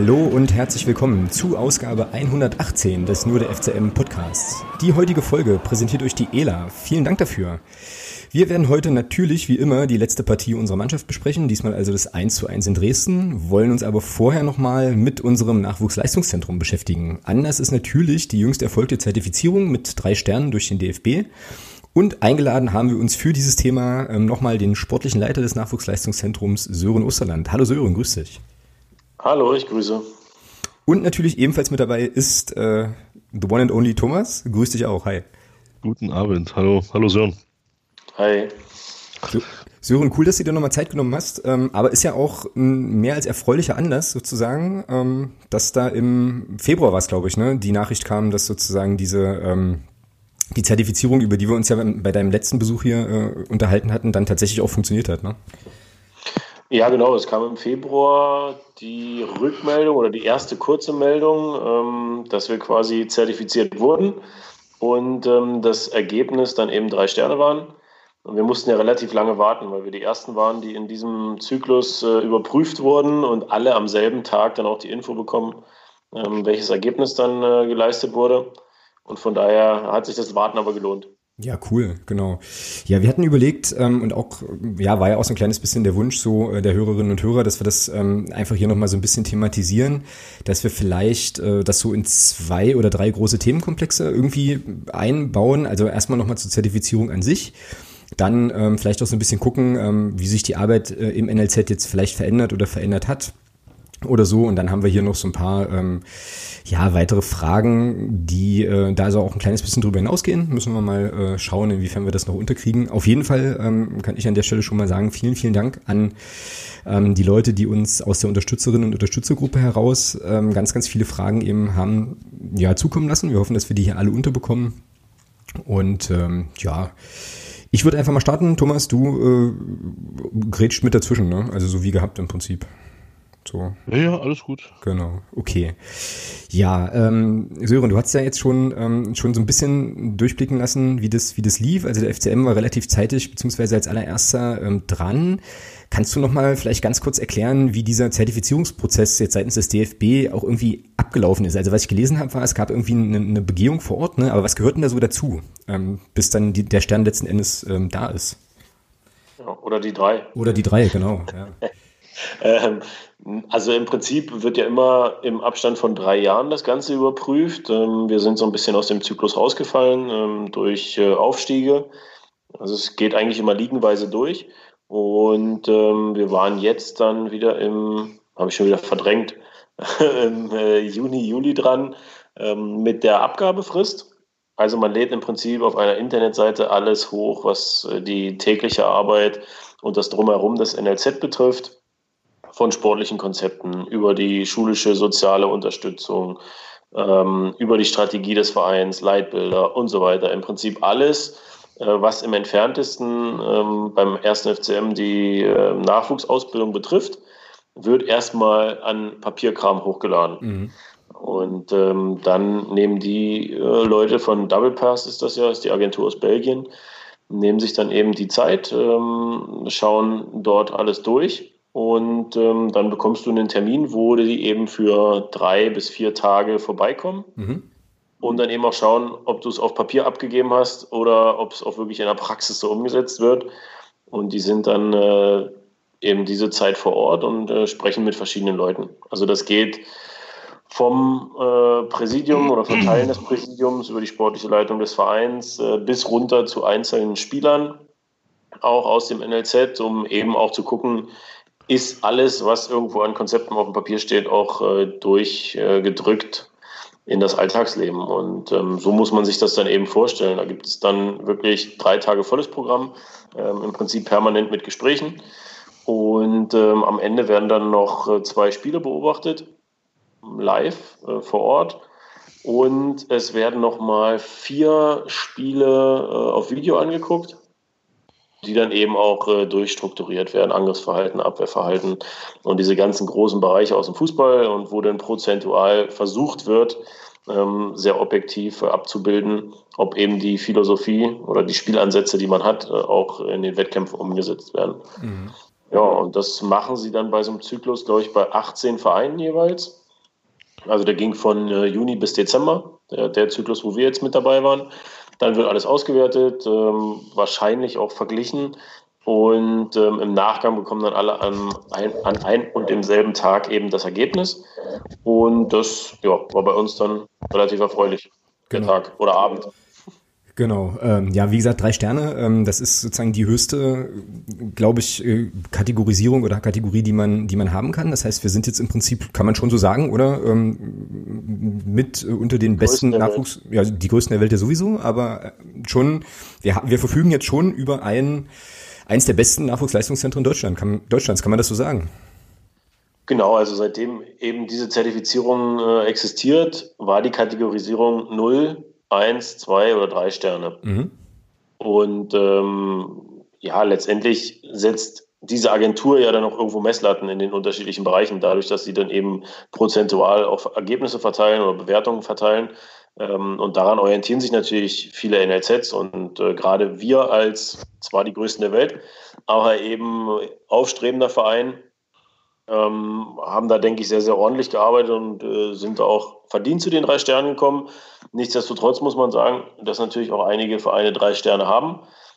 Hallo und herzlich willkommen zu Ausgabe 118 des Nur der FCM Podcasts. Die heutige Folge präsentiert euch die ELA. Vielen Dank dafür. Wir werden heute natürlich wie immer die letzte Partie unserer Mannschaft besprechen, diesmal also das 1:1 in Dresden, wollen uns aber vorher nochmal mit unserem Nachwuchsleistungszentrum beschäftigen. Anlass ist natürlich die jüngst erfolgte Zertifizierung mit 3 Sternen durch den DFB. Und eingeladen haben wir uns für dieses Thema nochmal den sportlichen Leiter des Nachwuchsleistungszentrums Sören Osterland. Hallo Sören, grüß dich. Hallo, ich grüße. Und natürlich ebenfalls mit dabei ist the one and only Thomas. Grüß dich auch, hi. Guten Abend, hallo Sören. Hi. Sören, cool, dass du dir nochmal Zeit genommen hast, aber ist ja auch ein mehr als erfreulicher Anlass sozusagen, dass da im Februar war es, glaube ich, ne, die Nachricht kam, dass sozusagen die Zertifizierung, über die wir uns ja bei deinem letzten Besuch hier unterhalten hatten, dann tatsächlich auch funktioniert hat, ne? Ja, genau. Es kam im Februar die Rückmeldung oder die erste kurze Meldung, dass wir quasi zertifiziert wurden und das Ergebnis dann eben 3 Sterne waren. Und wir mussten ja relativ lange warten, weil wir die Ersten waren, die in diesem Zyklus überprüft wurden und alle am selben Tag dann auch die Info bekommen, welches Ergebnis dann geleistet wurde. Und von daher hat sich das Warten aber gelohnt. Ja, cool, genau. Ja, wir hatten überlegt und auch, ja, war ja auch so ein kleines bisschen der Wunsch so der Hörerinnen und Hörer, dass wir das einfach hier nochmal so ein bisschen thematisieren, dass wir vielleicht das so in 2 oder 3 große Themenkomplexe irgendwie einbauen. Also erstmal nochmal zur Zertifizierung an sich. Dann vielleicht auch so ein bisschen gucken, wie sich die Arbeit im NLZ jetzt vielleicht verändert oder verändert hat oder so. Und dann haben wir hier noch so ein paar weitere Fragen, die da also auch ein kleines bisschen drüber hinausgehen. Müssen wir mal schauen, inwiefern wir das noch unterkriegen. Auf jeden Fall kann ich an der Stelle schon mal sagen, vielen, vielen Dank an die Leute, die uns aus der Unterstützerinnen- und Unterstützergruppe heraus ganz, ganz viele Fragen eben haben zukommen lassen. Wir hoffen, dass wir die hier alle unterbekommen. Und ich würde einfach mal starten. Thomas, du grätscht mit dazwischen, ne? Also so wie gehabt im Prinzip. So. Ja, alles gut. Genau, okay. Ja, Sören, du hast ja jetzt schon so ein bisschen durchblicken lassen, wie das lief. Also der FCM war relativ zeitig, beziehungsweise als allererster dran. Kannst du nochmal vielleicht ganz kurz erklären, wie dieser Zertifizierungsprozess jetzt seitens des DFB auch irgendwie abgelaufen ist? Also was ich gelesen habe, war, es gab irgendwie eine Begehung vor Ort, ne? Aber was gehört denn da so dazu, bis dann der Stern letzten Endes da ist? Ja, oder die 3. Oder die 3, genau, ja. Also im Prinzip wird ja immer im Abstand von 3 Jahren das Ganze überprüft. Wir sind so ein bisschen aus dem Zyklus rausgefallen durch Aufstiege. Also es geht eigentlich immer liegenweise durch. Und wir waren jetzt dann wieder habe ich schon wieder verdrängt, im Juni, Juli dran mit der Abgabefrist. Also man lädt im Prinzip auf einer Internetseite alles hoch, was die tägliche Arbeit und das Drumherum des NLZ betrifft. Von sportlichen Konzepten, über die schulische soziale Unterstützung, über die Strategie des Vereins, Leitbilder und so weiter. Im Prinzip alles, was im Entferntesten beim 1. FCM die Nachwuchsausbildung betrifft, wird erstmal an Papierkram hochgeladen. Mhm. Und dann nehmen die Leute von Double Pass, ist die Agentur aus Belgien, nehmen sich dann eben die Zeit, schauen dort alles durch. Und dann bekommst du einen Termin, wo die eben für 3 bis 4 Tage vorbeikommen und dann eben auch schauen, ob du es auf Papier abgegeben hast oder ob es auch wirklich in der Praxis so umgesetzt wird. Und die sind dann eben diese Zeit vor Ort und sprechen mit verschiedenen Leuten. Also das geht vom Präsidium oder von Teilen des Präsidiums über die sportliche Leitung des Vereins bis runter zu einzelnen Spielern, auch aus dem NLZ, um eben auch zu gucken, ist alles, was irgendwo an Konzepten auf dem Papier steht, auch durchgedrückt in das Alltagsleben. Und so muss man sich das dann eben vorstellen. Da gibt es dann wirklich 3 Tage volles Programm, im Prinzip permanent mit Gesprächen. Und am Ende werden dann noch 2 Spiele beobachtet, live vor Ort. Und es werden nochmal 4 Spiele auf Video angeguckt, die dann eben auch durchstrukturiert werden, Angriffsverhalten, Abwehrverhalten und diese ganzen großen Bereiche aus dem Fußball und wo dann prozentual versucht wird, sehr objektiv abzubilden, ob eben die Philosophie oder die Spielansätze, die man hat, auch in den Wettkämpfen umgesetzt werden. Mhm. Ja, und das machen sie dann bei so einem Zyklus, glaube ich, bei 18 Vereinen jeweils. Also der ging von Juni bis Dezember, der Zyklus, wo wir jetzt mit dabei waren. Dann wird alles ausgewertet, wahrscheinlich auch verglichen. Und im Nachgang bekommen dann alle an ein und demselben Tag eben das Ergebnis. Und das war bei uns dann relativ erfreulich, der Tag oder Abend. Genau, ja, wie gesagt, 3 Sterne, das ist sozusagen die höchste, glaube ich, Kategorisierung oder Kategorie, die man haben kann. Das heißt, wir sind jetzt im Prinzip, kann man schon so sagen, oder? Mit unter den besten Nachwuchs, ja, die größten der Welt ja sowieso, aber schon, wir verfügen jetzt schon über eins der besten Nachwuchsleistungszentren Deutschlands, kann man das so sagen? Genau, also seitdem eben diese Zertifizierung existiert, war die Kategorisierung 0, 1, 2 oder 3 Sterne. Mhm. Und letztendlich setzt diese Agentur ja dann auch irgendwo Messlatten in den unterschiedlichen Bereichen, dadurch, dass sie dann eben prozentual auf Ergebnisse verteilen oder Bewertungen verteilen. Und daran orientieren sich natürlich viele NLZs und gerade wir als zwar die größten der Welt, aber eben aufstrebender Verein, haben da, denke ich, sehr, sehr ordentlich gearbeitet und sind da auch verdient zu den 3 Sternen gekommen. Nichtsdestotrotz muss man sagen, dass natürlich auch einige Vereine 3 Sterne haben.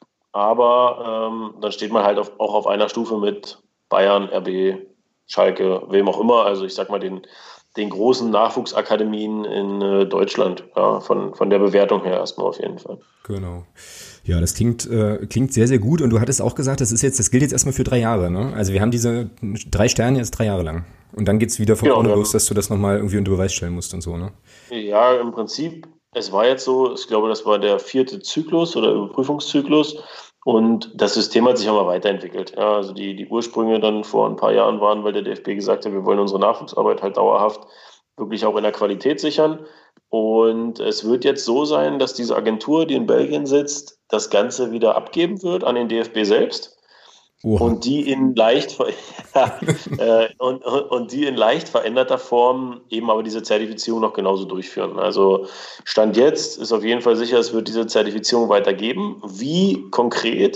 Aber dann steht man halt auch auf einer Stufe mit Bayern, RB, Schalke, wem auch immer. Also ich sag mal den großen Nachwuchsakademien in Deutschland. Ja, von der Bewertung her erstmal auf jeden Fall. Genau. Ja, das klingt sehr, sehr gut. Und du hattest auch gesagt, das gilt jetzt erstmal für 3 Jahre, ne? Also wir haben diese 3 Sterne jetzt 3 Jahre lang. Und dann geht's wieder von vorne los, dass du das nochmal irgendwie unter Beweis stellen musst und so, ne? Ja, im Prinzip, es war jetzt so, ich glaube, das war der 4. Zyklus oder Überprüfungszyklus. Und das System hat sich auch mal weiterentwickelt. Ja, also die Ursprünge dann vor ein paar Jahren waren, weil der DFB gesagt hat, wir wollen unsere Nachwuchsarbeit halt dauerhaft wirklich auch in der Qualität sichern. Und es wird jetzt so sein, dass diese Agentur, die in Belgien sitzt, das Ganze wieder abgeben wird an den DFB selbst. Oha. Und die in leicht veränderter Form eben aber diese Zertifizierung noch genauso durchführen. Also Stand jetzt ist auf jeden Fall sicher, es wird diese Zertifizierung weitergeben. Wie konkret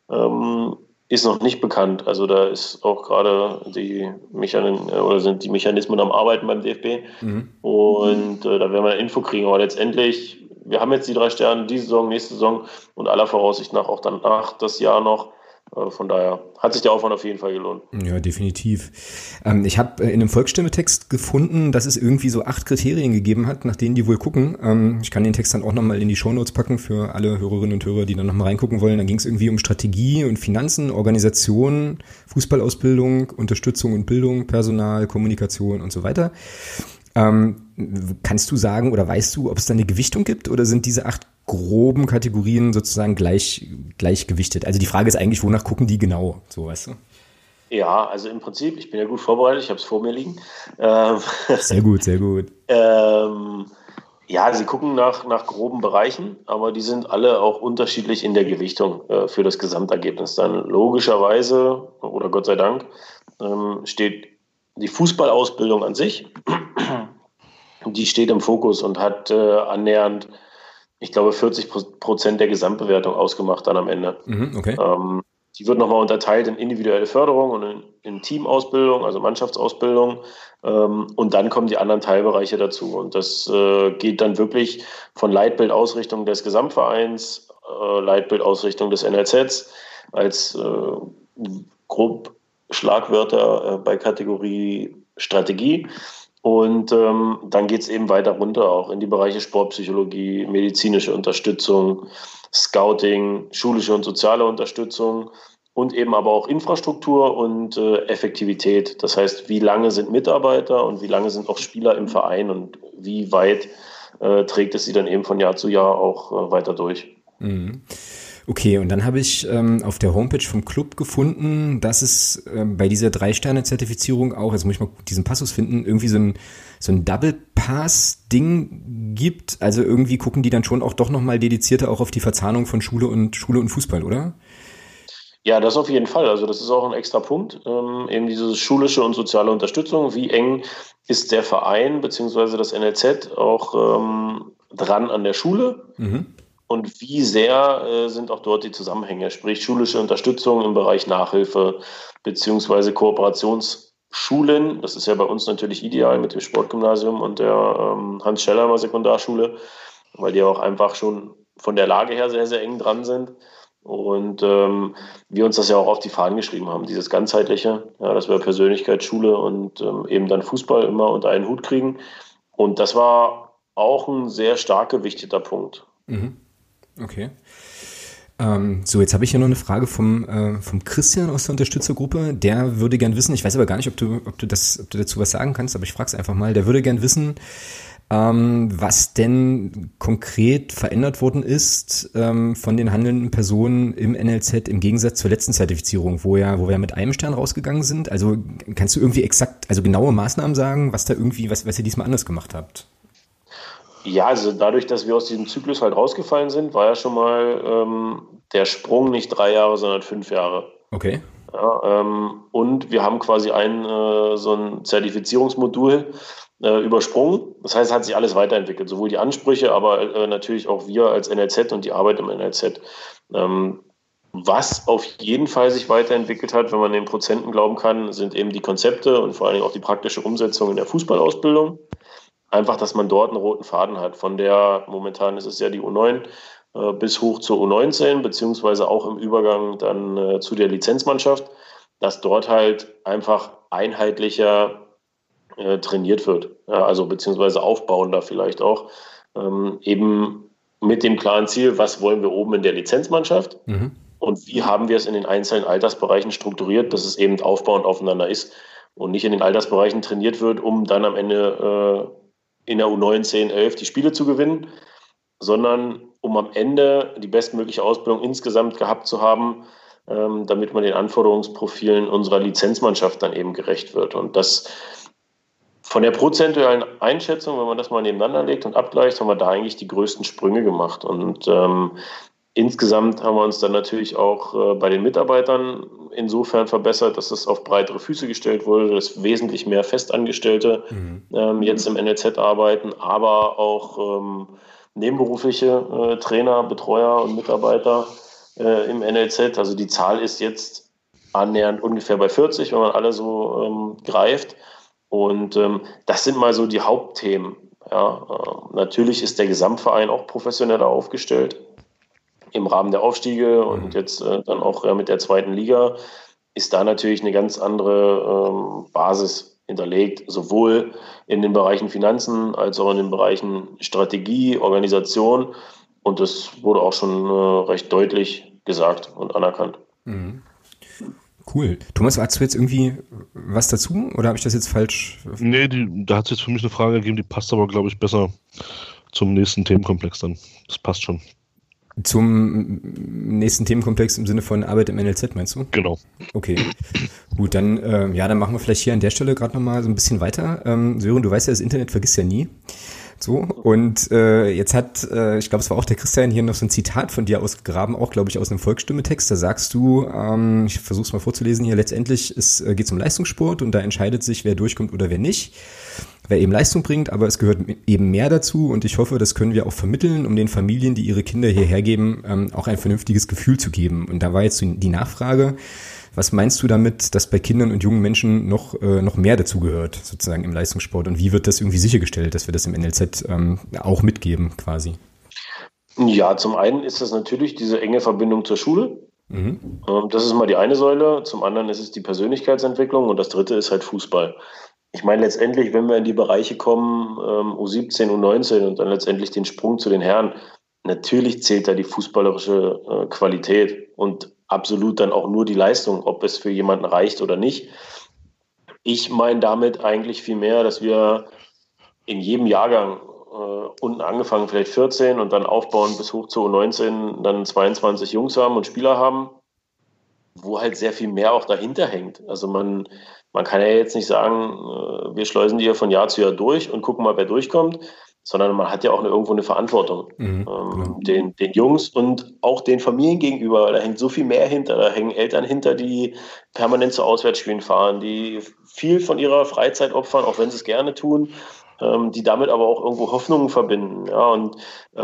ist noch nicht bekannt. Also da ist auch gerade sind die Mechanismen am Arbeiten beim DFB. Mhm. Und da werden wir eine Info kriegen. Aber letztendlich, wir haben jetzt die 3 Sterne, diese Saison, nächste Saison und aller Voraussicht nach auch danach das Jahr noch. Von daher hat sich der Aufwand auf jeden Fall gelohnt. Ja, definitiv. Ich habe in einem Volksstimme-Text gefunden, dass es irgendwie so 8 Kriterien gegeben hat, nach denen die wohl gucken. Ich kann den Text dann auch nochmal in die Shownotes packen für alle Hörerinnen und Hörer, die dann nochmal reingucken wollen. Da ging es irgendwie um Strategie und Finanzen, Organisation, Fußballausbildung, Unterstützung und Bildung, Personal, Kommunikation und so weiter. Kannst du sagen oder weißt du, ob es da eine Gewichtung gibt oder sind diese 8 groben Kategorien sozusagen gleich gewichtet? Also die Frage ist eigentlich, wonach gucken die genau? So, weißt du? Ja, also im Prinzip, ich bin ja gut vorbereitet, ich habe es vor mir liegen. Sehr gut, sehr gut. Ja, sie gucken nach groben Bereichen, aber die sind alle auch unterschiedlich in der Gewichtung für das Gesamtergebnis. Dann logischerweise, oder Gott sei Dank, steht die Fußballausbildung an sich, die steht im Fokus und hat annähernd, ich glaube, 40% der Gesamtbewertung ausgemacht dann am Ende. Okay. Die wird nochmal unterteilt in individuelle Förderung und in Teamausbildung, also Mannschaftsausbildung. Und dann kommen die anderen Teilbereiche dazu. Und das geht dann wirklich von Leitbildausrichtung des Gesamtvereins, Leitbildausrichtung des NLZs als grob Schlagwörter bei Kategorie Strategie. Und dann geht es eben weiter runter, auch in die Bereiche Sportpsychologie, medizinische Unterstützung, Scouting, schulische und soziale Unterstützung und eben aber auch Infrastruktur und Effektivität. Das heißt, wie lange sind Mitarbeiter und wie lange sind auch Spieler im Verein und wie weit trägt es sie dann eben von Jahr zu Jahr auch weiter durch. Mhm. Okay, und dann habe ich auf der Homepage vom Club gefunden, dass es bei dieser 3-Sterne-Zertifizierung auch, jetzt muss ich mal diesen Passus finden, irgendwie so ein Double-Pass-Ding gibt. Also irgendwie gucken die dann schon auch doch nochmal dedizierter auch auf die Verzahnung von Schule und Fußball, oder? Ja, das auf jeden Fall. Also das ist auch ein extra Punkt. Eben diese schulische und soziale Unterstützung. Wie eng ist der Verein bzw. das NLZ auch dran an der Schule? Mhm. Und wie sehr sind auch dort die Zusammenhänge, sprich schulische Unterstützung im Bereich Nachhilfe beziehungsweise Schulen, das ist ja bei uns natürlich ideal mit dem Sportgymnasium und der Hans-Schellheimer Sekundarschule, weil die auch einfach schon von der Lage her sehr, sehr eng dran sind. Und wir uns das ja auch auf die Fahnen geschrieben haben, dieses ganzheitliche, ja, dass wir Persönlichkeit, Schule und eben dann Fußball immer unter einen Hut kriegen. Und das war auch ein sehr stark gewichteter Punkt. Mhm. Okay. So, jetzt habe ich hier noch eine Frage vom Christian aus der Unterstützergruppe. Der würde gern wissen, ich weiß aber gar nicht, ob du dazu was sagen kannst, aber ich frage es einfach mal. Der würde gern wissen, was denn konkret verändert worden ist von den handelnden Personen im NLZ im Gegensatz zur letzten Zertifizierung, wo wir mit einem Stern rausgegangen sind. Also kannst du irgendwie genaue Maßnahmen sagen, was ihr diesmal anders gemacht habt? Ja, also dadurch, dass wir aus diesem Zyklus halt rausgefallen sind, war ja schon mal der Sprung nicht 3 Jahre, sondern 5 Jahre. Okay. Ja, und wir haben quasi so ein Zertifizierungsmodul übersprungen. Das heißt, es hat sich alles weiterentwickelt, sowohl die Ansprüche, aber natürlich auch wir als NLZ und die Arbeit im NLZ. Was auf jeden Fall sich weiterentwickelt hat, wenn man den Prozenten glauben kann, sind eben die Konzepte und vor allen Dingen auch die praktische Umsetzung in der Fußballausbildung. Einfach, dass man dort einen roten Faden hat. Momentan ist es ja die U9 bis hoch zur U19, beziehungsweise auch im Übergang dann zu der Lizenzmannschaft, dass dort halt einfach einheitlicher trainiert wird. Ja, also beziehungsweise aufbauender vielleicht auch. Eben mit dem klaren Ziel, was wollen wir oben in der Lizenzmannschaft und wie haben wir es in den einzelnen Altersbereichen strukturiert, dass es eben aufbauend aufeinander ist und nicht in den Altersbereichen trainiert wird, um dann am Ende in der U9, 10, 11 die Spiele zu gewinnen, sondern um am Ende die bestmögliche Ausbildung insgesamt gehabt zu haben, damit man den Anforderungsprofilen unserer Lizenzmannschaft dann eben gerecht wird. Und das von der prozentualen Einschätzung, wenn man das mal nebeneinander legt und abgleicht, haben wir da eigentlich die größten Sprünge gemacht. Und insgesamt haben wir uns dann natürlich auch bei den Mitarbeitern insofern verbessert, dass es auf breitere Füße gestellt wurde, dass wesentlich mehr Festangestellte jetzt im NLZ arbeiten, aber auch nebenberufliche Trainer, Betreuer und Mitarbeiter im NLZ. Also die Zahl ist jetzt annähernd ungefähr bei 40, wenn man alle so greift. Und das sind mal so die Hauptthemen. Ja, natürlich ist der Gesamtverein auch professioneller aufgestellt im Rahmen der Aufstiege und jetzt dann auch mit der 2. Liga ist da natürlich eine ganz andere Basis hinterlegt, sowohl in den Bereichen Finanzen als auch in den Bereichen Strategie, Organisation. Und das wurde auch schon recht deutlich gesagt und anerkannt. Mhm. Cool. Thomas, hast du jetzt irgendwie was dazu oder habe ich das jetzt falsch? Nee, da hat es jetzt für mich eine Frage gegeben, die passt aber, glaube ich, besser zum nächsten Themenkomplex dann. Das passt schon. Zum nächsten Themenkomplex im Sinne von Arbeit im NLZ, meinst du? Genau. Okay, gut, dann machen wir vielleicht hier an der Stelle gerade nochmal so ein bisschen weiter. Sören, du weißt ja, das Internet vergisst ja nie. So, und jetzt hat, ich glaube, es war auch der Christian hier noch so ein Zitat von dir ausgegraben, auch, glaube ich, aus einem Volksstimme-Text. Da sagst du, ich versuche es mal vorzulesen hier, letztendlich geht es um Leistungssport und da entscheidet sich, wer durchkommt oder wer nicht. Wer eben Leistung bringt, aber es gehört eben mehr dazu und ich hoffe, das können wir auch vermitteln, um den Familien, die ihre Kinder hierher geben, auch ein vernünftiges Gefühl zu geben. Und da war jetzt die Nachfrage, was meinst du damit, dass bei Kindern und jungen Menschen noch mehr dazu gehört, sozusagen im Leistungssport? Und wie wird das irgendwie sichergestellt, dass wir das im NLZ auch mitgeben quasi? Ja, zum einen ist das natürlich diese enge Verbindung zur Schule. Das ist mal die eine Säule. Zum anderen ist es die Persönlichkeitsentwicklung und das dritte ist halt Fußball. Ich meine, letztendlich, wenn wir in die Bereiche kommen, U17, U19 und dann letztendlich den Sprung zu den Herren, natürlich zählt da die fußballerische Qualität und absolut dann auch nur die Leistung, ob es für jemanden reicht oder nicht. Ich meine damit eigentlich viel mehr, dass wir in jedem Jahrgang unten angefangen, vielleicht 14 und dann aufbauen bis hoch zu U19, dann 22 Jungs haben und Spieler haben, wo halt sehr viel mehr auch dahinter hängt. Also man kann ja jetzt nicht sagen, wir schleusen die hier von Jahr zu Jahr durch und gucken mal, wer durchkommt, sondern man hat ja auch irgendwo eine Verantwortung den Jungs und auch den Familien gegenüber. Da hängt so viel mehr hinter. Da hängen Eltern hinter, die permanent zu Auswärtsspielen fahren, die viel von ihrer Freizeit opfern, auch wenn sie es gerne tun, die damit aber auch irgendwo Hoffnungen verbinden. Ja, und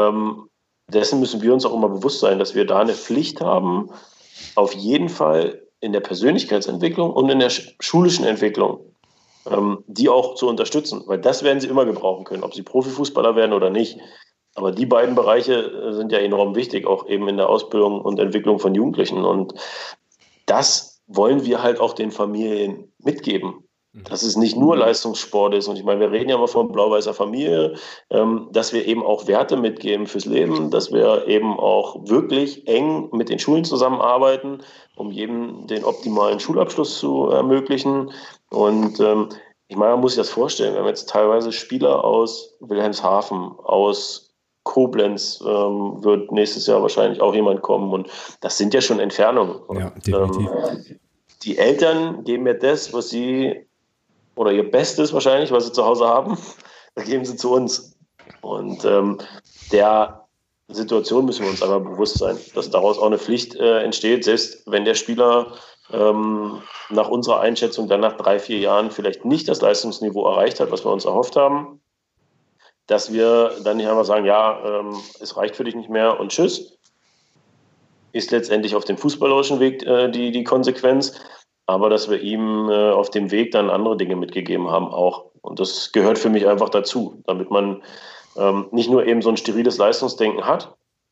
dessen müssen wir uns auch immer bewusst sein, dass wir da eine Pflicht haben, auf jeden Fall in der Persönlichkeitsentwicklung und in der schulischen Entwicklung die auch zu unterstützen, weil das werden sie immer gebrauchen können, ob sie Profifußballer werden oder nicht. Aber die beiden Bereiche sind ja enorm wichtig, auch eben in der Ausbildung und Entwicklung von Jugendlichen. Und das wollen wir halt auch den Familien mitgeben, dass es nicht nur Leistungssport ist. Und ich meine, wir reden ja immer von blau-weißer Familie, dass wir eben auch Werte mitgeben fürs Leben, dass wir eben auch wirklich eng mit den Schulen zusammenarbeiten, um jedem den optimalen Schulabschluss zu ermöglichen. Und ich meine, man muss sich das vorstellen, wir haben jetzt teilweise Spieler aus Wilhelmshaven, aus Koblenz wird nächstes Jahr wahrscheinlich auch jemand kommen. Und das sind ja schon Entfernungen. Ja, definitiv. Die Eltern geben ja das, was sie, oder ihr Bestes wahrscheinlich, was sie zu Hause haben, da geben sie zu uns. Und der Situation müssen wir uns aber bewusst sein, dass daraus auch eine Pflicht entsteht, selbst wenn der Spieler nach unserer Einschätzung dann nach 3-4 Jahren vielleicht nicht das Leistungsniveau erreicht hat, was wir uns erhofft haben, dass wir dann nicht einfach sagen, ja, es reicht für dich nicht mehr und tschüss. Ist letztendlich auf dem fußballerischen Weg die Konsequenz, aber dass wir ihm auf dem Weg dann andere Dinge mitgegeben haben auch. Und das gehört für mich einfach dazu, damit man nicht nur eben so ein steriles Leistungsdenken hat,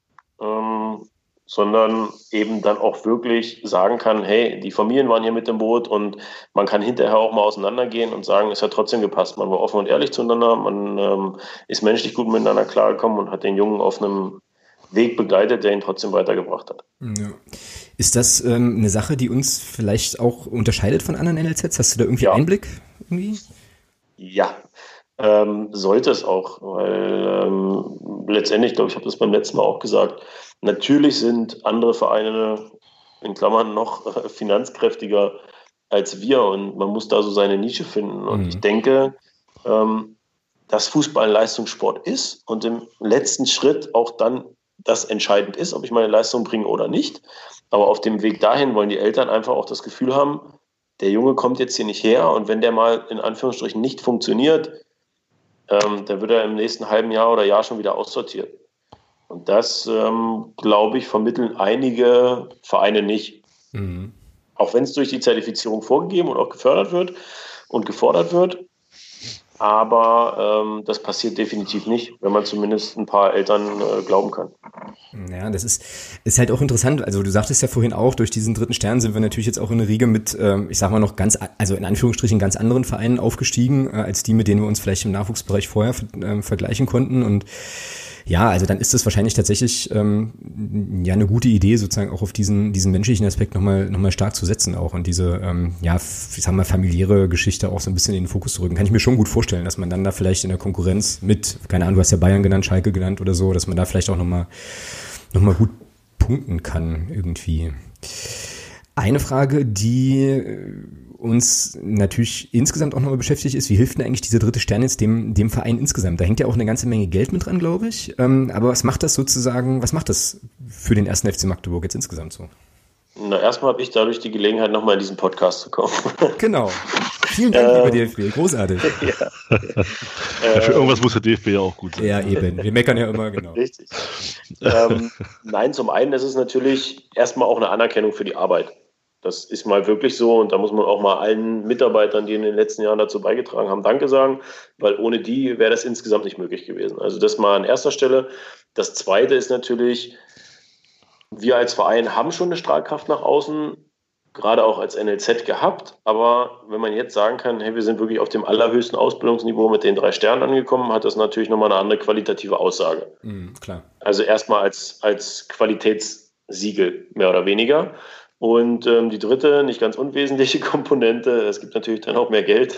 sondern eben dann auch wirklich sagen kann, hey, die Familien waren hier mit im Boot und man kann hinterher auch mal auseinandergehen und sagen, es hat trotzdem gepasst. Man war offen und ehrlich zueinander, man ist menschlich gut miteinander klargekommen und hat den Jungen auf einem Weg begleitet, der ihn trotzdem weitergebracht hat. Ja. Ist das eine Sache, die uns vielleicht auch unterscheidet von anderen NLZs? Hast du da irgendwie Einblick? Irgendwie? Ja, sollte es auch, weil letztendlich, glaube ich, habe das beim letzten Mal auch gesagt, natürlich sind andere Vereine in Klammern noch finanzkräftiger als wir und man muss da so seine Nische finden. Und ich denke, dass Fußball ein Leistungssport ist und im letzten Schritt auch dann das entscheidend ist, ob ich meine Leistung bringe oder nicht. Aber auf dem Weg dahin wollen die Eltern einfach auch das Gefühl haben, der Junge kommt jetzt hier nicht her und wenn der mal in Anführungsstrichen nicht funktioniert, dann wird er im nächsten halben Jahr oder Jahr schon wieder aussortiert. Und das, glaube ich, vermitteln einige Vereine nicht. Mhm. Auch wenn es durch die Zertifizierung vorgegeben und auch gefördert wird und gefordert wird. Aber das passiert definitiv nicht, wenn man zumindest ein paar Eltern glauben kann. Ja, das ist halt auch interessant. Also du sagtest ja vorhin auch, durch diesen 3. Stern sind wir natürlich jetzt auch in eine Riege mit, ich sag mal noch ganz, also in Anführungsstrichen ganz anderen Vereinen aufgestiegen, als die, mit denen wir uns vielleicht im Nachwuchsbereich vorher vergleichen konnten. Und ja, also dann ist das wahrscheinlich tatsächlich ja eine gute Idee, sozusagen auch auf diesen menschlichen Aspekt nochmal stark zu setzen auch und diese, ja, ich sag mal, familiäre Geschichte auch so ein bisschen in den Fokus zu rücken. Kann ich mir schon gut vorstellen, dass man dann da vielleicht in der Konkurrenz mit, keine Ahnung, du hast ja Bayern genannt, Schalke genannt oder so, dass man da vielleicht auch nochmal gut punkten kann irgendwie. Eine Frage, die uns natürlich insgesamt auch nochmal beschäftigt ist, wie hilft denn eigentlich dieser 3. Stern jetzt dem Verein insgesamt? Da hängt ja auch eine ganze Menge Geld mit dran, glaube ich. Aber was macht das für den 1. FC Magdeburg jetzt insgesamt so? Na, erstmal habe ich dadurch die Gelegenheit, nochmal in diesen Podcast zu kommen. Genau. Vielen Dank, lieber DFB. Großartig. Ja. Für irgendwas muss der DFB ja auch gut sein. Ja, eben. Wir meckern ja immer, genau. Richtig. Nein, zum einen ist es natürlich erstmal auch eine Anerkennung für die Arbeit. Das ist mal wirklich so und da muss man auch mal allen Mitarbeitern, die in den letzten Jahren dazu beigetragen haben, Danke sagen, weil ohne die wäre das insgesamt nicht möglich gewesen. Also das mal an erster Stelle. Das Zweite ist natürlich, wir als Verein haben schon eine Strahlkraft nach außen, gerade auch als NLZ gehabt, aber wenn man jetzt sagen kann, hey, wir sind wirklich auf dem allerhöchsten Ausbildungsniveau mit den 3 Sternen angekommen, hat das natürlich nochmal eine andere qualitative Aussage. Klar. Also erstmal als Qualitätssiegel, mehr oder weniger. Und die dritte, nicht ganz unwesentliche Komponente, es gibt natürlich dann auch mehr Geld.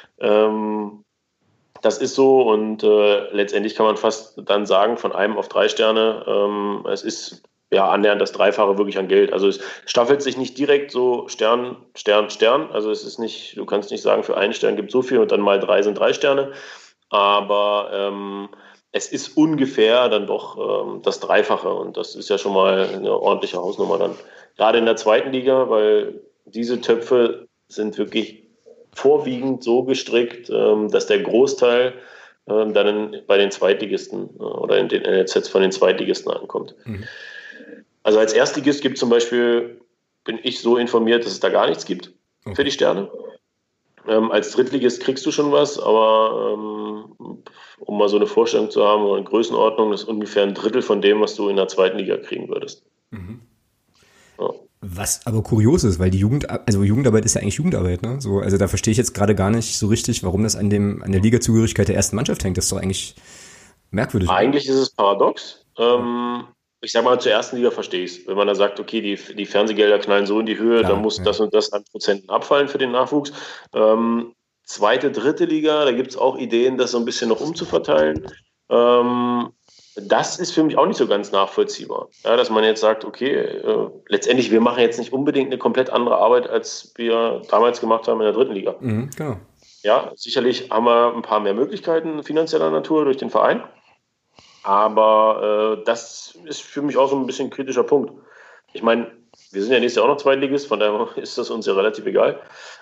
Das ist so und letztendlich kann man fast dann sagen, von einem auf 3 Sterne, es ist ja annähernd das Dreifache wirklich an Geld. Also es staffelt sich nicht direkt so Stern, Stern, Stern. Also es ist nicht, du kannst nicht sagen, für einen Stern gibt es so viel und dann mal 3 sind 3 Sterne. Aber es ist ungefähr dann doch das Dreifache und das ist ja schon mal eine ordentliche Hausnummer dann. Gerade in der 2. Liga, weil diese Töpfe sind wirklich vorwiegend so gestrickt, dass der Großteil dann bei den Zweitligisten oder in den NLZs von den Zweitligisten ankommt. Mhm. Also als Erstligist gibt es zum Beispiel, bin ich so informiert, dass es da gar nichts gibt für die Sterne. Als Drittligist kriegst du schon was, aber um mal so eine Vorstellung zu haben oder eine Größenordnung, das ist ungefähr ein Drittel von dem, was du in der zweiten Liga kriegen würdest. Mhm. Ja. Was aber kurios ist, weil die Jugendarbeit ist ja eigentlich Jugendarbeit, ne? So, also da verstehe ich jetzt gerade gar nicht so richtig, warum das an der Ligazugehörigkeit der ersten Mannschaft hängt. Das ist doch eigentlich merkwürdig. Eigentlich ist es paradox. Ich sag mal, zur ersten Liga verstehe ich es. Wenn man da sagt, okay, die Fernsehgelder knallen so in die Höhe, dann muss das und das an Prozenten abfallen für den Nachwuchs. Zweite, dritte Liga, da gibt es auch Ideen, das so ein bisschen noch umzuverteilen. Das ist für mich auch nicht so ganz nachvollziehbar. Ja, dass man jetzt sagt, okay, letztendlich, wir machen jetzt nicht unbedingt eine komplett andere Arbeit, als wir damals gemacht haben in der dritten Liga. Genau. Ja, sicherlich haben wir ein paar mehr Möglichkeiten finanzieller Natur durch den Verein. Aber das ist für mich auch so ein bisschen ein kritischer Punkt. Ich meine, wir sind ja nächstes Jahr auch noch Zweitligist, von daher ist das uns ja relativ egal.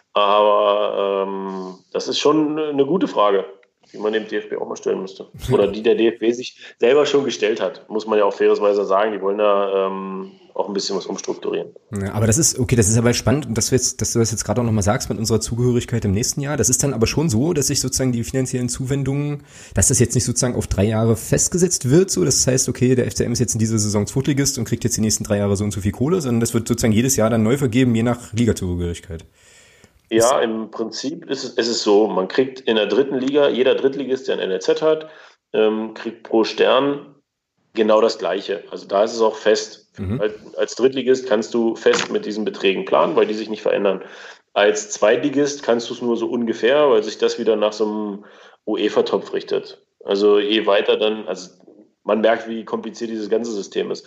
Aber das ist schon eine gute Frage, die man dem DFB auch mal stellen müsste. Oder die der DFB sich selber schon gestellt hat, muss man ja auch fairerweise sagen. Die wollen da auch ein bisschen was umstrukturieren. Ja, aber das ist aber spannend, und dass du das jetzt gerade auch nochmal sagst mit unserer Zugehörigkeit im nächsten Jahr. Das ist dann aber schon so, dass sich sozusagen die finanziellen Zuwendungen, dass das jetzt nicht sozusagen auf 3 Jahre festgesetzt wird. So, das heißt, okay, der FCM ist jetzt in dieser Saison Zweitligist und kriegt jetzt die nächsten 3 Jahre so und so viel Kohle, sondern das wird sozusagen jedes Jahr dann neu vergeben, je nach Ligazugehörigkeit. Ja, im Prinzip ist es so, man kriegt in der dritten Liga, jeder Drittligist, der ein NLZ hat, kriegt pro Stern genau das Gleiche. Also da ist es auch fest. Als Drittligist kannst du fest mit diesen Beträgen planen, weil die sich nicht verändern. Als Zweitligist kannst du es nur so ungefähr, weil sich das wieder nach so einem UEFA-Topf richtet. Also je weiter dann, also man merkt, wie kompliziert dieses ganze System ist.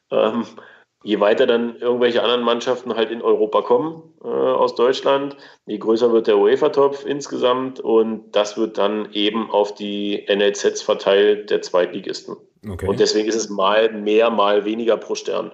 Je weiter dann irgendwelche anderen Mannschaften halt in Europa kommen aus Deutschland, je größer wird der UEFA-Topf insgesamt und das wird dann eben auf die NLZs verteilt der Zweitligisten. Okay. Und deswegen ist es mal mehr, mal weniger pro Stern.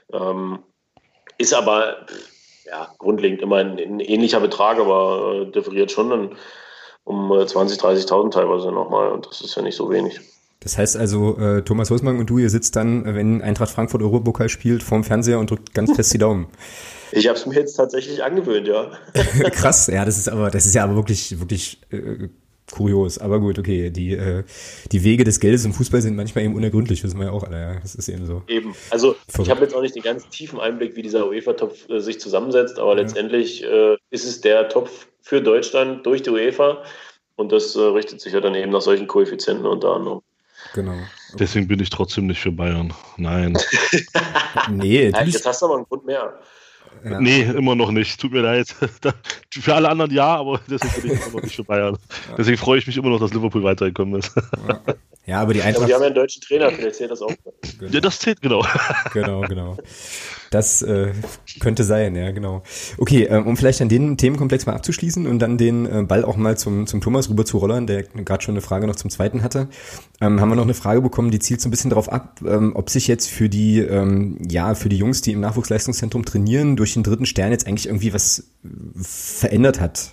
Ist aber grundlegend immer ein ähnlicher Betrag, aber differiert schon dann um 20.000, 30.000 teilweise nochmal und das ist ja nicht so wenig. Das heißt also, Thomas Hosmann und du, ihr sitzt dann, wenn Eintracht Frankfurt Europapokal spielt, vorm Fernseher und drückt ganz fest die Daumen. Ich habe es mir jetzt tatsächlich angewöhnt, ja. Krass, ja, das ist ja aber wirklich kurios. Aber gut, okay, die Wege des Geldes im Fußball sind manchmal eben unergründlich, wissen wir ja auch alle, ja. Das ist eben so. Eben, also ich habe jetzt auch nicht den ganz tiefen Einblick, wie dieser UEFA-Topf sich zusammensetzt, aber letztendlich ist es der Topf für Deutschland durch die UEFA und das richtet sich ja dann eben nach solchen Koeffizienten unter anderem. Genau. Deswegen bin ich trotzdem nicht für Bayern. Nein. Nee, jetzt hast du aber einen Grund mehr. Ja. Nee, immer noch nicht. Tut mir leid. Für alle anderen ja, aber deswegen bin ich immer noch nicht für Bayern. Deswegen freue ich mich immer noch, dass Liverpool weitergekommen ist. Ja, aber die Eintracht... wir haben ja einen deutschen Trainer, vielleicht zählt das auch. Genau. Ja, das zählt, genau. Genau. Das könnte sein, ja, genau. Okay, um vielleicht an den Themenkomplex mal abzuschließen und dann den Ball auch mal zum Thomas rüber zu rollern, der gerade schon eine Frage noch zum zweiten hatte, haben wir noch eine Frage bekommen, die zielt so ein bisschen darauf ab, ob sich jetzt für die Jungs, die im Nachwuchsleistungszentrum trainieren, durch den dritten Stern jetzt eigentlich irgendwie was verändert hat.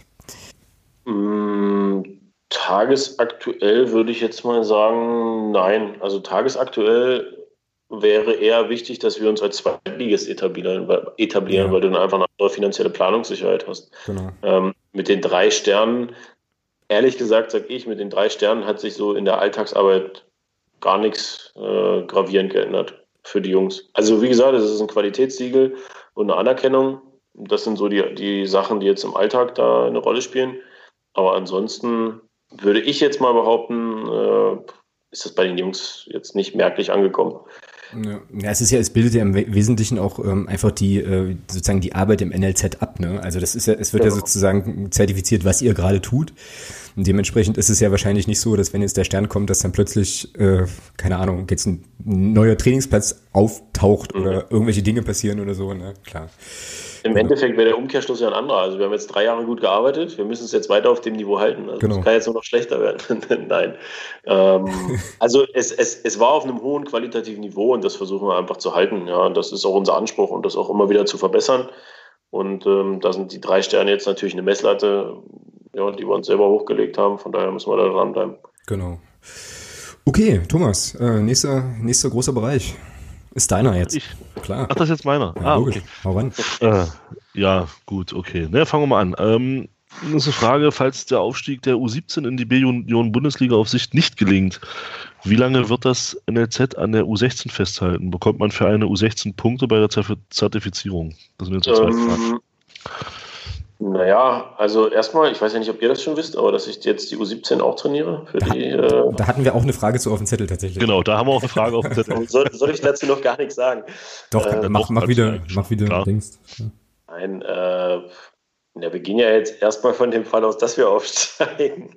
Tagesaktuell würde ich jetzt mal sagen, nein. Also tagesaktuell wäre eher wichtig, dass wir uns als Zweitligist etablieren, weil du dann einfach eine andere finanzielle Planungssicherheit hast. Genau. Mit den 3 Sternen, ehrlich gesagt, sage ich, mit den 3 Sternen hat sich so in der Alltagsarbeit gar nichts gravierend geändert für die Jungs. Also wie gesagt, es ist ein Qualitätssiegel und eine Anerkennung. Das sind so die Sachen, die jetzt im Alltag da eine Rolle spielen. Aber ansonsten würde ich jetzt mal behaupten, ist das bei den Jungs jetzt nicht merklich angekommen. Ja, es bildet ja im Wesentlichen auch einfach sozusagen die Arbeit im NLZ ab, ne? Also es wird ja sozusagen zertifiziert, was ihr gerade tut. Und dementsprechend ist es ja wahrscheinlich nicht so, dass wenn jetzt der Stern kommt, dass dann plötzlich, keine Ahnung, jetzt ein neuer Trainingsplatz auftaucht oder irgendwelche Dinge passieren oder so, ne? Klar. Im Endeffekt wäre der Umkehrschluss ja ein anderer. Also wir haben jetzt 3 Jahre gut gearbeitet, wir müssen es jetzt weiter auf dem Niveau halten. Also es kann jetzt nur noch schlechter werden. Nein. Also es war auf einem hohen qualitativen Niveau und das versuchen wir einfach zu halten. Ja, und das ist auch unser Anspruch und das auch immer wieder zu verbessern. Und da sind die 3 Sterne jetzt natürlich eine Messlatte, ja, die wir uns selber hochgelegt haben. Von daher müssen wir da dranbleiben. Genau. Okay, Thomas, nächster großer Bereich. Ist deiner jetzt. Klar. Ach, das ist jetzt meiner. Ja, logisch. Okay. Hau ran. Ja, gut, okay. Ne, fangen wir mal an. Das ist eine Frage, falls der Aufstieg der U17 in die B-Junioren-Bundesliga auf Sicht nicht gelingt, wie lange wird das NLZ an der U16 festhalten? Bekommt man für eine U16 Punkte bei der Zertifizierung? Das sind jetzt so zwei Fragen. Naja, also erstmal, ich weiß ja nicht, ob ihr das schon wisst, aber dass ich jetzt die U17 auch trainiere. Da hatten wir auch eine Frage zu auf dem Zettel tatsächlich. Genau, da haben wir auch eine Frage auf dem Zettel. Soll ich dazu noch gar nichts sagen? Doch, mach wie du denkst. Nein, wir gehen ja jetzt erstmal von dem Fall aus, dass wir aufsteigen.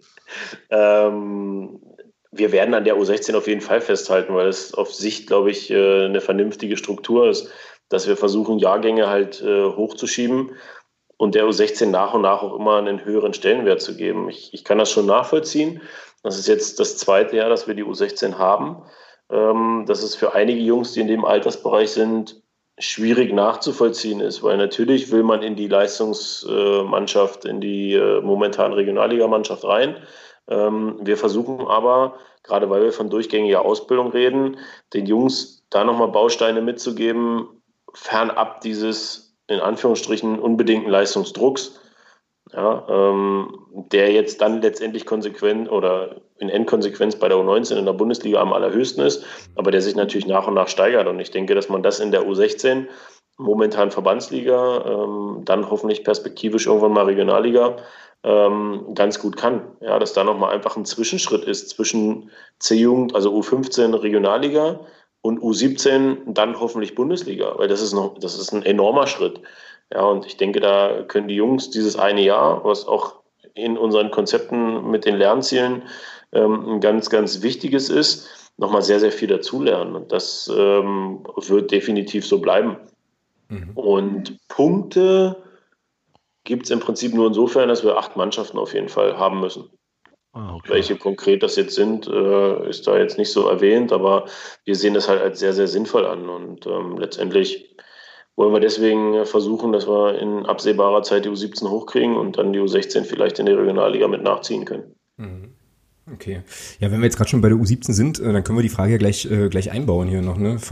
Wir werden an der U16 auf jeden Fall festhalten, weil es auf Sicht, glaube ich, eine vernünftige Struktur ist, dass wir versuchen, Jahrgänge halt hochzuschieben und der U16 nach und nach auch immer einen höheren Stellenwert zu geben. Ich kann das schon nachvollziehen. Das ist jetzt das zweite Jahr, dass wir die U16 haben. Dass es für einige Jungs, die in dem Altersbereich sind, schwierig nachzuvollziehen ist, weil natürlich will man in die Leistungsmannschaft, in die momentan Regionalligamannschaft rein. Wir versuchen aber, gerade weil wir von durchgängiger Ausbildung reden, den Jungs da nochmal Bausteine mitzugeben, fernab dieses in Anführungsstrichen unbedingten Leistungsdrucks, ja, der jetzt dann letztendlich konsequent oder in Endkonsequenz bei der U19 in der Bundesliga am allerhöchsten ist, aber der sich natürlich nach und nach steigert. Und ich denke, dass man das in der U16, momentan Verbandsliga, dann hoffentlich perspektivisch irgendwann mal Regionalliga, ganz gut kann. Ja, dass da nochmal einfach ein Zwischenschritt ist zwischen C-Jugend, also U15 Regionalliga und U17 dann hoffentlich Bundesliga, weil das ist ein enormer Schritt. Ja, und ich denke, da können die Jungs dieses eine Jahr, was auch in unseren Konzepten mit den Lernzielen ein ganz, ganz wichtiges ist, nochmal sehr, sehr viel dazulernen. Und das wird definitiv so bleiben. Mhm. Und Punkte gibt es im Prinzip nur insofern, dass wir 8 Mannschaften auf jeden Fall haben müssen. Okay. Welche konkret das jetzt sind, ist da jetzt nicht so erwähnt, aber wir sehen das halt als sehr, sehr sinnvoll an. Und letztendlich wollen wir deswegen versuchen, dass wir in absehbarer Zeit die U17 hochkriegen und dann die U16 vielleicht in die Regionalliga mit nachziehen können. Okay. Ja, wenn wir jetzt gerade schon bei der U17 sind, dann können wir die Frage ja gleich einbauen hier noch, ne?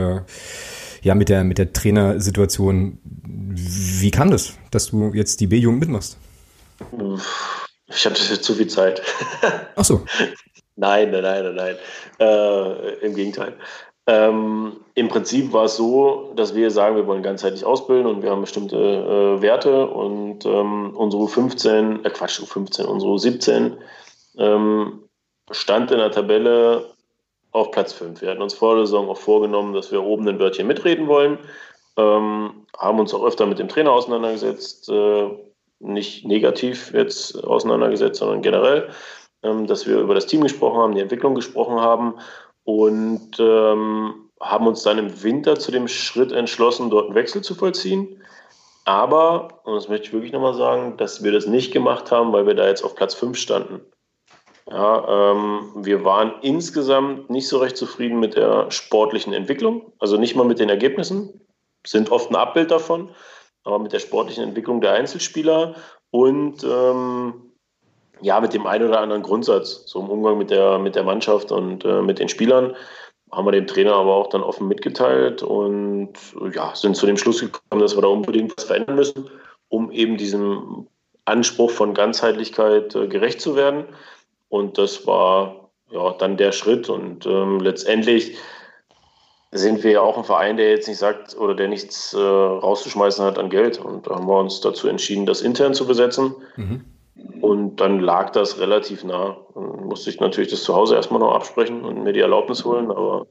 Mit der Trainersituation. Wie kam das, dass du jetzt die B-Jugend mitmachst? Ich hatte zu viel Zeit. Ach so. Nein. Im Gegenteil. Im Prinzip war es so, dass wir sagen, wir wollen ganzheitlich ausbilden und wir haben bestimmte Werte und unsere U17 stand in der Tabelle auf Platz 5. Wir hatten uns vor der Saison auch vorgenommen, dass wir oben ein Wörtchen mitreden wollen, haben uns auch öfter mit dem Trainer auseinandergesetzt, nicht negativ jetzt auseinandergesetzt, sondern generell, dass wir über das Team gesprochen haben, die Entwicklung gesprochen haben und haben uns dann im Winter zu dem Schritt entschlossen, dort einen Wechsel zu vollziehen. Aber, und das möchte ich wirklich nochmal sagen, dass wir das nicht gemacht haben, weil wir da jetzt auf Platz 5 standen. Ja, wir waren insgesamt nicht so recht zufrieden mit der sportlichen Entwicklung, also nicht mal mit den Ergebnissen, sind oft ein Abbild davon, aber mit der sportlichen Entwicklung der Einzelspieler und mit dem einen oder anderen Grundsatz, so im Umgang mit der Mannschaft und mit den Spielern, haben wir dem Trainer aber auch dann offen mitgeteilt und sind zu dem Schluss gekommen, dass wir da unbedingt was verändern müssen, um eben diesem Anspruch von Ganzheitlichkeit gerecht zu werden. Und das war dann der Schritt und letztendlich sind wir ja auch ein Verein, der jetzt nicht sagt oder der nichts rauszuschmeißen hat an Geld. Und da haben wir uns dazu entschieden, das intern zu besetzen. Mhm. Und dann lag das relativ nah. Dann musste ich natürlich das zu Hause erstmal noch absprechen und mir die Erlaubnis holen. Aber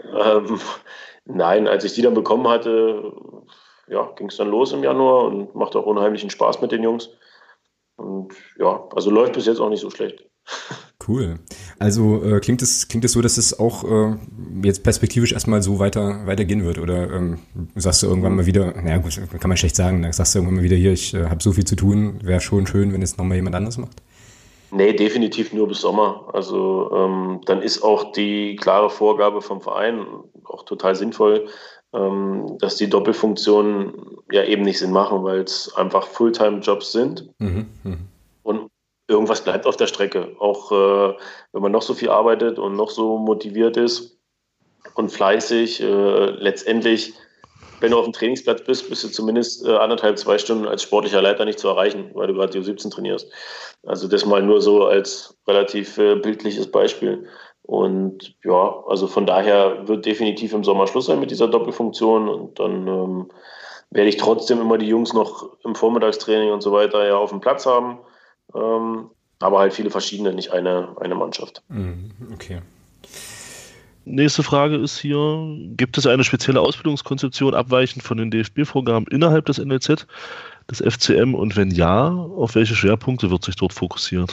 nein, als ich die dann bekommen hatte, ging es dann los im Januar und macht auch unheimlichen Spaß mit den Jungs. Und also läuft bis jetzt auch nicht so schlecht. Cool. Also klingt es so, dass es auch jetzt perspektivisch erstmal so weitergehen wird? Oder sagst du irgendwann mal wieder, gut, kann man schlecht sagen, dann sagst du irgendwann mal wieder hier, ich habe so viel zu tun, wäre schon schön, wenn es nochmal jemand anders macht? Nee, definitiv nur bis Sommer. Also dann ist auch die klare Vorgabe vom Verein auch total sinnvoll, dass die Doppelfunktionen ja eben nicht Sinn machen, weil es einfach Fulltime-Jobs sind. Und irgendwas bleibt auf der Strecke. Auch wenn man noch so viel arbeitet und noch so motiviert ist und fleißig, letztendlich wenn du auf dem Trainingsplatz bist, bist du zumindest 1,5-2 Stunden als sportlicher Leiter nicht zu erreichen, weil du gerade die U17 trainierst. Also das mal nur so als relativ bildliches Beispiel. Und ja, also von daher wird definitiv im Sommer Schluss sein mit dieser Doppelfunktion und dann werde ich trotzdem immer die Jungs noch im Vormittagstraining und so weiter ja auf dem Platz haben. Aber halt viele verschiedene, nicht eine Mannschaft. Okay. Nächste Frage ist hier, gibt es eine spezielle Ausbildungskonzeption abweichend von den DFB-Vorgaben innerhalb des NLZ, des FCM und wenn ja, auf welche Schwerpunkte wird sich dort fokussiert?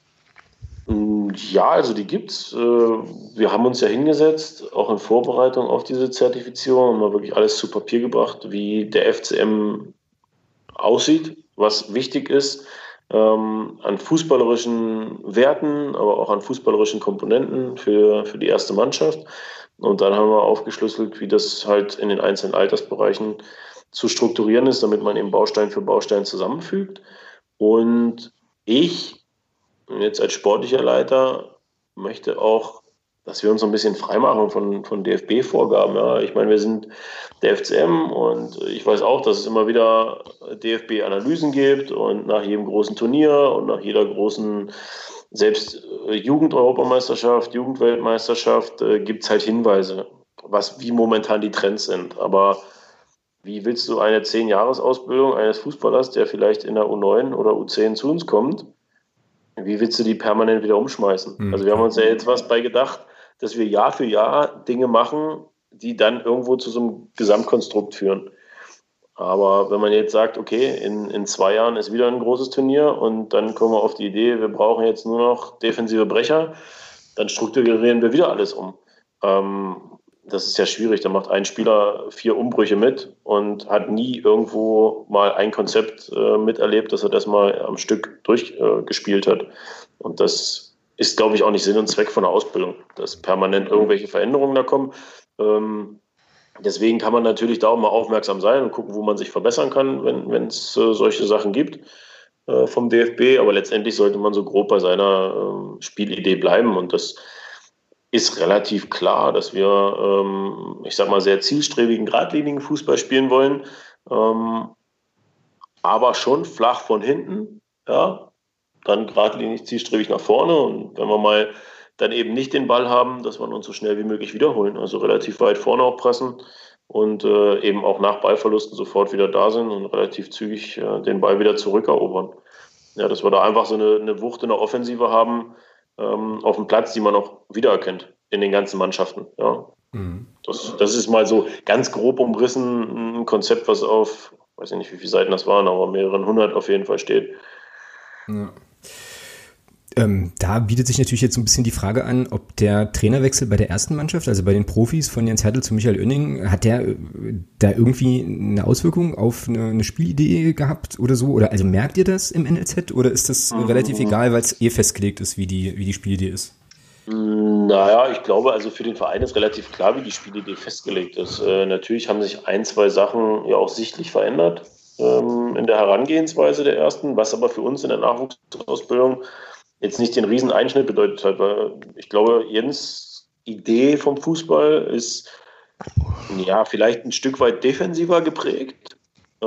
Ja, also die gibt's. Wir haben uns ja hingesetzt, auch in Vorbereitung auf diese Zertifizierung, und mal wirklich alles zu Papier gebracht, wie der FCM aussieht, was wichtig ist an fußballerischen Werten, aber auch an fußballerischen Komponenten für die erste Mannschaft. Und dann haben wir aufgeschlüsselt, wie das halt in den einzelnen Altersbereichen zu strukturieren ist, damit man eben Baustein für Baustein zusammenfügt. Und ich jetzt als sportlicher Leiter möchte auch, dass wir uns so ein bisschen freimachen von DFB-Vorgaben. Ja. Ich meine, wir sind der FCM und ich weiß auch, dass es immer wieder DFB-Analysen gibt und nach jedem großen Turnier und nach jeder großen, selbst Jugend-Europameisterschaft, Jugendweltmeisterschaft, gibt es halt Hinweise, wie momentan die Trends sind. Aber wie willst du eine 10-Jahres-Ausbildung eines Fußballers, der vielleicht in der U9 oder U10 zu uns kommt, wie willst du die permanent wieder umschmeißen? Also wir haben uns ja jetzt was bei gedacht, dass wir Jahr für Jahr Dinge machen, die dann irgendwo zu so einem Gesamtkonstrukt führen. Aber wenn man jetzt sagt, okay, in 2 Jahren ist wieder ein großes Turnier und dann kommen wir auf die Idee, wir brauchen jetzt nur noch defensive Brecher, dann strukturieren wir wieder alles um. Das ist ja schwierig, da macht ein Spieler 4 Umbrüche mit und hat nie irgendwo mal ein Konzept miterlebt, dass er das mal am Stück durchgespielt hat. Und das ist, glaube ich, auch nicht Sinn und Zweck von der Ausbildung, dass permanent irgendwelche Veränderungen da kommen. Deswegen kann man natürlich da auch mal aufmerksam sein und gucken, wo man sich verbessern kann, wenn es solche Sachen gibt vom DFB. Aber letztendlich sollte man so grob bei seiner Spielidee bleiben. Und das ist relativ klar, dass wir, ich sag mal, sehr zielstrebigen, geradlinigen Fußball spielen wollen, aber schon flach von hinten, ja, dann geradlinig zielstrebig nach vorne und wenn wir mal dann eben nicht den Ball haben, dass wir uns so schnell wie möglich wiederholen, also relativ weit vorne auch pressen und eben auch nach Ballverlusten sofort wieder da sind und relativ zügig den Ball wieder zurückerobern. Ja, dass wir da einfach so eine Wucht in der Offensive haben, auf dem Platz, die man auch wiedererkennt in den ganzen Mannschaften. Ja. Das ist mal so ganz grob umrissen ein Konzept, was auf, weiß ich nicht, wie viele Seiten das waren, aber mehreren 100 auf jeden Fall steht. Ja. Da bietet sich natürlich jetzt so ein bisschen die Frage an, ob der Trainerwechsel bei der ersten Mannschaft, also bei den Profis von Jens Hertel zu Michael Oenning, hat der da irgendwie eine Auswirkung auf eine Spielidee gehabt oder so? Oder also merkt ihr das im NLZ oder ist das relativ egal, weil es festgelegt ist, wie die Spielidee ist? Naja, ich glaube, also für den Verein ist relativ klar, wie die Spielidee festgelegt ist. Natürlich haben sich 1, 2 Sachen ja auch sichtlich verändert in der Herangehensweise der ersten, was aber für uns in der Nachwuchsausbildung jetzt nicht den riesen Einschnitt bedeutet hat, weil ich glaube, Jens' Idee vom Fußball ist ja vielleicht ein Stück weit defensiver geprägt,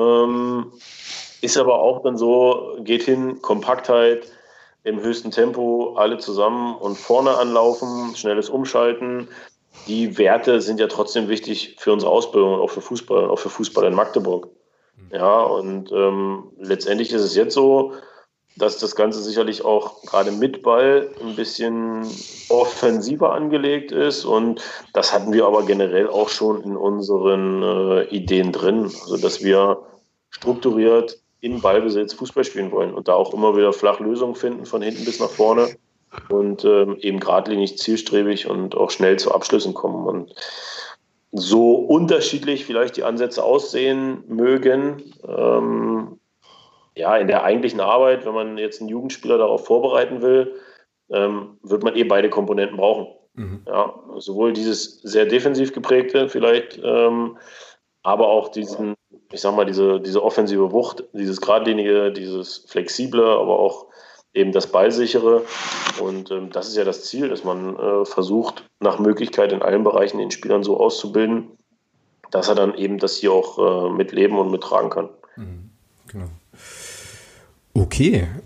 ist aber auch dann so, geht hin, Kompaktheit im höchsten Tempo, alle zusammen und vorne anlaufen, schnelles Umschalten. Die Werte sind ja trotzdem wichtig für unsere Ausbildung und auch für Fußball in Magdeburg. Ja, und letztendlich ist es jetzt so, dass das Ganze sicherlich auch gerade mit Ball ein bisschen offensiver angelegt ist. Und das hatten wir aber generell auch schon in unseren Ideen drin. Also, dass wir strukturiert im Ballbesitz Fußball spielen wollen und da auch immer wieder flach Lösungen finden, von hinten bis nach vorne und eben geradlinig, zielstrebig und auch schnell zu Abschlüssen kommen. Und so unterschiedlich vielleicht die Ansätze aussehen mögen, ja, in der eigentlichen Arbeit, wenn man jetzt einen Jugendspieler darauf vorbereiten will, wird man beide Komponenten brauchen. Ja, sowohl dieses sehr defensiv geprägte vielleicht, aber auch diesen, ich sag mal, diese offensive Wucht, dieses geradlinige, dieses flexible, aber auch eben das Ballsichere. Und das ist ja das Ziel, dass man versucht, nach Möglichkeit in allen Bereichen den Spielern so auszubilden, dass er dann eben das hier auch mitleben und mittragen kann. Genau. Okay,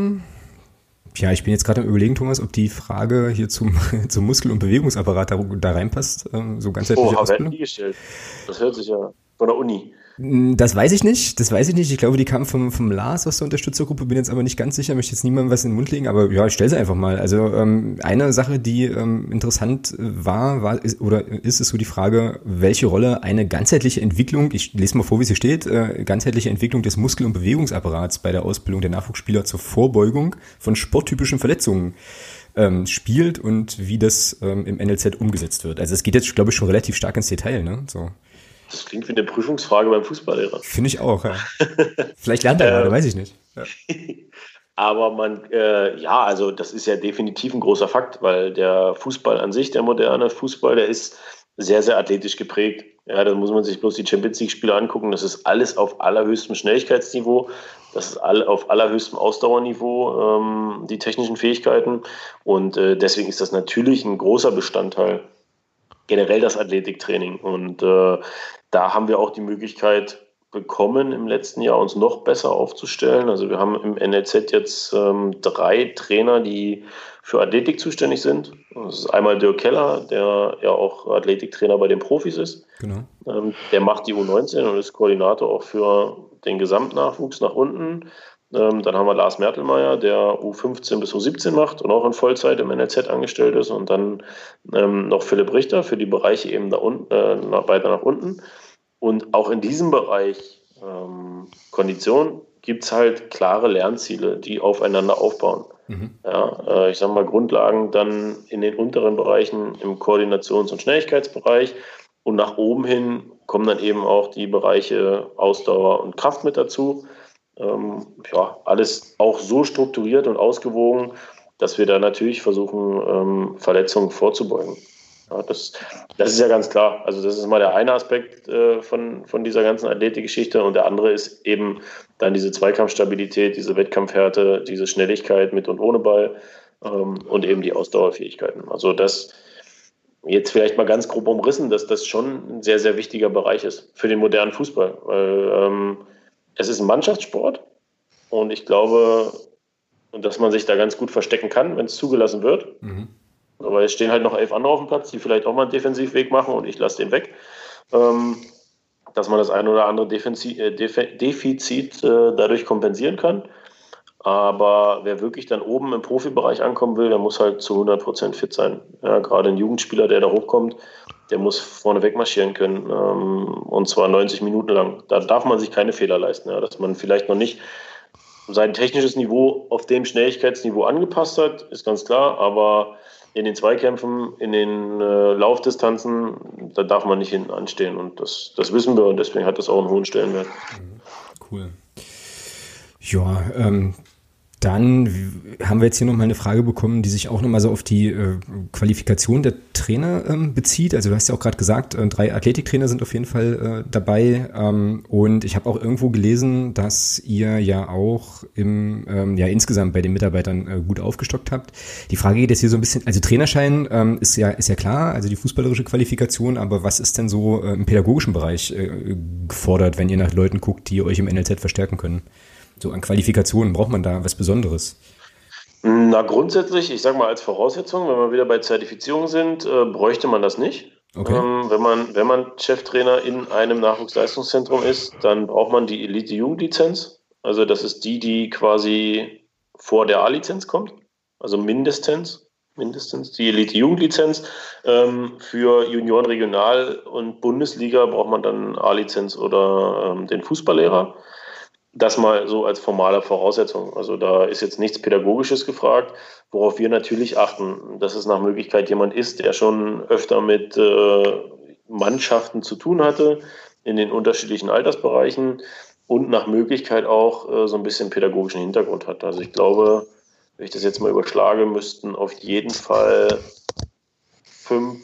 ja, ich bin jetzt gerade am Überlegen, Thomas, ob die Frage hier zum Muskel- und Bewegungsapparat da reinpasst, so ganzheitliche Ausbildung. Gestellt. Das hört sich ja von der Uni. Das weiß ich nicht. Ich glaube, die kam vom Lars aus der Unterstützergruppe, bin jetzt aber nicht ganz sicher, möchte jetzt niemandem was in den Mund legen, aber ja, ich stelle sie einfach mal. Also eine Sache, die interessant ist so die Frage, welche Rolle eine ganzheitliche Entwicklung, ich lese mal vor, wie sie steht, ganzheitliche Entwicklung des Muskel- und Bewegungsapparats bei der Ausbildung der Nachwuchsspieler zur Vorbeugung von sporttypischen Verletzungen spielt und wie das im NLZ umgesetzt wird. Also es geht jetzt, glaube ich, schon relativ stark ins Detail, ne? So. Das klingt wie eine Prüfungsfrage beim Fußballlehrer. Finde ich auch, ja. Vielleicht lernt er gerade, weiß ich nicht. Ja. Aber also das ist ja definitiv ein großer Fakt, weil der Fußball an sich, der moderne Fußball, der ist sehr, sehr athletisch geprägt. Ja, da muss man sich bloß die Champions-League-Spiele angucken. Das ist alles auf allerhöchstem Schnelligkeitsniveau. Das ist auf allerhöchstem Ausdauerniveau, die technischen Fähigkeiten. Und deswegen ist das natürlich ein großer Bestandteil, generell das Athletiktraining. Und da haben wir auch die Möglichkeit bekommen, im letzten Jahr uns noch besser aufzustellen. Also wir haben im NLZ jetzt 3 Trainer, die für Athletik zuständig sind. Das ist einmal Dirk Keller, der ja auch Athletiktrainer bei den Profis ist. Genau. Der macht die U19 und ist Koordinator auch für den Gesamtnachwuchs nach unten. Dann haben wir Lars Mertelmeier, der U15 bis U17 macht und auch in Vollzeit im NLZ angestellt ist. Und dann noch Philipp Richter für die Bereiche eben da unten, weiter nach unten. Und auch in diesem Bereich Kondition gibt es halt klare Lernziele, die aufeinander aufbauen. Ja, ich sage mal Grundlagen dann in den unteren Bereichen im Koordinations- und Schnelligkeitsbereich. Und nach oben hin kommen dann eben auch die Bereiche Ausdauer und Kraft mit dazu. Alles auch so strukturiert und ausgewogen, dass wir da natürlich versuchen, Verletzungen vorzubeugen. Ja, das ist ja ganz klar. Also das ist mal der eine Aspekt von dieser ganzen Athletikgeschichte und der andere ist eben dann diese Zweikampfstabilität, diese Wettkampfhärte, diese Schnelligkeit mit und ohne Ball und eben die Ausdauerfähigkeiten. Also das jetzt vielleicht mal ganz grob umrissen, dass das schon ein sehr, sehr wichtiger Bereich ist für den modernen Fußball, weil es ist ein Mannschaftssport und ich glaube, dass man sich da ganz gut verstecken kann, wenn es zugelassen wird. Aber es stehen halt noch 11 andere auf dem Platz, die vielleicht auch mal einen Defensivweg machen und ich lasse den weg. Dass man das ein oder andere Defizit dadurch kompensieren kann. Aber wer wirklich dann oben im Profibereich ankommen will, der muss halt zu 100% fit sein. Ja, gerade ein Jugendspieler, der da hochkommt, der muss vorne wegmarschieren können und zwar 90 Minuten lang. Da darf man sich keine Fehler leisten, ja, dass man vielleicht noch nicht sein technisches Niveau auf dem Schnelligkeitsniveau angepasst hat, ist ganz klar, aber in den Zweikämpfen, in den Laufdistanzen, da darf man nicht hinten anstehen und das wissen wir und deswegen hat das auch einen hohen Stellenwert. Cool. Ja, dann haben wir jetzt hier nochmal eine Frage bekommen, die sich auch nochmal so auf die Qualifikation der Trainer bezieht. Also du hast ja auch gerade gesagt, 3 Athletiktrainer sind auf jeden Fall dabei. Und ich habe auch irgendwo gelesen, dass ihr ja auch insgesamt bei den Mitarbeitern gut aufgestockt habt. Die Frage geht jetzt hier so ein bisschen, also Trainerschein ist ja klar, also die fußballerische Qualifikation, aber was ist denn so im pädagogischen Bereich gefordert, wenn ihr nach Leuten guckt, die euch im NLZ verstärken können? So an Qualifikationen, braucht man da was Besonderes? Na, grundsätzlich, ich sage mal als Voraussetzung, wenn wir wieder bei Zertifizierung sind, bräuchte man das nicht. Okay. Wenn man Cheftrainer in einem Nachwuchsleistungszentrum ist, dann braucht man die Elite-Jugendlizenz. Also das ist die quasi vor der A-Lizenz kommt. Also mindestens die Elite-Jugendlizenz. Für Junioren, Regional- und Bundesliga braucht man dann A-Lizenz oder den Fußballlehrer. Das mal so als formale Voraussetzung. Also da ist jetzt nichts Pädagogisches gefragt, worauf wir natürlich achten, dass es nach Möglichkeit jemand ist, der schon öfter mit Mannschaften zu tun hatte in den unterschiedlichen Altersbereichen und nach Möglichkeit auch so ein bisschen pädagogischen Hintergrund hat. Also ich glaube, wenn ich das jetzt mal überschlage, müssten auf jeden Fall 5,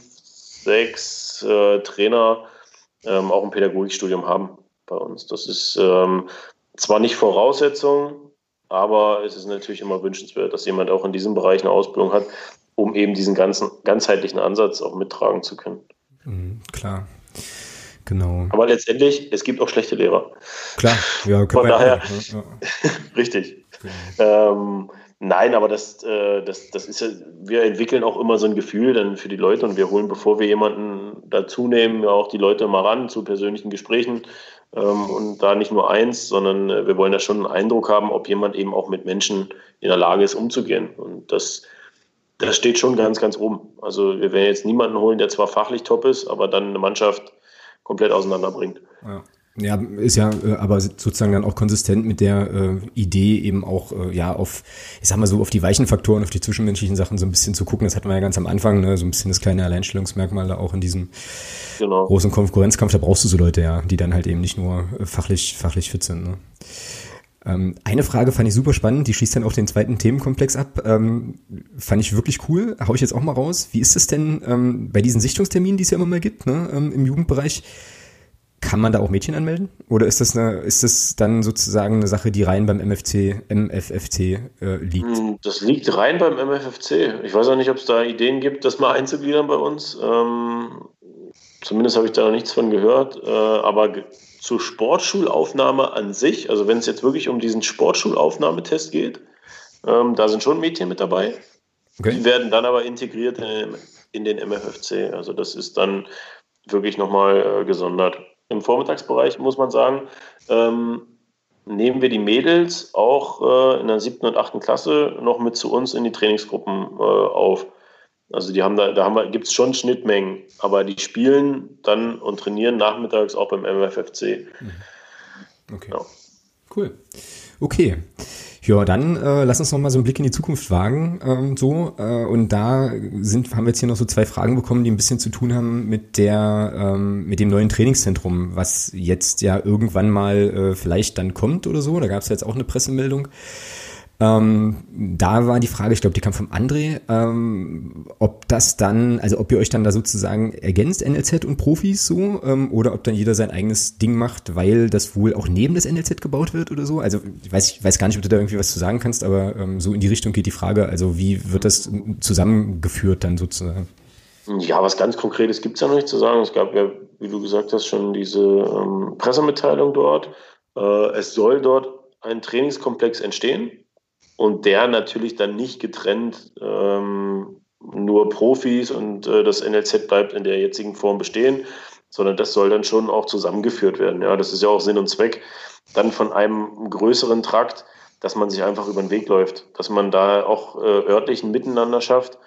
6 Trainer auch ein Pädagogikstudium haben bei uns. Das ist zwar nicht Voraussetzung, aber es ist natürlich immer wünschenswert, dass jemand auch in diesem Bereich eine Ausbildung hat, um eben diesen ganzheitlichen Ansatz auch mittragen zu können. Klar. Genau. Aber letztendlich, es gibt auch schlechte Lehrer. Klar, ja, können Von wir daher, ja. richtig. Genau. Nein, aber das ist ja, wir entwickeln auch immer so ein Gefühl dann für die Leute und wir holen, bevor wir jemanden dazu nehmen, ja auch die Leute mal ran zu persönlichen Gesprächen und da nicht nur eins, sondern wir wollen da schon einen Eindruck haben, ob jemand eben auch mit Menschen in der Lage ist, umzugehen. Und das steht schon ganz, ganz oben. Also wir werden jetzt niemanden holen, der zwar fachlich top ist, aber dann eine Mannschaft komplett auseinanderbringt. Ja. Ja, ist ja aber sozusagen dann auch konsistent mit der Idee eben auch auf, ich sag mal so, auf die weichen Faktoren, auf die zwischenmenschlichen Sachen so ein bisschen zu gucken. Das hatten wir ja ganz am Anfang, ne? So ein bisschen das kleine Alleinstellungsmerkmal da auch in diesem großen Konkurrenzkampf. Da brauchst du so Leute, ja, die dann halt eben nicht nur fachlich fit sind. Ne? Eine Frage fand ich super spannend, die schließt dann auch den zweiten Themenkomplex ab. Fand ich wirklich cool, hau ich jetzt auch mal raus. Wie ist es denn bei diesen Sichtungsterminen, die es ja immer mal gibt, ne, im Jugendbereich? Kann man da auch Mädchen anmelden? Oder ist das dann sozusagen eine Sache, die rein beim MFFC liegt? Das liegt rein beim MFFC. Ich weiß auch nicht, ob es da Ideen gibt, das mal einzugliedern bei uns. Zumindest habe ich da noch nichts von gehört. Aber zur Sportschulaufnahme an sich, also wenn es jetzt wirklich um diesen Sportschulaufnahmetest geht, da sind schon Mädchen mit dabei. Okay. Die werden dann aber integriert in den MFFC. Also das ist dann wirklich nochmal gesondert. Im Vormittagsbereich muss man sagen, nehmen wir die Mädels auch in der 7. und 8. Klasse noch mit zu uns in die Trainingsgruppen auf. Also gibt es schon Schnittmengen, aber die spielen dann und trainieren nachmittags auch beim MFFC. Okay. Ja. Cool. Okay. Ja, dann lass uns noch mal so einen Blick in die Zukunft wagen. Und da haben wir jetzt hier noch so 2 Fragen bekommen, die ein bisschen zu tun haben mit dem neuen Trainingszentrum, was jetzt ja irgendwann mal vielleicht dann kommt oder so. Da gab es ja jetzt auch eine Pressemeldung. Da war die Frage, ich glaube, die kam vom André, ob ihr euch dann da sozusagen ergänzt, NLZ und Profis so, oder ob dann jeder sein eigenes Ding macht, weil das wohl auch neben das NLZ gebaut wird oder so. Also ich weiß gar nicht, ob du da irgendwie was zu sagen kannst, aber so in die Richtung geht die Frage. Also wie wird das zusammengeführt dann sozusagen? Ja, was ganz Konkretes gibt es ja noch nicht zu sagen. Es gab ja, wie du gesagt hast, schon diese Pressemitteilung dort. Es soll dort ein Trainingskomplex entstehen. Und der natürlich dann nicht getrennt nur Profis und das NLZ bleibt in der jetzigen Form bestehen, sondern das soll dann schon auch zusammengeführt werden. Ja, das ist ja auch Sinn und Zweck dann von einem größeren Trakt, dass man sich einfach über den Weg läuft, dass man da auch örtlichen Miteinander schafft,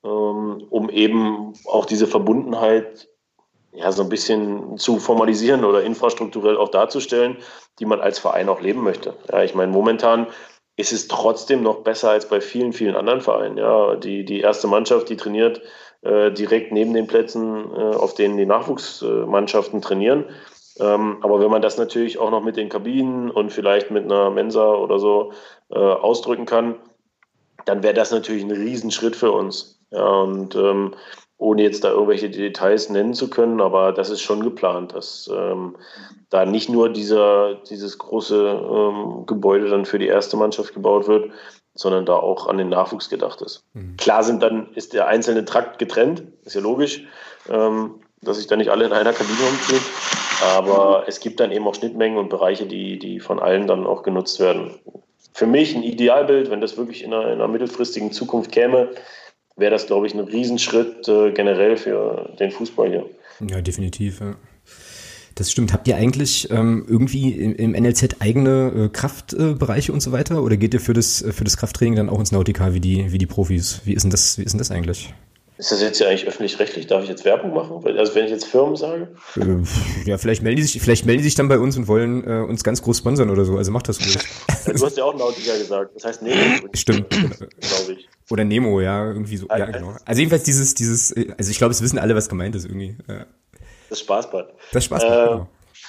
um eben auch diese Verbundenheit ja so ein bisschen zu formalisieren oder infrastrukturell auch darzustellen, die man als Verein auch leben möchte. Ja, ich meine, momentan ist es trotzdem noch besser als bei vielen, vielen anderen Vereinen. Ja, die erste Mannschaft, die trainiert direkt neben den Plätzen, auf denen die Nachwuchsmannschaften trainieren. Aber wenn man das natürlich auch noch mit den Kabinen und vielleicht mit einer Mensa oder so ausdrücken kann, dann wäre das natürlich ein Riesenschritt für uns. Ja, und ohne jetzt da irgendwelche Details nennen zu können, aber das ist schon geplant, dass da nicht nur dieses große Gebäude dann für die erste Mannschaft gebaut wird, sondern da auch an den Nachwuchs gedacht ist. Mhm. Klar ist der einzelne Trakt getrennt, ist ja logisch, dass sich da nicht alle in einer Kabine umziehen, aber es gibt dann eben auch Schnittmengen und Bereiche, die von allen dann auch genutzt werden. Für mich ein Idealbild, wenn das wirklich in einer mittelfristigen Zukunft käme, wäre das, glaube ich, ein Riesenschritt generell für den Fußball hier. Ja, definitiv. Ja. Das stimmt. Habt ihr eigentlich irgendwie im NLZ eigene Kraftbereiche und so weiter? Oder geht ihr für das Krafttraining dann auch ins Nautica wie die Profis? Wie ist denn das eigentlich? Ist das jetzt ja eigentlich öffentlich-rechtlich? Darf ich jetzt Werbung machen? Also wenn ich jetzt Firmen sage? Ja, vielleicht melden die sich dann bei uns und wollen uns ganz groß sponsern oder so. Also macht das ruhig. Du hast ja auch Nautica gesagt. Das heißt Nemo. Stimmt. Glaube ich. Oder Nemo, ja, irgendwie so. Ja, genau. Also jedenfalls also ich glaube, es wissen alle, was gemeint ist irgendwie. Das Spaßbad. Genau.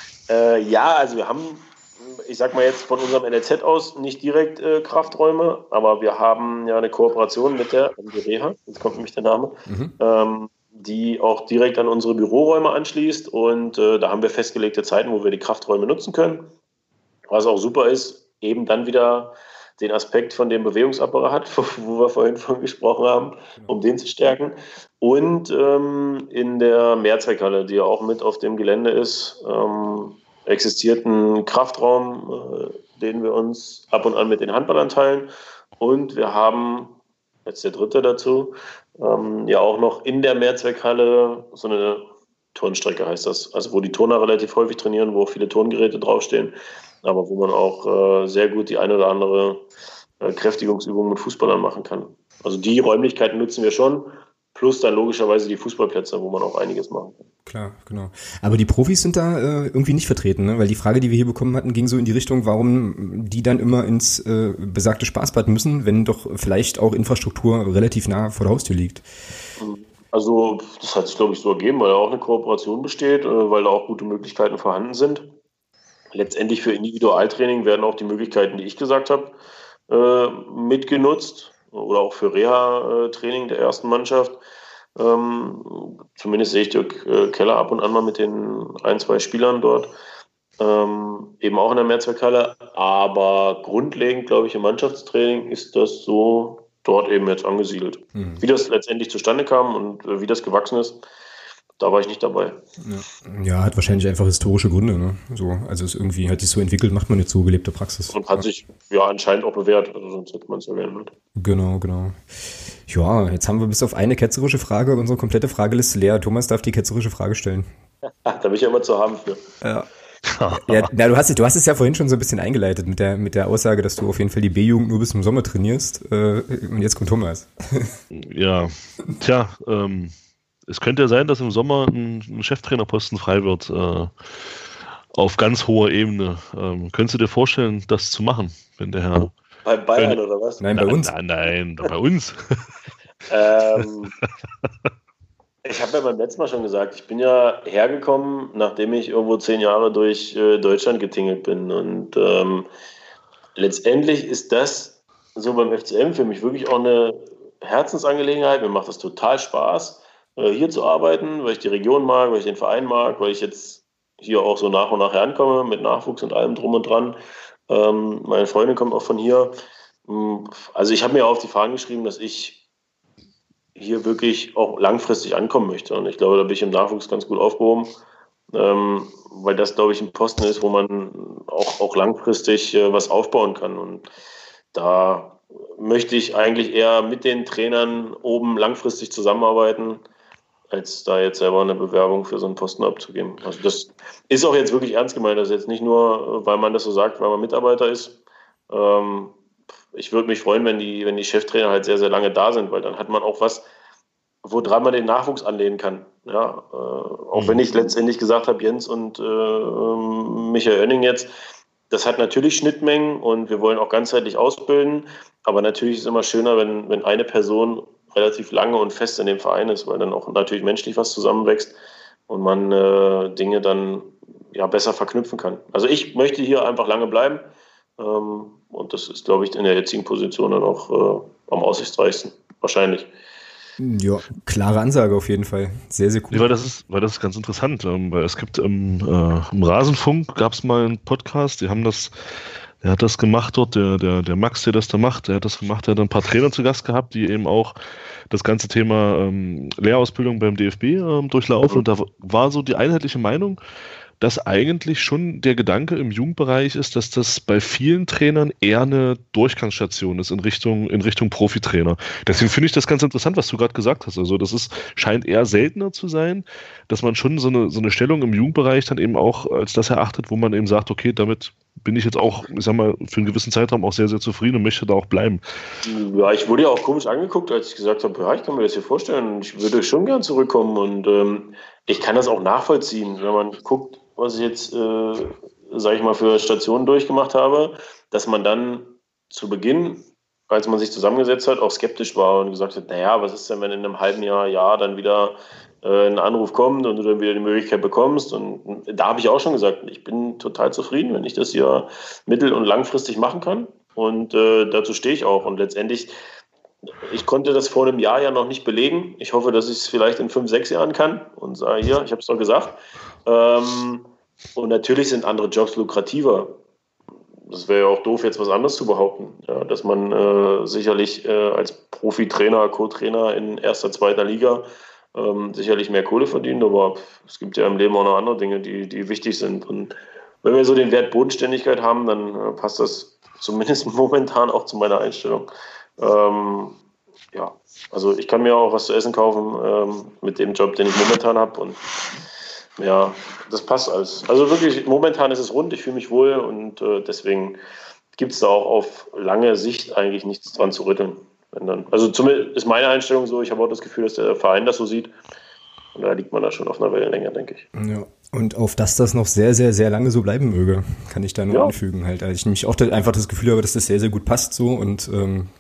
Ja, also wir haben, ich sag mal jetzt von unserem NLZ aus nicht direkt Krafträume, aber wir haben ja eine Kooperation mit der Reha, jetzt kommt nämlich der Name, die auch direkt an unsere Büroräume anschließt und da haben wir festgelegte Zeiten, wo wir die Krafträume nutzen können. Was auch super ist, eben dann wieder den Aspekt von dem Bewegungsapparat, wo wir vorhin von gesprochen haben, um den zu stärken. Und in der Mehrzweckhalle, die ja auch mit auf dem Gelände ist, existiert ein Kraftraum, den wir uns ab und an mit den Handballern teilen. Und wir haben, jetzt der dritte dazu, ja auch noch in der Mehrzweckhalle so eine Turnstrecke heißt das. Also wo die Turner relativ häufig trainieren, wo auch viele Turngeräte draufstehen, aber wo man auch sehr gut die eine oder andere Kräftigungsübung mit Fußballern machen kann. Also die Räumlichkeiten nutzen wir schon, plus dann logischerweise die Fußballplätze, wo man auch einiges machen kann. Klar, genau. Aber die Profis sind da irgendwie nicht vertreten, ne? Weil die Frage, die wir hier bekommen hatten, ging so in die Richtung, warum die dann immer ins besagte Spaßbad müssen, wenn doch vielleicht auch Infrastruktur relativ nah vor der Haustür liegt. Also das hat sich, glaube ich, so ergeben, weil da auch eine Kooperation besteht, weil da auch gute Möglichkeiten vorhanden sind. Letztendlich für Individualtraining werden auch die Möglichkeiten, die ich gesagt habe, mitgenutzt oder auch für Reha-Training der ersten Mannschaft. Zumindest sehe ich Dirk Keller ab und an mal mit den 1-2 Spielern dort, eben auch in der Mehrzweckhalle. Aber grundlegend, glaube ich, im Mannschaftstraining ist das so dort eben jetzt angesiedelt. Wie das letztendlich zustande kam und wie das gewachsen ist, da war ich nicht dabei. Ja, hat wahrscheinlich einfach historische Gründe. Ne? So, also es irgendwie hat sich so entwickelt, macht man jetzt so gelebte Praxis. Und hat sich ja anscheinend auch bewährt, also sonst hätte man es ja geändert. Genau. Ja, jetzt haben wir bis auf eine ketzerische Frage unsere komplette Frageliste leer. Thomas darf die ketzerische Frage stellen. Da bin ich ja immer zu haben für. Ja. Ja, du hast es ja vorhin schon so ein bisschen eingeleitet mit der Aussage, dass du auf jeden Fall die B-Jugend nur bis zum Sommer trainierst. Und jetzt kommt Thomas. Ja, tja, es könnte ja sein, dass im Sommer ein Cheftrainerposten frei wird, auf ganz hoher Ebene. Könntest du dir vorstellen, das zu machen, wenn der Herr... Bei Bayern oder was? Nein, bei uns. Nein, bei uns. Ich habe ja beim letzten Mal schon gesagt, ich bin ja hergekommen, nachdem ich irgendwo 10 Jahre durch Deutschland getingelt bin. Und letztendlich ist das so beim FCM für mich wirklich auch eine Herzensangelegenheit. Mir macht das total Spaß, hier zu arbeiten, weil ich die Region mag, weil ich den Verein mag, weil ich jetzt hier auch so nach und nach herankomme mit Nachwuchs und allem drum und dran. Meine Freundin kommt auch von hier. Also ich habe mir auf die Fahnen geschrieben, dass ich hier wirklich auch langfristig ankommen möchte. Und ich glaube, da bin ich im Nachwuchs ganz gut aufgehoben, weil das, glaube ich, ein Posten ist, wo man auch langfristig was aufbauen kann. Und da möchte ich eigentlich eher mit den Trainern oben langfristig zusammenarbeiten, als da jetzt selber eine Bewerbung für so einen Posten abzugeben. Also das ist auch jetzt wirklich ernst gemeint. Das ist jetzt nicht nur, weil man das so sagt, weil man Mitarbeiter ist. Ich würde mich freuen, wenn die Cheftrainer halt sehr, sehr lange da sind, weil dann hat man auch was, woran man den Nachwuchs anlehnen kann. Ja, auch wenn ich letztendlich gesagt habe, Jens und Michael Oenning jetzt, das hat natürlich Schnittmengen und wir wollen auch ganzheitlich ausbilden, aber natürlich ist es immer schöner, wenn eine Person relativ lange und fest in dem Verein ist, weil dann auch natürlich menschlich was zusammenwächst und man Dinge dann ja besser verknüpfen kann. Also ich möchte hier einfach lange bleiben. Und das ist, glaube ich, in der jetzigen Position dann auch am aussichtsreichsten. Wahrscheinlich. Ja, klare Ansage auf jeden Fall. Sehr, sehr cool. Nee, weil das ist ganz interessant. Weil es gibt im Rasenfunk gab es mal einen Podcast, der hat das gemacht dort, der Max, der das da macht, der hat das gemacht, der hat ein paar Trainer zu Gast gehabt, die eben auch das ganze Thema Lehrausbildung beim DFB durchlaufen. Und da war so die einheitliche Meinung, dass eigentlich schon der Gedanke im Jugendbereich ist, dass das bei vielen Trainern eher eine Durchgangsstation ist in Richtung Profitrainer. Deswegen finde ich das ganz interessant, was du gerade gesagt hast. Also das scheint eher seltener zu sein, dass man schon so eine Stellung im Jugendbereich dann eben auch als das erachtet, wo man eben sagt, okay, damit bin ich jetzt auch, ich sag mal, für einen gewissen Zeitraum auch sehr, sehr zufrieden und möchte da auch bleiben. Ja, ich wurde ja auch komisch angeguckt, als ich gesagt habe, ja, ich kann mir das hier vorstellen, ich würde schon gern zurückkommen und ich kann das auch nachvollziehen, wenn man guckt, was ich jetzt, sage ich mal, für Stationen durchgemacht habe, dass man dann zu Beginn, als man sich zusammengesetzt hat, auch skeptisch war und gesagt hat, naja, was ist denn, wenn in einem halben Jahr dann wieder ein Anruf kommt und du dann wieder die Möglichkeit bekommst. Und da habe ich auch schon gesagt, ich bin total zufrieden, wenn ich das hier mittel- und langfristig machen kann. Und dazu stehe ich auch. Und letztendlich, ich konnte das vor einem Jahr ja noch nicht belegen. Ich hoffe, dass ich es vielleicht in 5, 6 Jahren kann und sage, hier, ich habe es doch gesagt. Und natürlich sind andere Jobs lukrativer. das wäre ja auch doof, jetzt was anderes zu behaupten. Ja, dass man sicherlich als Profitrainer, Co-Trainer in erster, zweiter Liga sicherlich mehr Kohle verdient, aber es gibt ja im Leben auch noch andere Dinge, die wichtig sind. Und wenn wir so den Wert Bodenständigkeit haben, dann passt das zumindest momentan auch zu meiner Einstellung. Ja, also ich kann mir auch was zu essen kaufen mit dem Job, den ich momentan habe, und ja, das passt alles. Also wirklich, momentan ist es rund, ich fühle mich wohl, und deswegen gibt es da auch auf lange Sicht eigentlich nichts dran zu rütteln. Also zumindest ist meine Einstellung so, ich habe auch das Gefühl, dass der Verein das so sieht, und da liegt man da schon auf einer Wellenlänge, denke ich. Ja, und auf dass das noch sehr, sehr, sehr lange so bleiben möge, kann ich da nur anfügen halt. Also ich nämlich auch einfach das Gefühl habe, dass das sehr, sehr gut passt so, und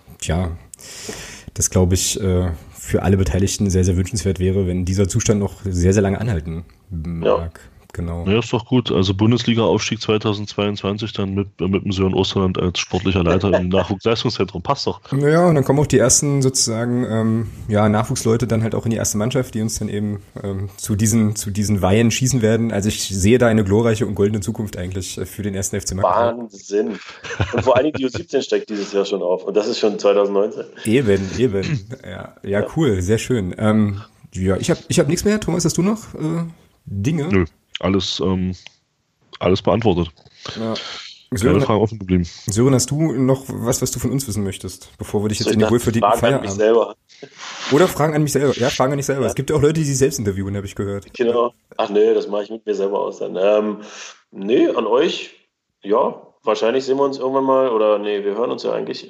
das glaube ich für alle Beteiligten sehr, sehr wünschenswert wäre, wenn dieser Zustand noch sehr, sehr lange anhalten mag. Ja. Genau. Ja, ist doch gut. Also Bundesliga-Aufstieg 2022 dann mit dem Sören Osterland als sportlicher Leiter im Nachwuchsleistungszentrum. Passt doch. Ja, und dann kommen auch die ersten sozusagen Nachwuchsleute dann halt auch in die erste Mannschaft, die uns dann eben zu diesen Weihen schießen werden. Also ich sehe da eine glorreiche und goldene Zukunft eigentlich für den ersten FC Magdeburg. Wahnsinn. Und vor allem die U17 steigt dieses Jahr schon auf. Und das ist schon 2019. Eben. Ja, cool. Sehr schön. Ich hab nichts mehr. Thomas, hast du noch Dinge? Nö. Alles beantwortet. Ja. Keine Fragen offen geblieben. Sören, hast du noch was du von uns wissen möchtest, bevor wir dich jetzt in die wohlverdienten Feierabend... Fragen an mich selber. Oder Fragen an mich selber. Ja, Fragen an mich selber. Ja. Es gibt ja auch Leute, die sich selbst interviewen, habe ich gehört. Genau. Ach nee, das mache ich mit mir selber aus dann. Nee, an euch, ja, wahrscheinlich sehen wir uns irgendwann mal, oder nee, wir hören uns ja eigentlich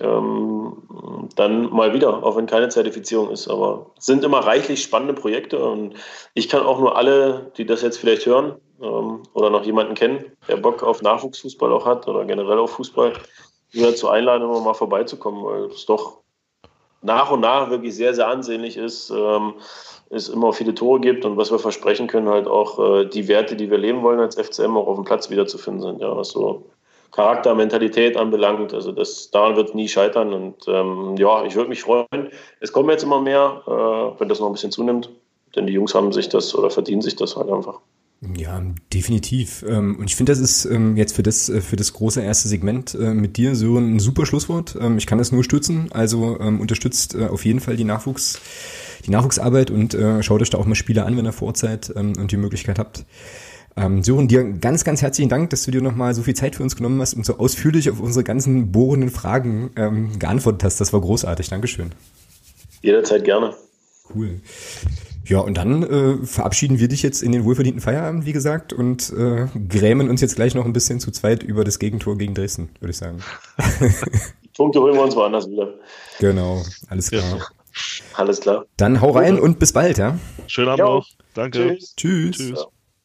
dann mal wieder, auch wenn keine Zertifizierung ist. Aber es sind immer reichlich spannende Projekte, und ich kann auch nur alle, die das jetzt vielleicht hören oder noch jemanden kennen, der Bock auf Nachwuchsfußball auch hat oder generell auf Fußball, wieder dazu einladen, immer mal vorbeizukommen, weil es doch nach und nach wirklich sehr, sehr ansehnlich ist, es immer viele Tore gibt, und was wir versprechen können, halt auch die Werte, die wir leben wollen als FCM, auch auf dem Platz wiederzufinden sind. Ja, was so Charakter, Mentalität anbelangt, also daran wird nie scheitern, und ich würde mich freuen. Es kommen jetzt immer mehr, wenn das noch ein bisschen zunimmt, denn die Jungs haben sich das oder verdienen sich das halt einfach. Ja, definitiv. Und ich finde, das ist jetzt für das große erste Segment mit dir, Sören, ein super Schlusswort. Ich kann das nur stützen. Also unterstützt auf jeden Fall die Nachwuchsarbeit, und schaut euch da auch mal Spiele an, wenn ihr vor Ort seid und die Möglichkeit habt. Sören, dir ganz, ganz herzlichen Dank, dass du dir nochmal so viel Zeit für uns genommen hast und so ausführlich auf unsere ganzen bohrenden Fragen geantwortet hast. Das war großartig. Dankeschön. Jederzeit gerne. Cool. Ja, und dann verabschieden wir dich jetzt in den wohlverdienten Feierabend, wie gesagt, und grämen uns jetzt gleich noch ein bisschen zu zweit über das Gegentor gegen Dresden, würde ich sagen. Die Punkte holen wir uns woanders wieder. Genau, alles klar. Ja. Alles klar. Dann hau rein und bis bald, ja? Schönen Abend noch. Danke. Tschüss. Ja.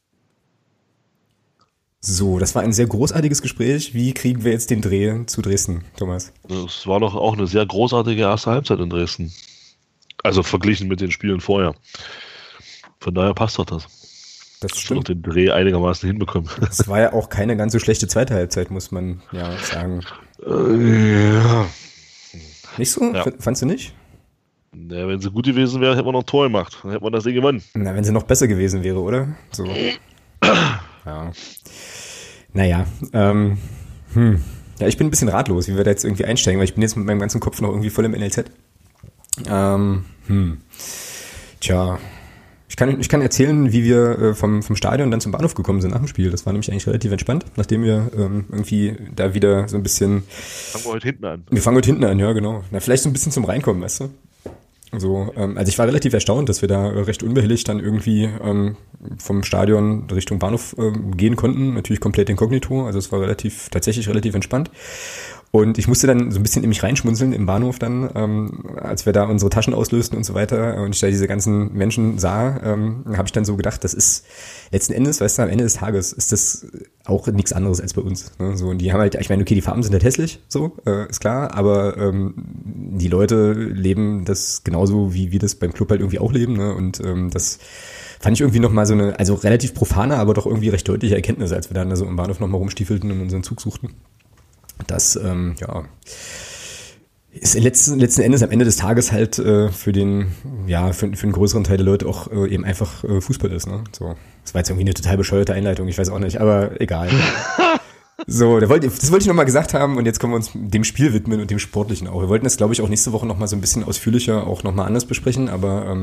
So, das war ein sehr großartiges Gespräch. Wie kriegen wir jetzt den Dreh zu Dresden, Thomas? Das war doch auch eine sehr großartige erste Halbzeit in Dresden. Also verglichen mit den Spielen vorher. Von daher passt doch das. Das stimmt. Doch den Dreh einigermaßen hinbekommen. Es war ja auch keine ganz so schlechte zweite Halbzeit, muss man ja sagen. Ja. Nicht so? Ja. Fandst du nicht? Ja, wenn sie gut gewesen wäre, hätte man noch ein Tor gemacht. Dann hätte man das Ding gewonnen. Na, wenn sie noch besser gewesen wäre, oder? So. Ja. Naja. Ja, ich bin ein bisschen ratlos, wie wir da jetzt irgendwie einsteigen, weil ich bin jetzt mit meinem ganzen Kopf noch irgendwie voll im NLZ. Tja, ich kann erzählen, wie wir vom Stadion dann zum Bahnhof gekommen sind nach dem Spiel. Das war nämlich eigentlich relativ entspannt, nachdem wir irgendwie da wieder so ein bisschen... Fangen wir heute hinten an. Wir fangen heute hinten an, ja genau. Na, vielleicht so ein bisschen zum Reinkommen, weißt du? So, also ich war relativ erstaunt, dass wir da recht unbehelligt dann irgendwie vom Stadion Richtung Bahnhof gehen konnten. Natürlich komplett inkognito, also es war tatsächlich relativ entspannt. Und ich musste dann so ein bisschen in mich reinschmunzeln im Bahnhof dann, als wir da unsere Taschen auslösten und so weiter und ich da diese ganzen Menschen sah, habe ich dann so gedacht, das ist letzten Endes, weißt du, am Ende des Tages ist das auch nichts anderes als bei uns. Ne? So, und die haben halt, ich meine, okay, die Farben sind halt hässlich, so, ist klar, aber die Leute leben das genauso, wie wir das beim Club halt irgendwie auch leben, ne? Und das fand ich irgendwie nochmal so eine, also relativ profane, aber doch irgendwie recht deutliche Erkenntnis, als wir dann da so im Bahnhof nochmal rumstiefelten und unseren Zug suchten. Das, ist letzten Endes am Ende des Tages halt für einen größeren Teil der Leute auch eben einfach Fußball ist, ne? So. Das war jetzt irgendwie eine total bescheuerte Einleitung, ich weiß auch nicht, aber egal. So, das wollte ich nochmal gesagt haben und jetzt können wir uns dem Spiel widmen und dem Sportlichen auch. Wir wollten das, glaube ich, auch nächste Woche nochmal so ein bisschen ausführlicher auch nochmal anders besprechen, aber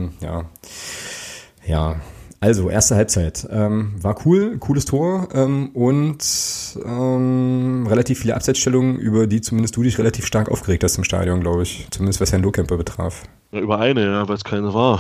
ja. Also, erste Halbzeit. War cool, cooles Tor und relativ viele Abseitsstellungen, über die zumindest du dich relativ stark aufgeregt hast im Stadion, glaube ich. Zumindest was Herrn Lohkemper betraf. Ja, über eine, ja, weil es keine war.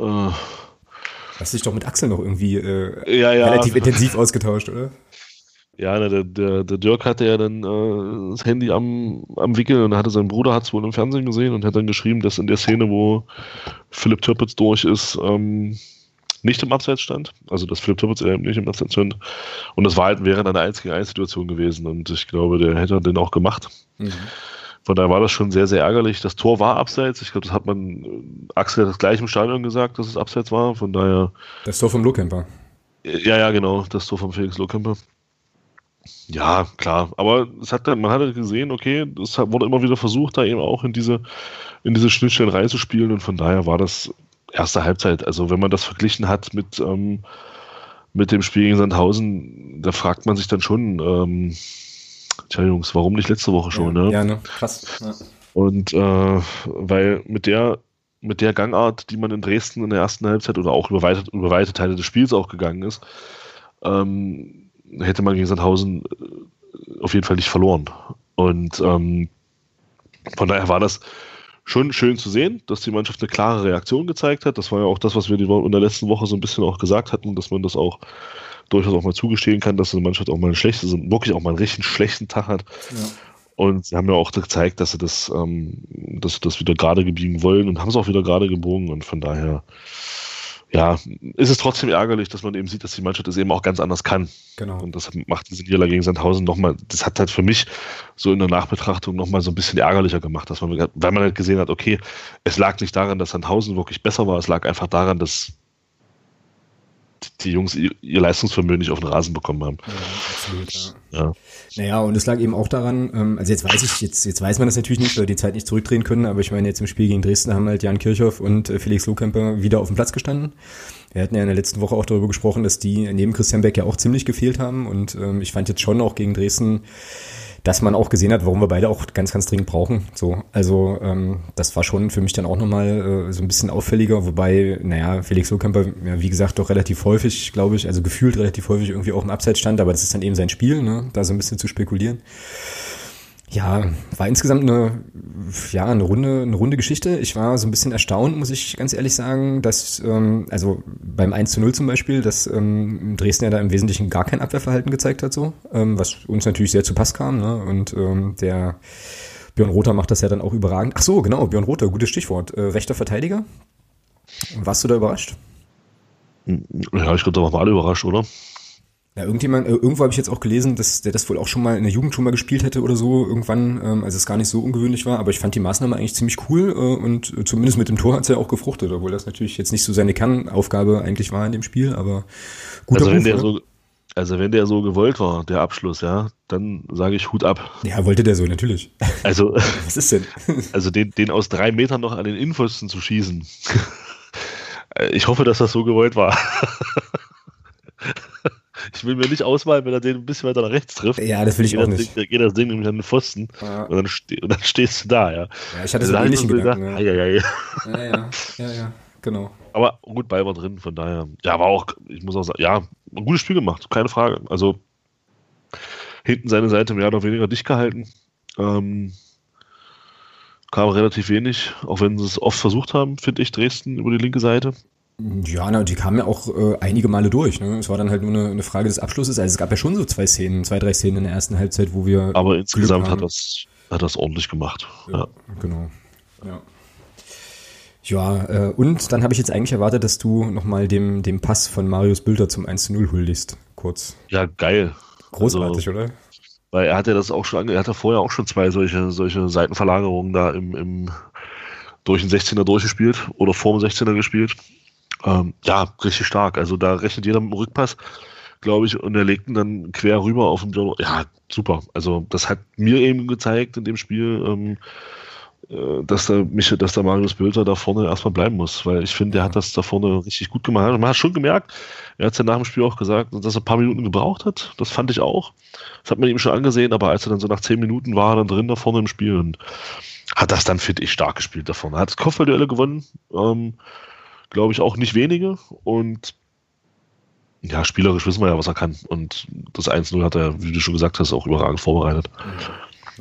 Hast dich doch mit Axel noch irgendwie relativ intensiv ausgetauscht, oder? Ja, der Dirk hatte ja dann das Handy am Wickel und sein Bruder hat es wohl im Fernsehen gesehen und hat dann geschrieben, dass in der Szene, wo Philipp Türpitz durch ist, nicht im Abseits stand. Also, dass Philipp Türpitz eben nicht im Abseits stand. Und das wäre dann eine 1-gegen-1-Situation gewesen und ich glaube, der hätte den auch gemacht. Mhm. Von daher war das schon sehr, sehr ärgerlich. Das Tor war abseits. Ich glaube, das hat Axel hat das gleich im Stadion gesagt, dass es abseits war. Von daher. Das Tor vom Lohkemper. Ja, genau. Das Tor vom Felix Lohkemper. Ja, klar. Aber man hat gesehen, okay, es wurde immer wieder versucht, da eben auch in diese Schnittstellen reinzuspielen. Und von daher war das erste Halbzeit. Also, wenn man das verglichen hat mit dem Spiel gegen Sandhausen, da fragt man sich dann schon, tja, Jungs, warum nicht letzte Woche schon, ne? Ja, ne? Krass. Ja. Und weil mit der Gangart, die man in Dresden in der ersten Halbzeit oder auch über weite Teile des Spiels auch gegangen ist, hätte man gegen Sandhausen auf jeden Fall nicht verloren. Und von daher war das schon schön zu sehen, dass die Mannschaft eine klare Reaktion gezeigt hat. Das war ja auch das, was wir in der letzten Woche so ein bisschen auch gesagt hatten, dass man das auch durchaus auch mal zugestehen kann, dass eine Mannschaft auch mal wirklich auch mal einen richtig schlechten Tag hat. Ja. Und sie haben ja auch gezeigt, dass sie das wieder gerade gebiegen wollen und haben es auch wieder gerade gebogen. Und von daher, ja, ist es trotzdem ärgerlich, dass man eben sieht, dass die Mannschaft es eben auch ganz anders kann. Genau. Und das macht diese Niederlage gegen Sandhausen nochmal, das hat halt für mich so in der Nachbetrachtung nochmal so ein bisschen ärgerlicher gemacht, weil man halt gesehen hat, okay, es lag nicht daran, dass Sandhausen wirklich besser war, es lag einfach daran, dass die Jungs ihr Leistungsvermögen nicht auf den Rasen bekommen haben. Ja, absolut, ja. Naja, und es lag eben auch daran, also jetzt weiß man das natürlich nicht, weil wir die Zeit nicht zurückdrehen können, aber ich meine, jetzt im Spiel gegen Dresden haben halt Jan Kirchhoff und Felix Lohkemper wieder auf dem Platz gestanden. Wir hatten ja in der letzten Woche auch darüber gesprochen, dass die neben Christian Beck ja auch ziemlich gefehlt haben und ich fand jetzt schon auch gegen Dresden, dass man auch gesehen hat, warum wir beide auch ganz, ganz dringend brauchen. So, also das war schon für mich dann auch nochmal so ein bisschen auffälliger, wobei, naja, Felix Lohkemper, ja, wie gesagt, doch relativ häufig, glaube ich, also gefühlt relativ häufig irgendwie auch im Abseits stand, aber das ist dann eben sein Spiel, ne, da so ein bisschen zu spekulieren. Ja, war insgesamt eine runde Geschichte. Ich war so ein bisschen erstaunt, muss ich ganz ehrlich sagen, dass, also beim 1:0 zum Beispiel, dass Dresden ja da im Wesentlichen gar kein Abwehrverhalten gezeigt hat, so, was uns natürlich sehr zu Pass kam, ne? Und der Björn Rother macht das ja dann auch überragend. Ach so, genau, Björn Rother, gutes Stichwort. Rechter Verteidiger. Warst du da überrascht? Ja, ich glaube, da waren wir alle überrascht, oder? Ja, irgendwo habe ich jetzt auch gelesen, dass der das wohl auch schon mal in der Jugend schon mal gespielt hätte oder so, irgendwann, als es gar nicht so ungewöhnlich war, aber ich fand die Maßnahme eigentlich ziemlich cool und zumindest mit dem Tor hat es ja auch gefruchtet, obwohl das natürlich jetzt nicht so seine Kernaufgabe eigentlich war in dem Spiel, aber guter Move, wenn der so gewollt war, der Abschluss, ja, dann sage ich Hut ab. Ja, wollte der so, natürlich. Also, was ist denn? Also den aus 3 Metern noch an den Innenpfosten zu schießen. Ich hoffe, dass das so gewollt war. Ich will mir nicht ausmalen, wenn er den ein bisschen weiter nach rechts trifft. Ja, das will ich auch nicht. Geht das Ding nämlich an den Pfosten und dann stehst du da, ja. Ja, ich hatte so einen ähnlichen Gedanken. Ja, genau. Aber gut, Ball war drin, von daher. Ja, war auch, ich muss auch sagen, ja, ein gutes Spiel gemacht, keine Frage. Also hinten seine Seite mehr oder weniger dicht gehalten. Kam relativ wenig, auch wenn sie es oft versucht haben, finde ich, Dresden über die linke Seite. Ja, na, die kamen ja auch einige Male durch. Ne? Es war dann halt nur eine Frage des Abschlusses. Also es gab ja schon so 2, 3 Szenen in der ersten Halbzeit, wo wir. Aber insgesamt hat das ordentlich gemacht. Ja. Genau. Ja. Ja, und dann habe ich jetzt eigentlich erwartet, dass du nochmal dem Pass von Marius Bülter zum 1:0 huldigst, kurz. Ja, geil. Großartig, oder? Weil er hat ja das auch schon er hatte vorher auch schon 2 solche Seitenverlagerungen da durch den 16er durchgespielt oder vor dem 16er gespielt. Ja, richtig stark. Also da rechnet jeder mit dem Rückpass, glaube ich, und er legt ihn dann quer rüber auf den Björn. Ja, super. Also das hat mir eben gezeigt in dem Spiel, dass der Marius Bülter da vorne erstmal bleiben muss, weil ich finde, der hat das da vorne richtig gut gemacht. Man hat schon gemerkt, er hat es ja nach dem Spiel auch gesagt, dass er ein paar Minuten gebraucht hat. Das fand ich auch. Das hat man ihm schon angesehen, aber als er dann so nach 10 Minuten war er dann drin da vorne im Spiel und hat das dann, finde ich, stark gespielt da vorne. Hat Kopfballduelle gewonnen, glaube ich auch nicht wenige und ja, spielerisch wissen wir ja, was er kann und das 1-0 hat er, wie du schon gesagt hast, auch überragend vorbereitet. Ja.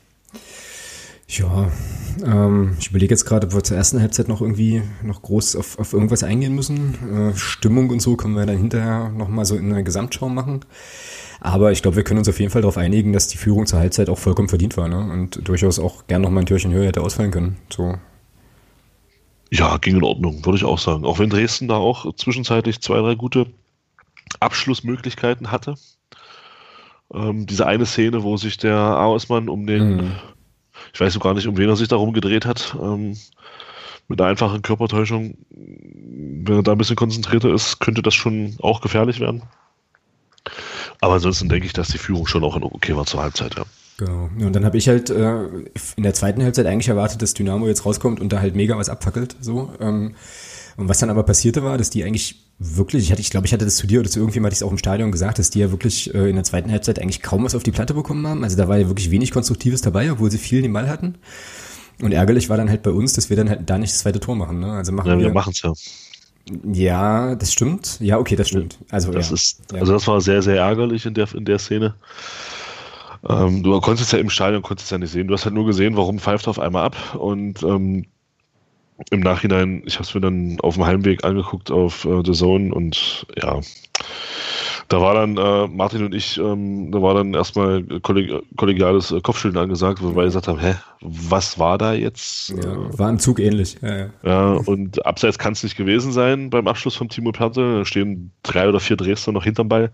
Ja, ich überlege jetzt gerade, ob wir zur ersten Halbzeit noch groß auf irgendwas eingehen müssen. Stimmung und so können wir dann hinterher nochmal so in einer Gesamtschau machen. Aber ich glaube, wir können uns auf jeden Fall darauf einigen, dass die Führung zur Halbzeit auch vollkommen verdient war, ne? Und durchaus auch gern nochmal ein Türchen höher hätte ausfallen können. So. Ja, ging in Ordnung, würde ich auch sagen. Auch wenn Dresden da auch zwischenzeitlich 2, 3 gute Abschlussmöglichkeiten hatte. Diese eine Szene, wo sich der Auersmann ich weiß so gar nicht, um wen er sich darum gedreht hat, mit einer einfachen Körpertäuschung, wenn er da ein bisschen konzentrierter ist, könnte das schon auch gefährlich werden. Aber ansonsten denke ich, dass die Führung schon auch okay war zur Halbzeit, ja. Genau. Und dann habe ich halt in der zweiten Halbzeit eigentlich erwartet, dass Dynamo jetzt rauskommt und da halt mega was abfackelt. So. Und was dann aber passierte war, dass die eigentlich wirklich, ich glaube, ich hatte das zu dir oder zu irgendjemand, hatte ich es auch im Stadion gesagt, dass die ja wirklich in der zweiten Halbzeit eigentlich kaum was auf die Platte bekommen haben. Also da war ja wirklich wenig Konstruktives dabei, obwohl sie viel den Ball hatten. Und ärgerlich war dann halt bei uns, dass wir dann halt da nicht das zweite Tor machen. Ne? Also wir machen es ja. Ja, das stimmt. Ja, okay, das stimmt. Also das war sehr, sehr ärgerlich in der Szene. Du konntest ja im Stadion nicht sehen. Du hast halt nur gesehen, warum pfeift er auf einmal ab. Und im Nachhinein, ich habe es mir dann auf dem Heimweg angeguckt auf The Zone und ja, da war dann Martin und ich, da war dann erstmal kollegiales Kopfschütteln angesagt, wo wir gesagt haben, was war da jetzt? Ja, war im Zug ähnlich. Ja, und abseits kann es nicht gewesen sein beim Abschluss von Timo Perte. Da stehen 3 oder 4 Dresdner noch hinterm Ball.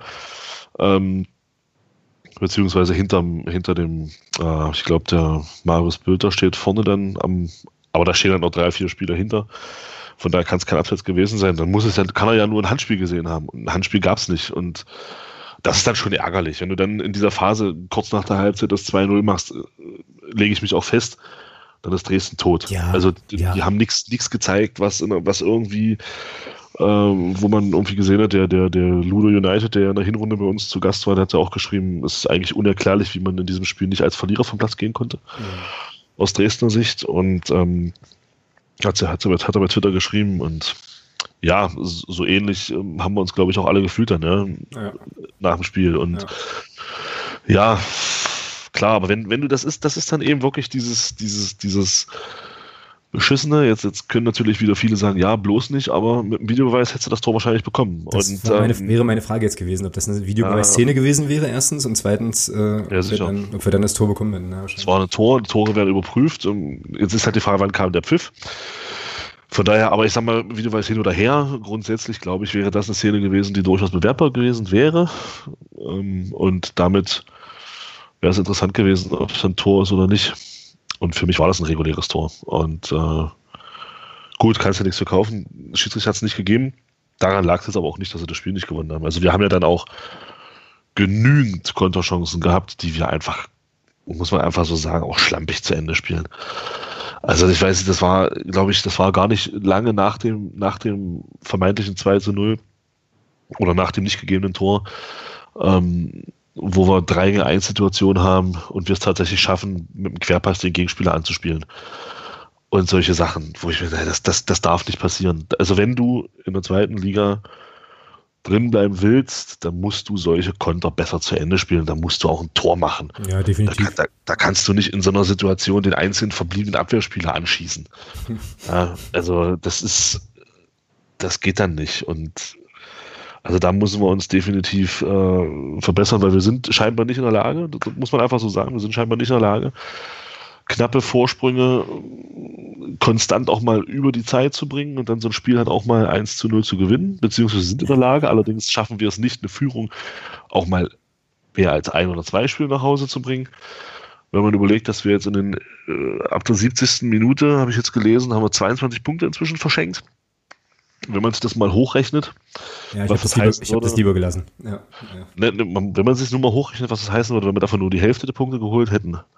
Beziehungsweise hinter dem, ich glaube, der Marius Bülter steht vorne dann aber da stehen dann noch 3, 4 Spieler hinter. Von daher kann es kein Abseits gewesen sein. Dann kann er ja nur ein Handspiel gesehen haben. Und ein Handspiel gab es nicht. Und das ist dann schon ärgerlich. Wenn du dann in dieser Phase kurz nach der Halbzeit das 2-0 machst, lege ich mich auch fest, dann ist Dresden tot. Ja, also die haben nichts gezeigt, was irgendwie, wo man irgendwie gesehen hat, der Ludo United, der in der Hinrunde bei uns zu Gast war, der hat ja auch geschrieben, es ist eigentlich unerklärlich, wie man in diesem Spiel nicht als Verlierer vom Platz gehen konnte. Ja. Aus Dresdner Sicht und hat er bei Twitter geschrieben und ja, so ähnlich haben wir uns, glaube ich, auch alle gefühlt dann, nach dem Spiel und ja, klar, aber wenn du das ist dann eben wirklich dieses Beschissene, jetzt können natürlich wieder viele sagen, ja, bloß nicht, aber mit dem Videobeweis hättest du das Tor wahrscheinlich bekommen. Das wäre meine Frage jetzt gewesen, ob das eine Videobeweis-Szene gewesen wäre, erstens, und zweitens, ob wir dann das Tor bekommen hätten. Es war ein Tor, die Tore werden überprüft. Jetzt ist halt die Frage, wann kam der Pfiff? Von daher, aber ich sag mal, Videobeweis hin oder her, grundsätzlich, glaube ich, wäre das eine Szene gewesen, die durchaus bewertbar gewesen wäre. Und damit wäre es interessant gewesen, ob es ein Tor ist oder nicht. Und für mich war das ein reguläres Tor. Und gut, kannst ja nichts verkaufen. Schiedsrichter hat es nicht gegeben. Daran lag es jetzt aber auch nicht, dass sie das Spiel nicht gewonnen haben. Also wir haben ja dann auch genügend Konterchancen gehabt, die wir einfach, muss man einfach so sagen, auch schlampig zu Ende spielen. Also ich weiß nicht, das war gar nicht lange nach dem vermeintlichen 2-0 oder nach dem nicht gegebenen Tor, wo wir 3-1-Situationen haben und wir es tatsächlich schaffen, mit dem Querpass den Gegenspieler anzuspielen. Und solche Sachen, wo ich mir denke, das darf nicht passieren. Also wenn du in der zweiten Liga drin bleiben willst, dann musst du solche Konter besser zu Ende spielen, dann musst du auch ein Tor machen. Ja, definitiv. Da kannst du nicht in so einer Situation den einzelnen verbliebenen Abwehrspieler anschießen. Ja, also das geht dann nicht. Und also da müssen wir uns definitiv verbessern, weil wir sind scheinbar nicht in der Lage, das muss man einfach so sagen, wir sind scheinbar nicht in der Lage, knappe Vorsprünge konstant auch mal über die Zeit zu bringen und dann so ein Spiel halt auch mal 1-0 zu gewinnen, beziehungsweise sind in der Lage, allerdings schaffen wir es nicht, eine Führung auch mal mehr als 1 oder 2 Spiele nach Hause zu bringen. Wenn man überlegt, dass wir jetzt ab der 70. Minute, habe ich jetzt gelesen, haben wir 22 Punkte inzwischen verschenkt. Wenn man sich das mal hochrechnet, ja, ich habe das lieber gelassen. Ja. Wenn man sich nur mal hochrechnet, was das heißen würde, wenn wir davon nur die Hälfte der Punkte geholt hätten,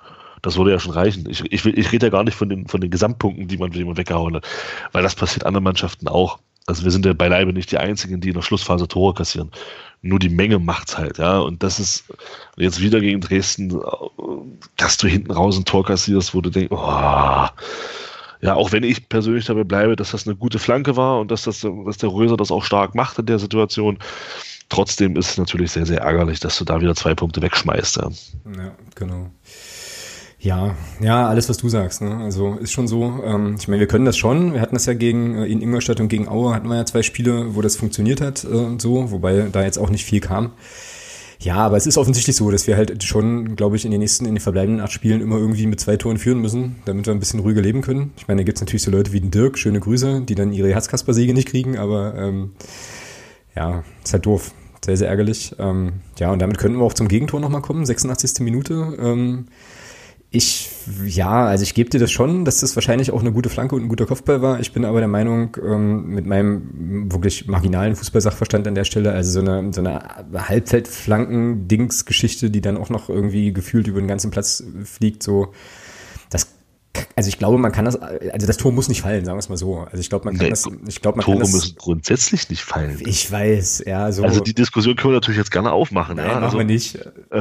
Das würde ja schon reichen. Ich rede ja gar nicht von den Gesamtpunkten, die man weggehauen hat, weil das passiert anderen Mannschaften auch. Also wir sind ja beileibe nicht die Einzigen, die in der Schlussphase Tore kassieren. Nur die Menge macht's halt, ja. Und das ist jetzt wieder gegen Dresden, dass du hinten raus ein Tor kassierst, wo du denkst, oh, ja, auch wenn ich persönlich dabei bleibe, dass das eine gute Flanke war und dass der Röser das auch stark macht in der Situation. Trotzdem ist es natürlich sehr, sehr ärgerlich, dass du da wieder 2 Punkte wegschmeißt. Ja, genau. Ja, alles, was du sagst, ne? Also ist schon so, ich meine, wir können das schon. Wir hatten das ja in Ingolstadt und gegen Aue hatten wir ja 2 Spiele, wo das funktioniert hat, wobei da jetzt auch nicht viel kam. Ja, aber es ist offensichtlich so, dass wir halt schon, glaube ich, in den verbleibenden 8 Spielen immer irgendwie mit 2 Toren führen müssen, damit wir ein bisschen ruhiger leben können. Ich meine, da gibt's natürlich so Leute wie den Dirk, schöne Grüße, die dann ihre Herzkasper-Siege nicht kriegen, aber ist halt doof. Sehr, sehr ärgerlich. Und damit könnten wir auch zum Gegentor nochmal kommen, 86. Minute. Ich gebe dir das schon, dass das wahrscheinlich auch eine gute Flanke und ein guter Kopfball war. Ich bin aber der Meinung, mit meinem wirklich marginalen Fußballsachverstand an der Stelle, also so eine Halbfeldflanken-Dings-Geschichte, die dann auch noch irgendwie gefühlt über den ganzen Platz fliegt, so, also ich glaube, man kann das Tor muss nicht fallen, sagen wir es mal so. Also ich glaube, Tore müssen grundsätzlich nicht fallen. Ich weiß, ja, so. Also die Diskussion können wir natürlich jetzt gerne aufmachen. Nein, machen wir nicht.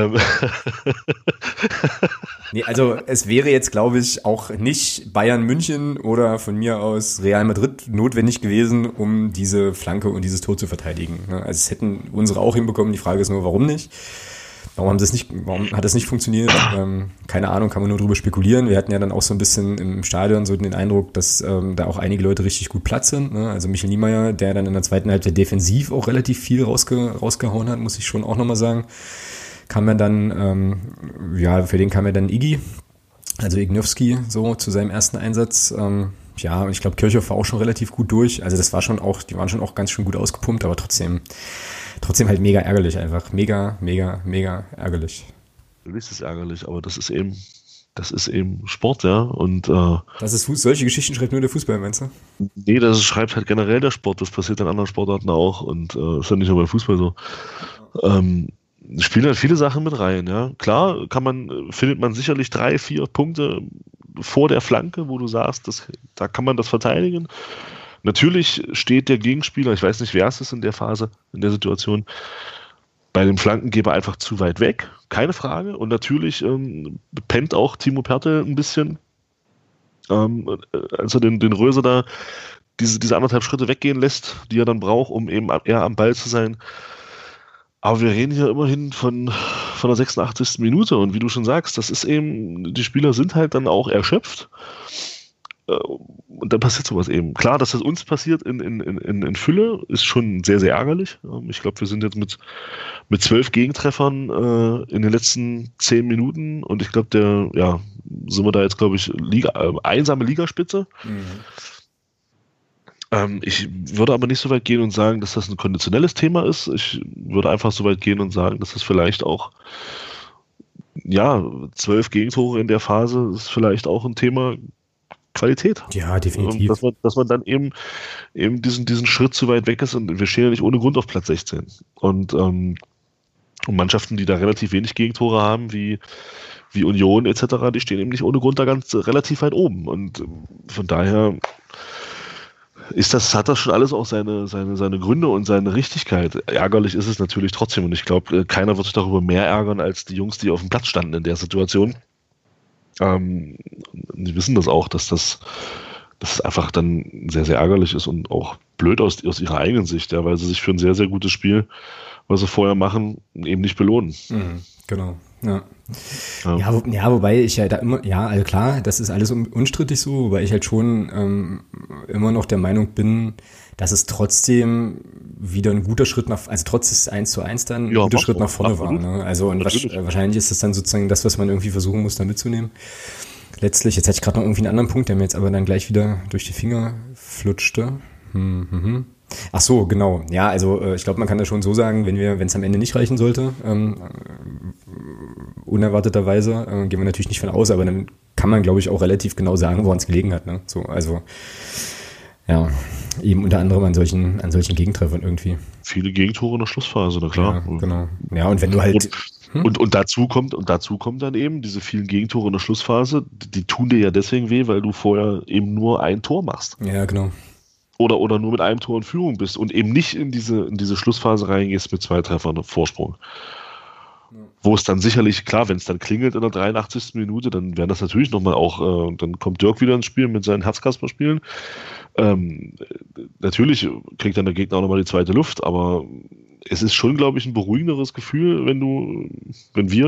Nee, also es wäre jetzt, glaube ich, auch nicht Bayern München oder von mir aus Real Madrid notwendig gewesen, um diese Flanke und dieses Tor zu verteidigen. Also es hätten unsere auch hinbekommen. Die Frage ist nur, warum nicht? Warum hat das nicht funktioniert? Keine Ahnung, kann man nur drüber spekulieren. Wir hatten ja dann auch so ein bisschen im Stadion so den Eindruck, dass da auch einige Leute richtig gut Platz sind. Ne? Also Michel Niemeyer, der dann in der zweiten Halbzeit defensiv auch relativ viel rausgehauen hat, muss ich schon auch nochmal sagen. Kam ja dann, für den kam ja dann Iggy, also Ignowski, so zu seinem ersten Einsatz. Und ich glaube, Kirchhoff war auch schon relativ gut durch. Also das war die waren schon auch ganz schön gut ausgepumpt, aber trotzdem halt mega ärgerlich einfach. Mega, mega, mega ärgerlich. Das ist ärgerlich, aber das ist eben Sport, ja. Und solche Geschichten schreibt nur der Fußball, meinst du? Nee, das schreibt halt generell der Sport. Das passiert in anderen Sportarten auch und ist ja nicht nur beim Fußball so. Spielen halt viele Sachen mit rein, ja. Klar findet man sicherlich 3, 4 Punkte vor der Flanke, wo du sagst, da kann man das verteidigen. Natürlich steht der Gegenspieler, ich weiß nicht, wer es ist in der Phase, in der Situation, bei dem Flankengeber einfach zu weit weg, keine Frage. Und natürlich pennt auch Timo Pertl ein bisschen, als er den Röser da diese 1,5 Schritte weggehen lässt, die er dann braucht, um eben eher am Ball zu sein. Aber wir reden hier immerhin von der 86. Minute und wie du schon sagst, das ist eben, die Spieler sind halt dann auch erschöpft. Und dann passiert sowas eben. Klar, dass das uns passiert in Fülle, ist schon sehr, sehr ärgerlich. Ich glaube, wir sind jetzt mit 12 Gegentreffern in den letzten 10 Minuten und ich glaube, sind wir da jetzt, glaube ich, einsame Ligaspitze. Ich würde aber nicht so weit gehen und sagen, dass das ein konditionelles Thema ist. Ich würde einfach so weit gehen und sagen, dass das vielleicht auch 12 Gegentore in der Phase ist vielleicht auch ein Thema Qualität. Ja, definitiv. Dass man dann eben diesen Schritt zu weit weg ist und wir stehen ja nicht ohne Grund auf Platz 16. Und Mannschaften, die da relativ wenig Gegentore haben, wie Union etc., die stehen eben nicht ohne Grund da relativ weit oben. Und von daher hat das schon alles auch seine Gründe und seine Richtigkeit. Ärgerlich ist es natürlich trotzdem und ich glaube, keiner wird sich darüber mehr ärgern als die Jungs, die auf dem Platz standen in der Situation. Die wissen das auch, dass das einfach dann sehr, sehr ärgerlich ist und auch blöd aus ihrer eigenen Sicht, ja, weil sie sich für ein sehr, sehr gutes Spiel, was sie vorher machen, eben nicht belohnen. Genau, ja. Ja, wobei ich ja da immer, also klar, das ist alles unstrittig so, wobei ich halt schon immer noch der Meinung bin, dass es trotzdem wieder ein guter Schritt trotz des 1:1 dann ein guter Schritt nach vorne war. Ne? Also und wahrscheinlich ist das dann sozusagen das, was man irgendwie versuchen muss, da mitzunehmen. Letztlich, jetzt hatte ich gerade noch irgendwie einen anderen Punkt, der mir jetzt aber dann gleich wieder durch die Finger flutschte. Ach so, genau. Ja, also ich glaube, man kann das schon so sagen, wenn es am Ende nicht reichen sollte, unerwarteterweise, gehen wir natürlich nicht von aus, aber dann kann man, glaube ich, auch relativ genau sagen, woran es gelegen hat. Ne? So, also Ja, eben unter anderem an solchen Gegentreffern irgendwie. Viele Gegentore in der Schlussphase, na klar. Ja, genau. Ja, und wenn du halt... Und dazu kommt dann eben diese vielen Gegentore in der Schlussphase, die tun dir ja deswegen weh, weil du vorher eben nur ein Tor machst. Ja, genau. Oder nur mit einem Tor in Führung bist und eben nicht in diese Schlussphase reingehst mit 2 Treffern Vorsprung. Ja. Wo es dann sicherlich, klar, wenn es dann klingelt in der 83. Minute, dann wäre das natürlich nochmal auch, dann kommt Dirk wieder ins Spiel mit seinen Herzkasper-Spielen. Natürlich kriegt dann der Gegner auch nochmal die zweite Luft, aber es ist schon, glaube ich, ein beruhigenderes Gefühl, wenn wir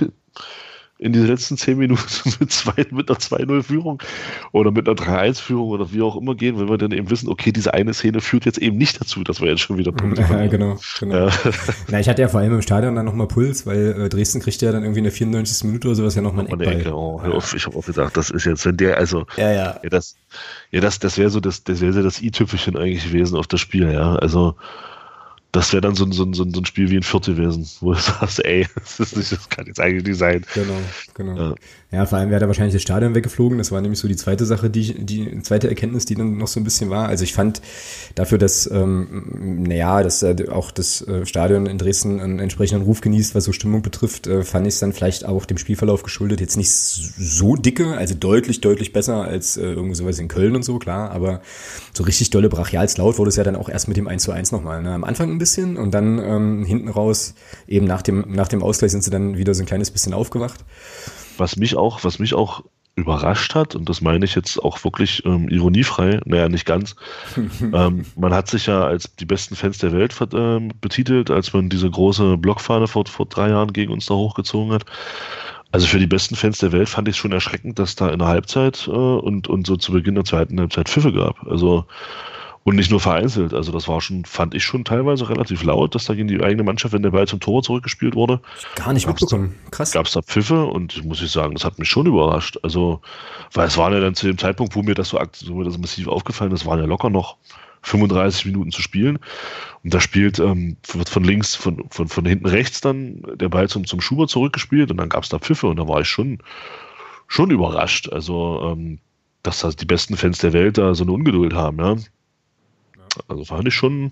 in diese letzten 10 Minuten mit einer 2-0-Führung oder mit einer 3-1-Führung oder wie auch immer gehen, wenn wir dann eben wissen, okay, diese eine Szene führt jetzt eben nicht dazu, dass wir jetzt schon wieder Punkte haben. Ja, genau. Ja. Na, ich hatte ja vor allem im Stadion dann nochmal Puls, weil Dresden kriegt ja dann irgendwie in der 94. Minute oder sowas ja nochmal einen Eckball. Oh, hör auf, ich habe auch gedacht, das ist jetzt, wenn der, also, das wäre so das i-Tüpfelchen eigentlich gewesen auf das Spiel, ja, also, das wäre dann so ein Spiel wie ein Fürth gewesen, wo du sagst, ey, das kann jetzt eigentlich nicht sein. Genau. Ja, vor allem wäre da wahrscheinlich das Stadion weggeflogen. Das war nämlich so die zweite Sache, die zweite Erkenntnis, die dann noch so ein bisschen war. Also ich fand dafür, dass dass auch das Stadion in Dresden einen entsprechenden Ruf genießt, was so Stimmung betrifft, fand ich es dann vielleicht auch dem Spielverlauf geschuldet. Jetzt nicht so dicke, also deutlich besser als irgendwie sowas in Köln und so, klar. Aber so richtig dolle brachials laut wurde es ja dann auch erst mit dem 1:1 nochmal. Ne? Am Anfang ein bisschen und dann hinten raus, eben nach dem Ausgleich sind sie dann wieder so ein kleines bisschen aufgewacht. Was mich auch überrascht hat, und das meine ich jetzt auch wirklich ironiefrei, naja, nicht ganz, man hat sich ja als die besten Fans der Welt betitelt, als man diese große Blockfahne vor 3 Jahren gegen uns da hochgezogen hat. Also für die besten Fans der Welt fand ich es schon erschreckend, dass da in der Halbzeit und so zu Beginn der zweiten Halbzeit Pfiffe gab. Also und nicht nur vereinzelt. Also das war schon, fand ich schon teilweise relativ laut, dass da gegen die eigene Mannschaft, wenn der Ball zum Tor zurückgespielt wurde. Gar nicht mitbekommen. Krass. Gab es da Pfiffe und muss ich sagen, das hat mich schon überrascht. Also, weil es waren ja dann zu dem Zeitpunkt, wo mir das so massiv aufgefallen ist, waren ja locker noch 35 Minuten zu spielen. Und da wird von links, von hinten rechts dann der Ball zum Schubert zurückgespielt und dann gab es da Pfiffe und da war ich schon überrascht. Also, dass das die besten Fans der Welt da so eine Ungeduld haben, ja. Also war ich schon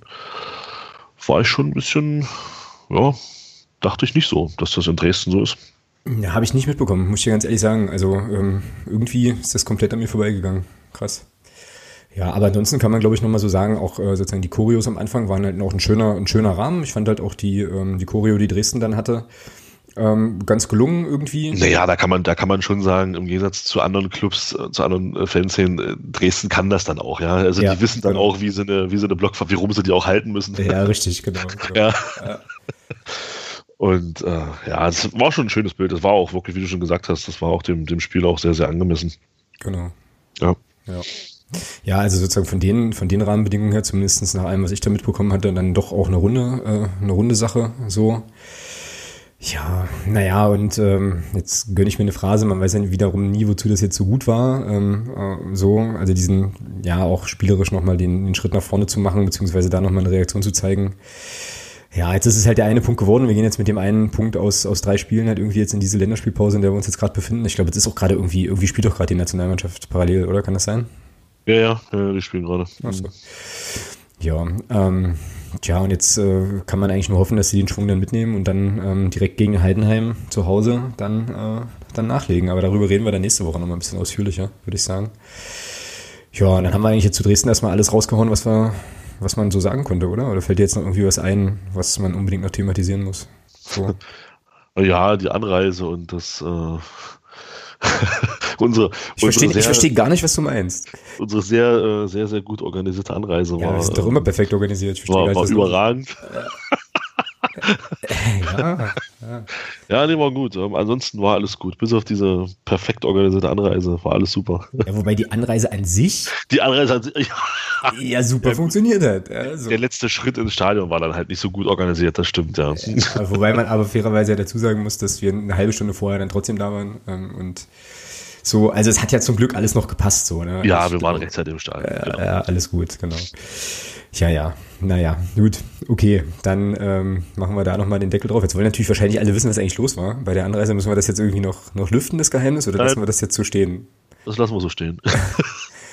ein bisschen, ja, dachte ich nicht so, dass das in Dresden so ist. Ja, habe ich nicht mitbekommen, muss ich dir ganz ehrlich sagen. Also irgendwie ist das komplett an mir vorbeigegangen. Krass. Ja, aber ansonsten kann man, glaube ich, nochmal so sagen, auch sozusagen die Choreos am Anfang waren halt noch ein schöner Rahmen. Ich fand halt auch die Choreo, die Dresden dann hatte, ganz gelungen irgendwie. Naja, da kann man schon sagen, im Gegensatz zu anderen Clubs, zu anderen Fanszenen, Dresden kann das dann auch, ja. Also ja, die wissen dann auch, wie sie eine Blockfahne, wie rum sie die auch halten müssen. Ja, richtig, genau. Ja. Und es war schon ein schönes Bild. Das war auch wirklich, wie du schon gesagt hast, das war auch dem Spiel auch sehr, sehr angemessen. Genau. Ja. Ja, also sozusagen von den Rahmenbedingungen her, zumindest nach allem, was ich da mitbekommen hatte, dann doch auch eine runde Sache, so. Ja, naja, und jetzt gönne ich mir eine Phrase, man weiß ja wiederum nie, wozu das jetzt so gut war, also diesen, ja, auch spielerisch nochmal den Schritt nach vorne zu machen, beziehungsweise da nochmal eine Reaktion zu zeigen. Ja, jetzt ist es halt der eine Punkt geworden, wir gehen jetzt mit dem einen Punkt aus 3 Spielen halt irgendwie jetzt in diese Länderspielpause, in der wir uns jetzt gerade befinden. Ich glaube, jetzt ist auch gerade irgendwie spielt doch gerade die Nationalmannschaft parallel, oder? Kann das sein? Ja, die spielen gerade. Ach so. Ja, und jetzt kann man eigentlich nur hoffen, dass sie den Schwung dann mitnehmen und dann direkt gegen Heidenheim zu Hause dann nachlegen. Aber darüber reden wir dann nächste Woche nochmal ein bisschen ausführlicher, würde ich sagen. Ja, und dann haben wir eigentlich jetzt zu Dresden erstmal alles rausgehauen, was man so sagen konnte, oder? Oder fällt dir jetzt noch irgendwie was ein, was man unbedingt noch thematisieren muss? So. Ja, die Anreise und das ich verstehe gar nicht, was du meinst. Unsere sehr, sehr, sehr gut organisierte Anreise war. Ja, wir sind doch immer perfekt organisiert. Ich war überragend. Ja, nee, war gut. Ansonsten war alles gut. Bis auf diese perfekt organisierte Anreise war alles super. Ja, wobei die Anreise an sich ja super funktioniert hat. Also. Der letzte Schritt ins Stadion war dann halt nicht so gut organisiert, das stimmt, ja. Wobei man aber fairerweise ja dazu sagen muss, dass wir eine halbe Stunde vorher dann trotzdem da waren und so, also es hat ja zum Glück alles noch gepasst, so, ne? Ja, wir waren rechtzeitig im Stadion. Genau. Ja, alles gut, genau. Ja, naja, gut, okay, dann machen wir da nochmal den Deckel drauf. Jetzt wollen natürlich wahrscheinlich alle wissen, was eigentlich los war. Bei der Anreise müssen wir das jetzt irgendwie noch lüften, das Geheimnis, oder lassen wir das jetzt so stehen? Das lassen wir so stehen.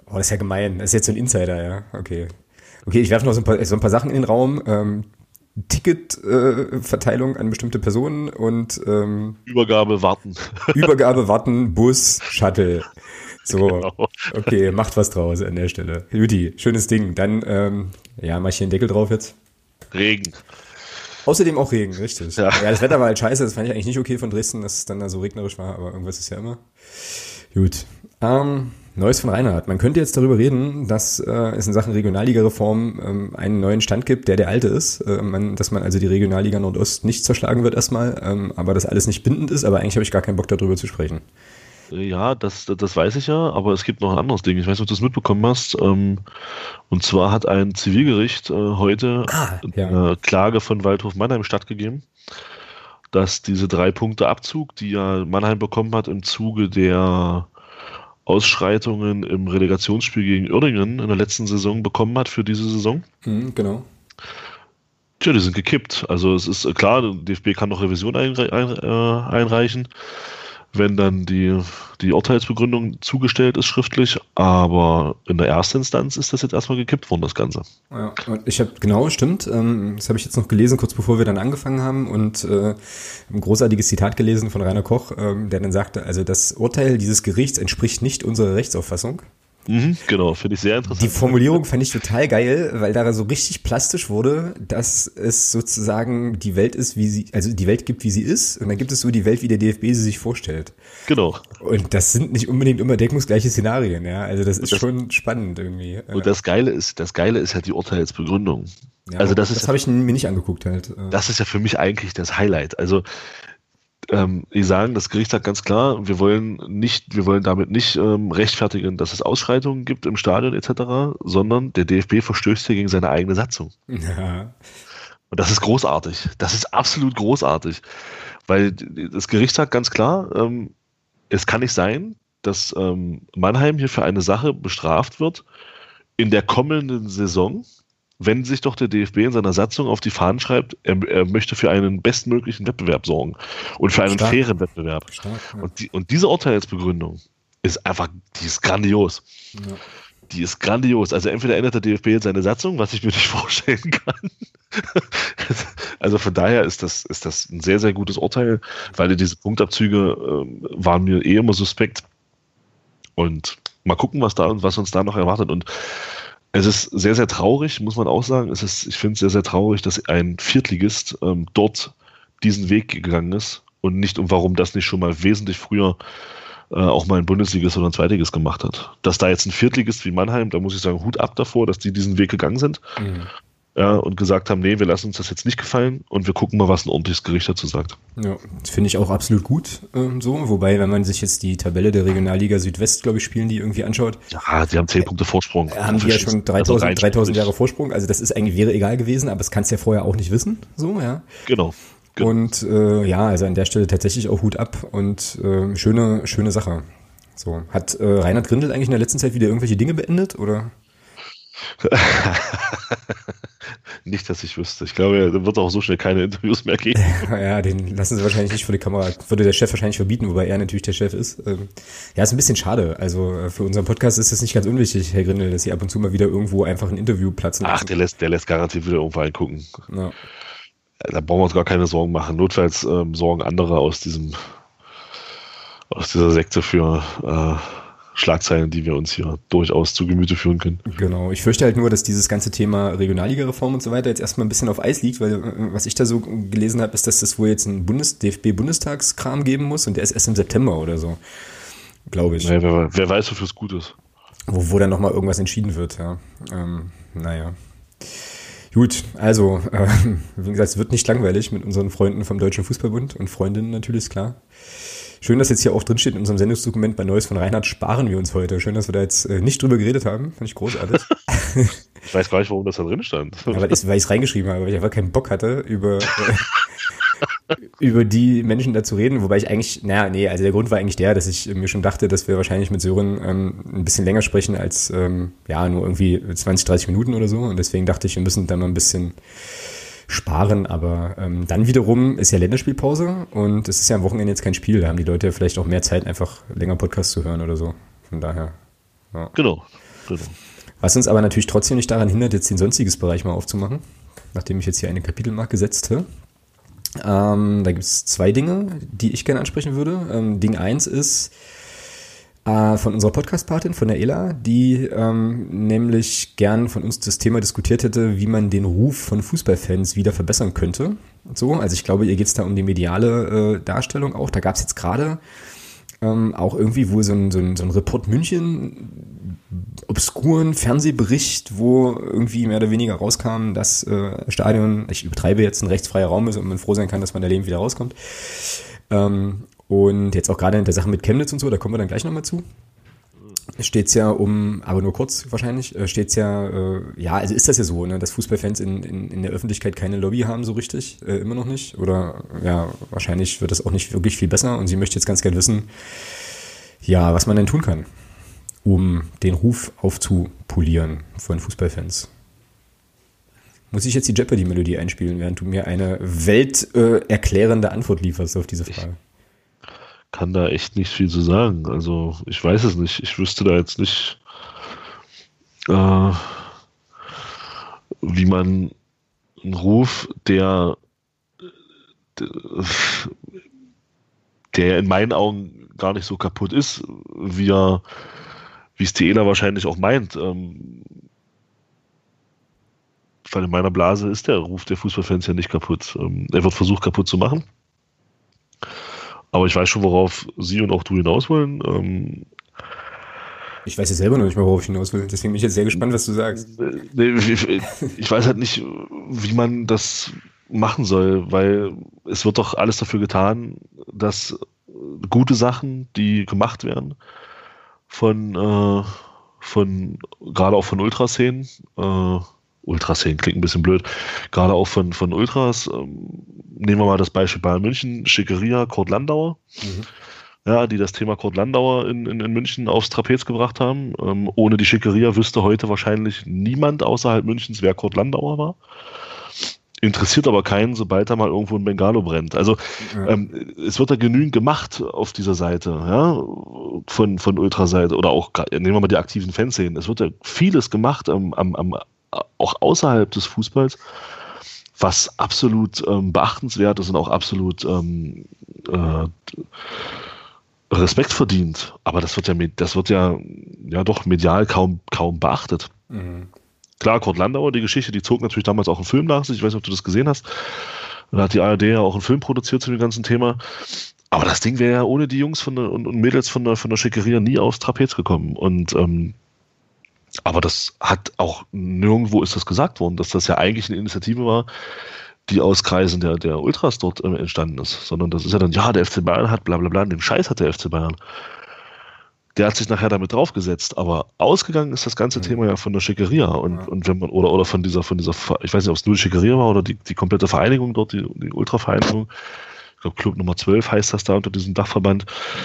Oh, das ist ja gemein. Das ist jetzt so ein Insider, ja. Okay. Okay, ich werfe noch so ein paar Sachen in den Raum. Ticketverteilung an bestimmte Personen und Übergabe warten. Übergabe warten, Bus, Shuttle. So, Genau. okay, macht was draus an der Stelle. Juti, schönes Ding. Dann, mach ich hier einen Deckel drauf jetzt. Regen. Außerdem auch Regen, richtig. Ja. Ja, das Wetter war halt scheiße, das fand ich eigentlich nicht okay von Dresden, dass es dann da so regnerisch war, aber irgendwas ist ja immer. Gut. Neues von Reinhard. Man könnte jetzt darüber reden, dass es in Sachen Regionalliga-Reform einen neuen Stand gibt, der alte ist. Dass man also die Regionalliga Nordost nicht zerschlagen wird erstmal, aber das alles nicht bindend ist, aber eigentlich habe ich gar keinen Bock darüber zu sprechen. Ja, das weiß ich ja, aber es gibt noch ein anderes Ding. Ich weiß nicht, ob du es mitbekommen hast. Und zwar hat ein Zivilgericht heute eine Klage von Waldhof Mannheim stattgegeben, dass diese 3 Punkte Abzug, die ja Mannheim bekommen hat im Zuge der Ausschreitungen im Relegationsspiel gegen Uerdingen in der letzten Saison bekommen hat für diese Saison. Genau. Tja, die sind gekippt. Also es ist klar, der DFB kann noch Revision einreichen, wenn dann die Urteilsbegründung zugestellt ist schriftlich, aber in der ersten Instanz ist das jetzt erstmal gekippt worden, das Ganze. Ja, und stimmt, das habe ich jetzt noch gelesen, kurz bevor wir dann angefangen haben und ein großartiges Zitat gelesen von Rainer Koch, der dann sagte, also das Urteil dieses Gerichts entspricht nicht unserer Rechtsauffassung. Genau, finde ich sehr interessant. Die Formulierung fand ich total geil, weil da so richtig plastisch wurde, dass es sozusagen die Welt ist, die Welt gibt, wie sie ist, und dann gibt es so die Welt, wie der DFB sie sich vorstellt. Genau. Und das sind nicht unbedingt immer deckungsgleiche Szenarien, ja. Also das ist schon spannend irgendwie. Und das Geile ist halt die Urteilsbegründung. Ja, also das habe ich mir nicht angeguckt halt. Das ist ja für mich eigentlich das Highlight. Also die sagen, das Gericht sagt ganz klar, wir wollen damit nicht rechtfertigen, dass es Ausschreitungen gibt im Stadion etc., sondern der DFB verstößt hier gegen seine eigene Satzung. Ja. Und das ist großartig. Das ist absolut großartig. Weil das Gericht sagt ganz klar, es kann nicht sein, dass Mannheim hier für eine Sache bestraft wird in der kommenden Saison, wenn sich doch der DFB in seiner Satzung auf die Fahnen schreibt, er möchte für einen bestmöglichen Wettbewerb sorgen und für einen fairen Wettbewerb. Stark, ja. Und diese Urteilsbegründung ist einfach, die ist grandios. Ja. Die ist grandios. Also entweder ändert der DFB jetzt seine Satzung, was ich mir nicht vorstellen kann. Also von daher ist das ein sehr, sehr gutes Urteil, weil diese Punktabzüge waren mir immer suspekt. Und mal gucken, was uns da noch erwartet. Und es ist sehr, sehr traurig, muss man auch sagen. Ich finde es sehr, sehr traurig, dass ein Viertligist dort diesen Weg gegangen ist und nicht, und warum das nicht schon mal wesentlich früher auch mal ein Bundesligist oder ein Zweitligist gemacht hat. Dass da jetzt ein Viertligist wie Mannheim, da muss ich sagen, Hut ab davor, dass die diesen Weg gegangen sind. Ja, und gesagt haben, nee, wir lassen uns das jetzt nicht gefallen und wir gucken mal, was ein ordentliches Gericht dazu sagt. Ja, das finde ich auch absolut gut so. Wobei, wenn man sich jetzt die Tabelle der Regionalliga Südwest, glaube ich, spielen, die irgendwie anschaut. Ja, die haben 10 Punkte Vorsprung. Haben die ja schon 3000 Jahre Vorsprung. Also das ist eigentlich, wäre egal gewesen, aber das kannst du ja vorher auch nicht wissen. So, ja. Genau. Und also an der Stelle tatsächlich auch Hut ab und schöne Sache. So, hat Reinhard Grindel eigentlich in der letzten Zeit wieder irgendwelche Dinge beendet, oder? Nicht, dass ich wüsste. Ich glaube, da wird auch so schnell keine Interviews mehr geben. Ja, den lassen sie wahrscheinlich nicht vor die Kamera. Würde der Chef wahrscheinlich verbieten, wobei er natürlich der Chef ist. Ja, ist ein bisschen schade. Also für unseren Podcast ist es nicht ganz unwichtig, Herr Grindel, dass Sie ab und zu mal wieder irgendwo einfach ein Interview platzen lassen. Ach, der lässt garantiert wieder irgendwo eingucken. Ja. Da brauchen wir uns gar keine Sorgen machen. Notfalls sorgen andere aus dieser Sekte für Schlagzeilen, die wir uns hier durchaus zu Gemüte führen können. Genau, ich fürchte halt nur, dass dieses ganze Thema Regionalliga-Reform und so weiter jetzt erstmal ein bisschen auf Eis liegt, weil was ich da so gelesen habe, ist, dass das wohl jetzt einen DFB-Bundestagskram geben muss und der ist erst im September oder so, glaube ich. Naja, wer weiß, wofür es gut ist. Wo dann nochmal irgendwas entschieden wird, ja. Naja. Gut, also, wie gesagt, es wird nicht langweilig mit unseren Freunden vom Deutschen Fußballbund und Freundinnen natürlich, ist klar. Schön, dass jetzt hier auch drinsteht in unserem Sendungsdokument bei Neues von Reinhard, sparen wir uns heute. Schön, dass wir da jetzt nicht drüber geredet haben. Fand ich großartig. Ich weiß gar nicht, warum das da drin stand. Ja, weil ich es reingeschrieben habe, weil ich einfach keinen Bock hatte, über die Menschen da zu reden. Wobei ich eigentlich, also der Grund war eigentlich der, dass ich mir schon dachte, dass wir wahrscheinlich mit Sören ein bisschen länger sprechen als nur irgendwie 20, 30 Minuten oder so. Und deswegen dachte ich, wir müssen da mal ein bisschen sparen, aber dann wiederum ist ja Länderspielpause und es ist ja am Wochenende jetzt kein Spiel, da haben die Leute ja vielleicht auch mehr Zeit, einfach länger Podcast zu hören oder so. Von daher. Ja. Genau. Genau. Was uns aber natürlich trotzdem nicht daran hindert, jetzt den sonstiges Bereich mal aufzumachen, nachdem ich jetzt hier eine Kapitelmarke gesetzt habe. Da gibt es 2 Dinge, die ich gerne ansprechen würde. Ding 1 ist von unserer Podcast-Patin, von der Ela, die nämlich gern von uns das Thema diskutiert hätte, wie man den Ruf von Fußballfans wieder verbessern könnte. So, also ich glaube, ihr geht es da um die mediale Darstellung auch. Da gab es jetzt gerade auch irgendwie wohl so ein Report München, obskuren Fernsehbericht, wo irgendwie mehr oder weniger rauskam, dass Stadion, ich übertreibe jetzt, ein rechtsfreier Raum ist und man froh sein kann, dass man da lebend wieder rauskommt. Und jetzt auch gerade in der Sache mit Chemnitz und so, da kommen wir dann gleich nochmal zu. Steht's ja aber nur kurz wahrscheinlich, steht's ja, also ist das ja so, ne, dass Fußballfans in der Öffentlichkeit keine Lobby haben so richtig, immer noch nicht. Oder ja, wahrscheinlich wird das auch nicht wirklich viel besser und sie möchte jetzt ganz gerne wissen, ja, was man denn tun kann, um den Ruf aufzupolieren von Fußballfans. Muss ich jetzt die Jeopardy-Melodie einspielen, während du mir eine welterklärende Antwort lieferst auf diese Frage? Ich kann da echt nicht viel zu sagen. Also ich weiß es nicht. Ich wüsste da jetzt nicht, wie man einen Ruf, der in meinen Augen gar nicht so kaputt ist, wie es die Ela wahrscheinlich auch meint. Weil in meiner Blase ist der Ruf der Fußballfans ja nicht kaputt. Er wird versucht, kaputt zu machen. Aber ich weiß schon, worauf Sie und auch du hinaus wollen. Ich weiß ja selber noch nicht mal, worauf ich hinaus will. Deswegen bin ich jetzt sehr gespannt, was du sagst. Ich weiß halt nicht, wie man das machen soll, weil es wird doch alles dafür getan, dass gute Sachen, die gemacht werden, gerade auch von Ultraszenen, Ultraszenen klingt ein bisschen blöd, gerade auch von Ultras. Nehmen wir mal das Beispiel Bayern München, Schickeria, Kurt Landauer, ja, die das Thema Kurt Landauer in München aufs Trapez gebracht haben. Ohne die Schickeria wüsste heute wahrscheinlich niemand außerhalb Münchens, wer Kurt Landauer war. Interessiert aber keinen, sobald da mal irgendwo ein Bengalo brennt. Also es wird da genügend gemacht auf dieser Seite, ja, von Ultraseite oder auch, nehmen wir mal die aktiven Fanszenen. Es wird ja vieles gemacht auch außerhalb des Fußballs, was absolut beachtenswert ist und auch absolut Respekt verdient. Aber das wird ja doch medial kaum beachtet. Mhm. Klar, Kurt Landauer, die Geschichte, die zog natürlich damals auch einen Film nach sich. Ich weiß nicht, ob du das gesehen hast. Da hat die ARD ja auch einen Film produziert zu dem ganzen Thema. Aber das Ding wäre ja ohne die Jungs und Mädels von der Schickeria nie aufs Trapez gekommen. Und aber das hat auch nirgendwo ist das gesagt worden, dass das ja eigentlich eine Initiative war, die aus Kreisen der Ultras dort entstanden ist. Sondern das ist ja dann, ja, der FC Bayern hat bla bla bla, den Scheiß hat der FC Bayern. Der hat sich nachher damit draufgesetzt, aber ausgegangen ist das ganze Thema ja von der Schickeria und wenn man oder von dieser, ich weiß nicht, ob es nur die Schickeria war oder die komplette Vereinigung dort, die Ultra-Vereinigung, ich glaube Club Nummer 12 heißt das da unter diesem Dachverband.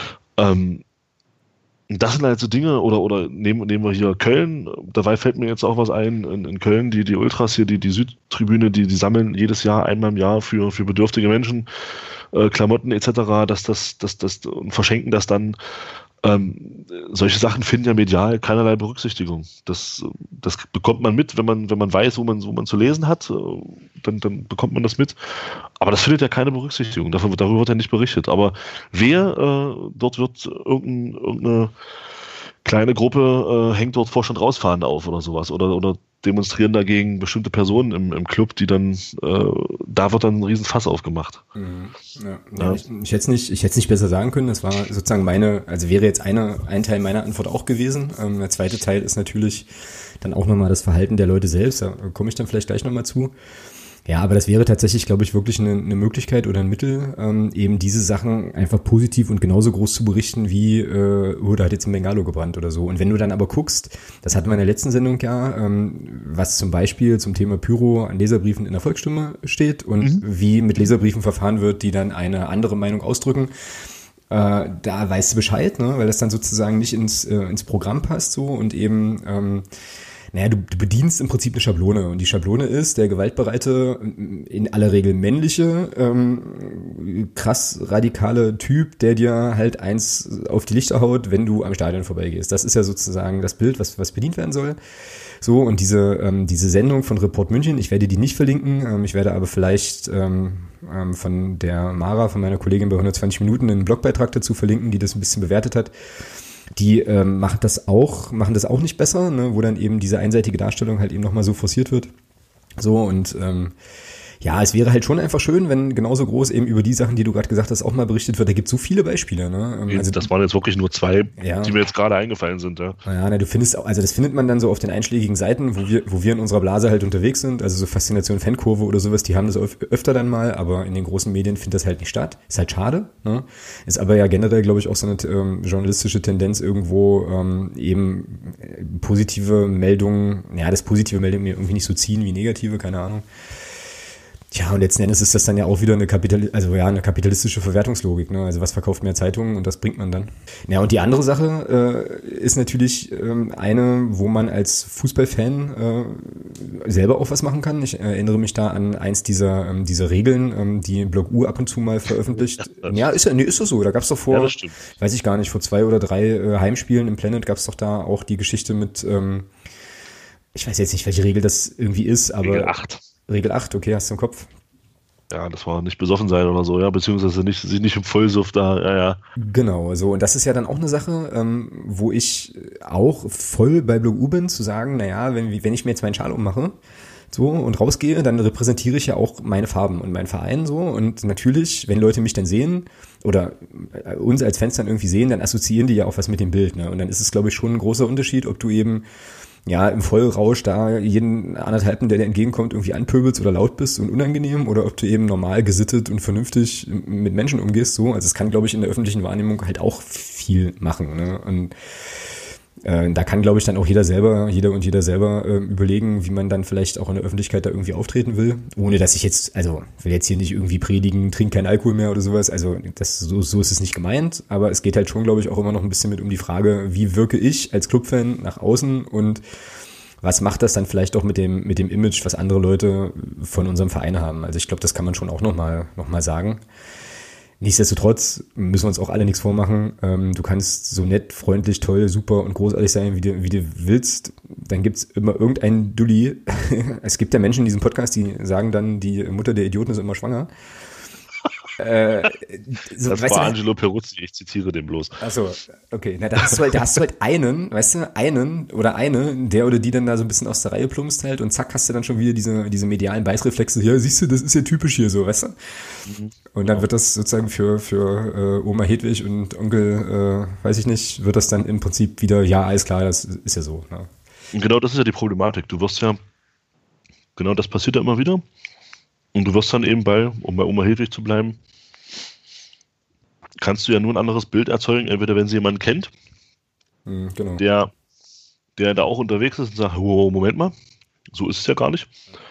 Das sind halt so Dinge, oder nehmen wir hier Köln, dabei fällt mir jetzt auch was ein, in Köln, die Ultras hier, die Südtribüne, die sammeln jedes Jahr, einmal im Jahr für bedürftige Menschen Klamotten etc., und verschenken das dann. Solche Sachen finden ja medial keinerlei Berücksichtigung. Das bekommt man mit, wenn man weiß, wo man zu lesen hat, dann bekommt man das mit. Aber das findet ja keine Berücksichtigung. Darüber wird ja nicht berichtet. Aber dort wird irgendeine kleine Gruppe hängt dort Vorstand rausfahren auf oder sowas oder demonstrieren dagegen bestimmte Personen im Club, die dann da wird dann ein Riesenfass aufgemacht. Ja. Ich hätte es nicht besser sagen können. Das war sozusagen wäre jetzt ein Teil meiner Antwort auch gewesen. Der zweite Teil ist natürlich dann auch nochmal das Verhalten der Leute selbst. Da komme ich dann vielleicht gleich nochmal zu. Ja, aber das wäre tatsächlich, glaube ich, wirklich eine Möglichkeit oder ein Mittel, eben diese Sachen einfach positiv und genauso groß zu berichten wie, da hat jetzt ein Bengalo gebrannt oder so. Und wenn du dann aber guckst, das hatten wir in der letzten Sendung ja, was zum Beispiel zum Thema Pyro an Leserbriefen in der Volksstimme steht und wie mit Leserbriefen verfahren wird, die dann eine andere Meinung ausdrücken, da weißt du Bescheid, ne, weil das dann sozusagen nicht ins Programm passt so und eben Naja, du bedienst im Prinzip eine Schablone und die Schablone ist der gewaltbereite, in aller Regel männliche, krass radikale Typ, der dir halt eins auf die Lichter haut, wenn du am Stadion vorbeigehst. Das ist ja sozusagen das Bild, was bedient werden soll. So, und diese Sendung von Report München, ich werde die nicht verlinken, ich werde aber vielleicht von der Mara, von meiner Kollegin bei 120 Minuten, einen Blogbeitrag dazu verlinken, die das ein bisschen bewertet hat. Die machen das auch nicht besser, ne, wo dann eben diese einseitige Darstellung halt eben nochmal so forciert wird. So, und ja, es wäre halt schon einfach schön, wenn genauso groß eben über die Sachen, die du gerade gesagt hast, auch mal berichtet wird. Da gibt es so viele Beispiele. Ne? Also, das waren jetzt wirklich nur 2, die mir jetzt gerade eingefallen sind. Ja, na, du findest, also das findet man dann so auf den einschlägigen Seiten, wo wir in unserer Blase halt unterwegs sind. Also so Faszination Fankurve oder sowas, die haben das öfter dann mal, aber in den großen Medien findet das halt nicht statt. Ist halt schade. Ne? Ist aber ja generell, glaube ich, auch so eine journalistische Tendenz irgendwo eben positive Meldungen, ja, das positive Meldungen irgendwie nicht so ziehen wie negative, keine Ahnung. Ja, und letzten Endes ist das dann ja auch wieder eine kapitalistische Verwertungslogik, ne? Also was verkauft mehr Zeitungen und das bringt man dann. Ja, und die andere Sache ist natürlich eine, wo man als Fußballfan selber auch was machen kann. Ich erinnere mich da an eins dieser Regeln, die Block U ab und zu mal veröffentlicht. Ja, ist doch so. Da gab's doch vor, weiß ich gar nicht, vor 2 oder 3 Heimspielen im Planet gab's doch da auch die Geschichte mit, ich weiß jetzt nicht, welche Regel das irgendwie ist, aber Regel 8. Regel 8, okay, hast du im Kopf. Ja, das war nicht besoffen sein oder so, ja, beziehungsweise sich nicht im Vollsuff da, ja. Genau, so, und das ist ja dann auch eine Sache, wo ich auch voll bei Block U bin, zu sagen, naja, wenn ich mir jetzt meinen Schal ummache, so, und rausgehe, dann repräsentiere ich ja auch meine Farben und meinen Verein, so, und natürlich, wenn Leute mich dann sehen, oder uns als Fans dann irgendwie sehen, dann assoziieren die ja auch was mit dem Bild, ne, und dann ist es, glaube ich, schon ein großer Unterschied, ob du eben ja, im Vollrausch da jeden anderthalben, der dir entgegenkommt, irgendwie anpöbelst oder laut bist und unangenehm, oder ob du eben normal gesittet und vernünftig mit Menschen umgehst, so. Also es kann, glaube ich, in der öffentlichen Wahrnehmung halt auch viel machen, ne? Und da kann, glaube ich, dann auch jeder selber überlegen, wie man dann vielleicht auch in der Öffentlichkeit da irgendwie auftreten will, ohne dass ich jetzt, also will jetzt hier nicht irgendwie predigen, trink keinen Alkohol mehr oder sowas, also so ist es nicht gemeint, aber es geht halt schon, glaube ich, auch immer noch ein bisschen mit um die Frage, wie wirke ich als Clubfan nach außen und was macht das dann vielleicht auch mit dem Image, was andere Leute von unserem Verein haben. Also ich glaube, das kann man schon auch noch mal sagen. Nichtsdestotrotz müssen wir uns auch alle nichts vormachen. Du kannst so nett, freundlich, toll, super und großartig sein, wie du willst. Dann gibt's immer irgendeinen Dulli. Es gibt ja Menschen in diesem Podcast, die sagen dann, die Mutter der Idioten ist immer schwanger. Das war Angelo Peruzzi, ich zitiere den bloß. Achso, okay. Na, da hast du halt einen, weißt du, einen oder eine, der oder die dann da so ein bisschen aus der Reihe plumpst halt und zack, hast du dann schon wieder diese medialen Beißreflexe. Ja, siehst du, das ist ja typisch hier so, weißt du? Mhm. Und dann wird das sozusagen für Oma Hedwig und Onkel, weiß ich nicht, wird das dann im Prinzip wieder, ja, alles klar, das ist ja so. Ne? Und genau das ist ja die Problematik. Du wirst ja, genau das passiert ja immer wieder. Und du wirst dann eben um bei Oma Hedwig zu bleiben, kannst du ja nur ein anderes Bild erzeugen, entweder wenn sie jemanden kennt, genau. der da auch unterwegs ist und sagt, oh, Moment mal, so ist es ja gar nicht.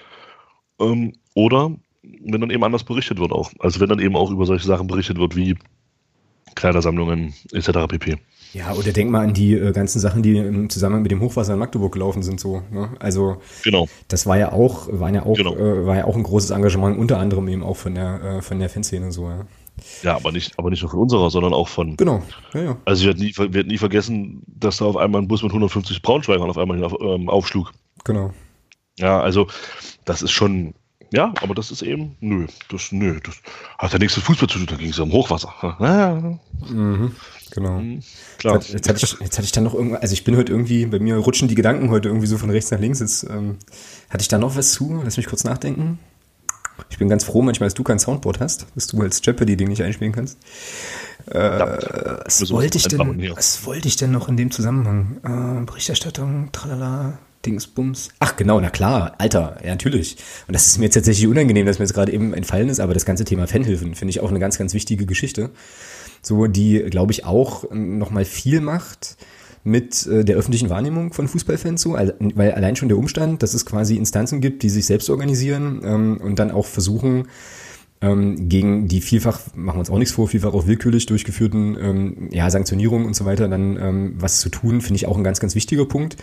Oder wenn dann eben anders berichtet wird auch. Also wenn dann eben auch über solche Sachen berichtet wird, wie Kleidersammlungen etc. pp. Ja, oder denk mal an die ganzen Sachen, die im Zusammenhang mit dem Hochwasser in Magdeburg gelaufen sind, so. Ne? Also genau. Das war ja auch ein großes Engagement, unter anderem eben auch von der Fanszene so. Ja. Ja, aber nicht nur von unserer, sondern auch von. Genau. Ja. Also ich werde nie vergessen, dass da auf einmal ein Bus mit 150 Braunschweigern auf einmal aufschlug. Genau. Ja, also das ist schon. Ja, aber das ist eben, das hat ja nichts mit Fußball zu tun, da ging es ja um Hochwasser. Ja. Mhm, genau. Klar. Jetzt hatte ich dann noch irgendwas, also ich bin heute irgendwie, bei mir rutschen die Gedanken heute irgendwie so von rechts nach links, jetzt hatte ich da noch was zu, lass mich kurz nachdenken. Ich bin ganz froh manchmal, dass du kein Soundboard hast, dass du als Jeopardy-Ding nicht einspielen kannst. Was wollte ich denn noch in dem Zusammenhang? Berichterstattung, tralala, Dingsbums. Ach genau, na klar, Alter, ja natürlich. Und das ist mir jetzt tatsächlich unangenehm, dass mir jetzt gerade eben entfallen ist, aber das ganze Thema Fanhilfen finde ich auch eine ganz, ganz wichtige Geschichte. So, die, glaube ich, auch nochmal viel macht mit der öffentlichen Wahrnehmung von Fußballfans so, weil allein schon der Umstand, dass es quasi Instanzen gibt, die sich selbst organisieren und dann auch versuchen, gegen die vielfach, machen wir uns auch nichts vor, vielfach auch willkürlich durchgeführten Sanktionierungen und so weiter dann was zu tun, finde ich auch ein ganz, ganz wichtiger Punkt.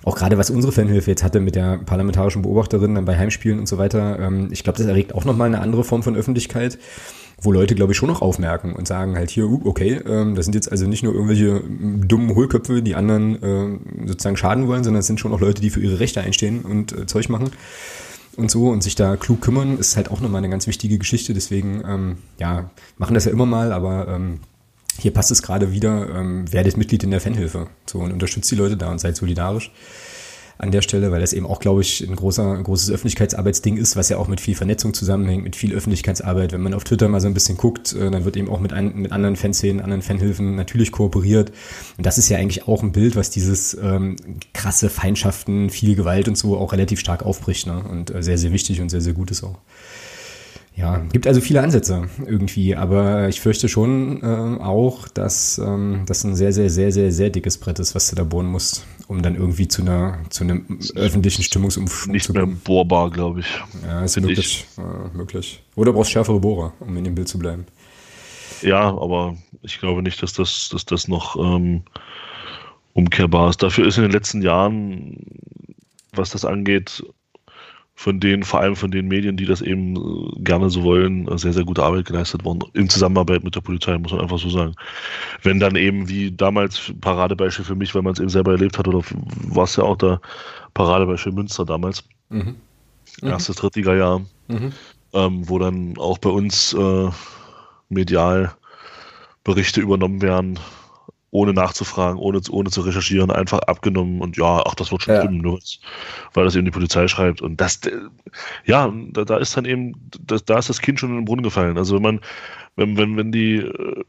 auch gerade was unsere Fanhilfe jetzt hatte mit der parlamentarischen Beobachterin dann bei Heimspielen und so weiter, ich glaube, das erregt auch nochmal eine andere Form von Öffentlichkeit, wo Leute, glaube ich, schon noch aufmerken und sagen halt hier, okay, das sind jetzt also nicht nur irgendwelche dummen Hohlköpfe, die anderen sozusagen schaden wollen, sondern es sind schon auch Leute, die für ihre Rechte einstehen und Zeug machen und so und sich da klug kümmern, ist halt auch nochmal eine ganz wichtige Geschichte. Deswegen, machen das ja immer mal, aber hier passt es gerade wieder, werdet Mitglied in der Fanhilfe so und unterstützt die Leute da und seid solidarisch an der Stelle, weil das eben auch, glaube ich, ein großes Öffentlichkeitsarbeitsding ist, was ja auch mit viel Vernetzung zusammenhängt, mit viel Öffentlichkeitsarbeit. Wenn man auf Twitter mal so ein bisschen guckt, dann wird eben auch mit anderen Fanszenen, anderen Fanhilfen natürlich kooperiert. Und das ist ja eigentlich auch ein Bild, was dieses krasse Feindschaften, viel Gewalt und so auch relativ stark aufbricht, ne? Und sehr, sehr wichtig und sehr, sehr gut ist auch. Ja, gibt also viele Ansätze irgendwie, aber ich fürchte schon auch, dass das ein sehr, sehr, sehr, sehr, sehr dickes Brett ist, was du da bohren musst, um dann irgendwie zu einem öffentlichen Stimmungsumschwung nicht mehr bohrbar, glaube ich. Ja, ist möglich. Oder du brauchst schärfere Bohrer, um in dem Bild zu bleiben. Ja, aber ich glaube nicht, dass das noch umkehrbar ist. Dafür ist in den letzten Jahren, was das angeht, vor allem von den Medien, die das eben gerne so wollen, sehr, sehr gute Arbeit geleistet worden. In Zusammenarbeit mit der Polizei, muss man einfach so sagen. Wenn dann eben wie damals Paradebeispiel für mich, weil man es eben selber erlebt hat, oder war es ja auch der Paradebeispiel Münster damals. Erstes Drittliga-Jahr, wo dann auch bei uns medial Berichte übernommen werden, ohne nachzufragen, ohne zu recherchieren, einfach abgenommen und das wird schon stimmen, nur weil das eben die Polizei schreibt. Und das, da ist dann eben, da ist das Kind schon in den Brunnen gefallen. Also wenn die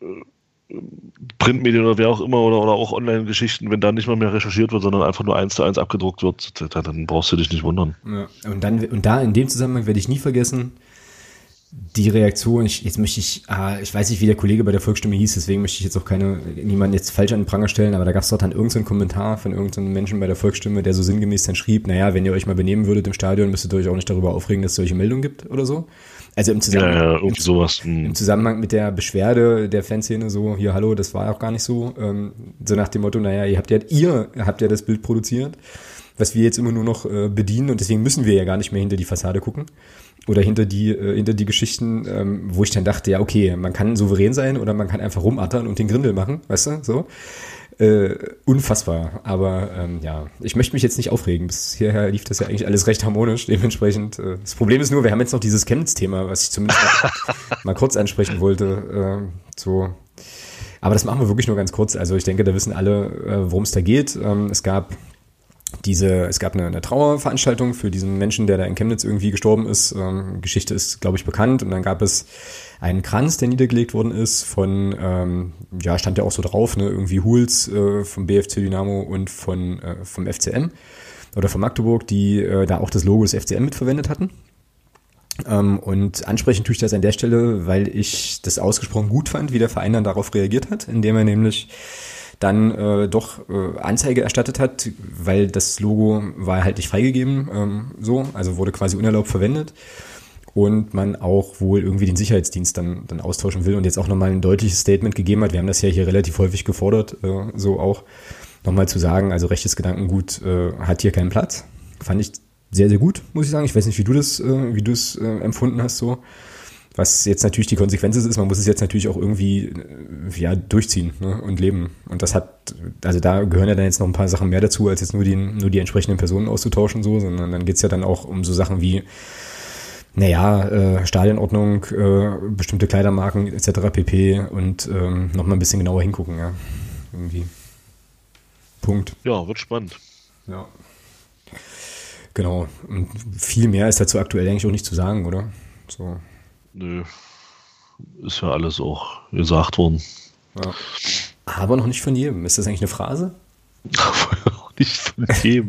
Printmedien oder wer auch immer oder auch Online-Geschichten, wenn da nicht mal mehr recherchiert wird, sondern einfach nur 1:1 abgedruckt wird, dann brauchst du dich nicht wundern. Ja. Und da in dem Zusammenhang werde ich nie vergessen, die Reaktion, ich weiß nicht, wie der Kollege bei der Volksstimme hieß, deswegen möchte ich jetzt auch niemanden jetzt falsch an den Pranger stellen, aber da gab es dort dann irgendeinen Kommentar von irgendeinem Menschen bei der Volksstimme, der so sinngemäß dann schrieb, naja, wenn ihr euch mal benehmen würdet im Stadion, müsstet ihr euch auch nicht darüber aufregen, dass es solche Meldungen gibt oder so. Also im Zusammenhang mit der Beschwerde der Fanszene so, hier, hallo, das war auch gar nicht so, so nach dem Motto, naja, ihr habt ja das Bild produziert, was wir jetzt immer nur noch bedienen und deswegen müssen wir ja gar nicht mehr hinter die Fassade gucken. Oder hinter die Geschichten, wo ich dann dachte, ja, okay, man kann souverän sein oder man kann einfach rumattern und den Grindel machen, weißt du, so. Unfassbar, aber ich möchte mich jetzt nicht aufregen. Bis hierher lief das ja eigentlich alles recht harmonisch, dementsprechend. Das Problem ist nur, wir haben jetzt noch dieses Chemnitz-Thema, was ich zumindest mal kurz ansprechen wollte. So. Aber das machen wir wirklich nur ganz kurz. Also ich denke, da wissen alle, worum es da geht. Es gab eine Trauerveranstaltung für diesen Menschen, der da in Chemnitz irgendwie gestorben ist. Geschichte ist, glaube ich, bekannt. Und dann gab es einen Kranz, der niedergelegt worden ist von, stand ja auch so drauf, ne, irgendwie Huls vom BFC Dynamo und vom FCM oder von Magdeburg, die da auch das Logo des FCM mitverwendet hatten. Und ansprechen tue ich das an der Stelle, weil ich das ausgesprochen gut fand, wie der Verein dann darauf reagiert hat, indem er nämlich dann Anzeige erstattet hat, weil das Logo war halt nicht freigegeben, also wurde quasi unerlaubt verwendet und man auch wohl irgendwie den Sicherheitsdienst dann austauschen will und jetzt auch nochmal ein deutliches Statement gegeben hat. Wir haben das ja hier relativ häufig gefordert, so auch nochmal zu sagen, also rechtes Gedankengut hat hier keinen Platz. Fand ich sehr, sehr gut, muss ich sagen. Ich weiß nicht, wie du es empfunden hast, so. Was jetzt natürlich die Konsequenz ist, man muss es jetzt natürlich auch irgendwie durchziehen, ne, und leben. Und das da gehören ja dann jetzt noch ein paar Sachen mehr dazu, als jetzt nur die entsprechenden Personen auszutauschen, so, sondern dann geht's ja dann auch um so Sachen wie, Stadionordnung, bestimmte Kleidermarken etc. pp. Und nochmal ein bisschen genauer hingucken, ja. Irgendwie. Punkt. Ja, wird spannend. Ja. Genau. Und viel mehr ist dazu aktuell eigentlich auch nicht zu sagen, oder? So. Nö, ist ja alles auch gesagt worden. Ja. Aber noch nicht von jedem. Ist das eigentlich eine Phrase? Aber noch nicht von jedem.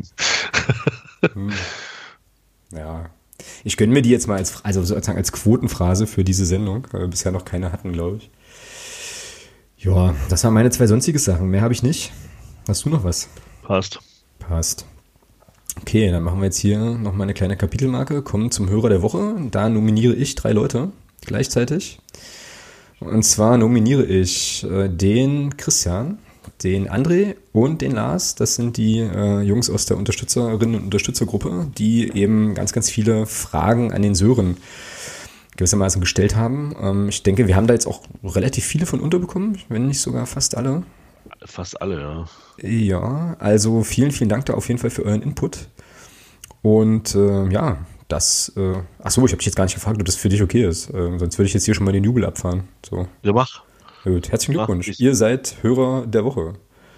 Ja. Ich gönne mir die jetzt mal als Quotenphrase für diese Sendung, weil wir bisher noch keine hatten, glaube ich. Ja, das waren meine 2 sonstige Sachen. Mehr habe ich nicht. Hast du noch was? Passt. Okay, dann machen wir jetzt hier nochmal eine kleine Kapitelmarke, kommen zum Hörer der Woche. Da nominiere ich 3 Leute gleichzeitig. Und zwar nominiere ich den Christian, den André und den Lars. Das sind die Jungs aus der Unterstützerinnen und Unterstützergruppe, die eben ganz, ganz viele Fragen an den Sören gewissermaßen gestellt haben. Ich denke, wir haben da jetzt auch relativ viele von unterbekommen, wenn nicht sogar fast alle. Fast alle, ja. Ja, also vielen, vielen Dank da auf jeden Fall für euren Input. Und das, achso, ich habe dich jetzt gar nicht gefragt, ob das für dich okay ist. Sonst würde ich jetzt hier schon mal den Jubel abfahren. So. Ja, mach. Gut, herzlichen Glückwunsch. Ihr seid Hörer der Woche.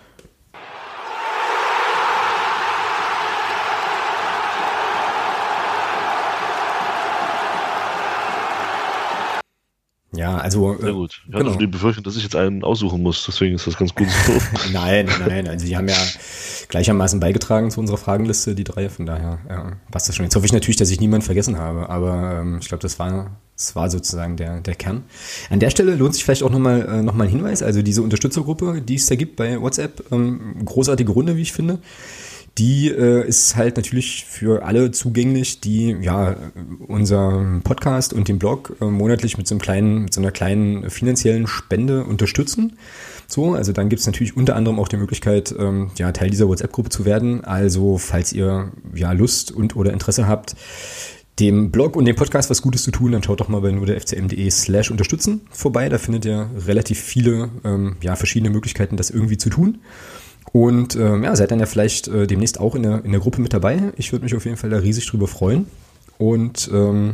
Ja, also. Sehr gut. Ich hatte schon die Befürchtung, dass ich jetzt einen aussuchen muss, deswegen ist das ganz gut so. Nein, also die haben ja gleichermaßen beigetragen zu unserer Fragenliste, die drei, von daher passt das schon. Jetzt hoffe ich natürlich, dass ich niemanden vergessen habe, aber ich glaube, das war sozusagen der Kern. An der Stelle lohnt sich vielleicht auch nochmal ein Hinweis, also diese Unterstützergruppe, die es da gibt bei WhatsApp, großartige Runde, wie ich finde. Die ist halt natürlich für alle zugänglich, die unseren Podcast und den Blog monatlich mit so einer kleinen finanziellen Spende unterstützen. So, also dann gibt es natürlich unter anderem auch die Möglichkeit, Teil dieser WhatsApp-Gruppe zu werden. Also falls ihr Lust und oder Interesse habt, dem Blog und dem Podcast was Gutes zu tun, dann schaut doch mal bei nurderfcm.de/unterstützen vorbei. Da findet ihr relativ viele verschiedene Möglichkeiten, das irgendwie zu tun. Und seid dann ja vielleicht demnächst auch in der Gruppe mit dabei. Ich würde mich auf jeden Fall da riesig drüber freuen. Und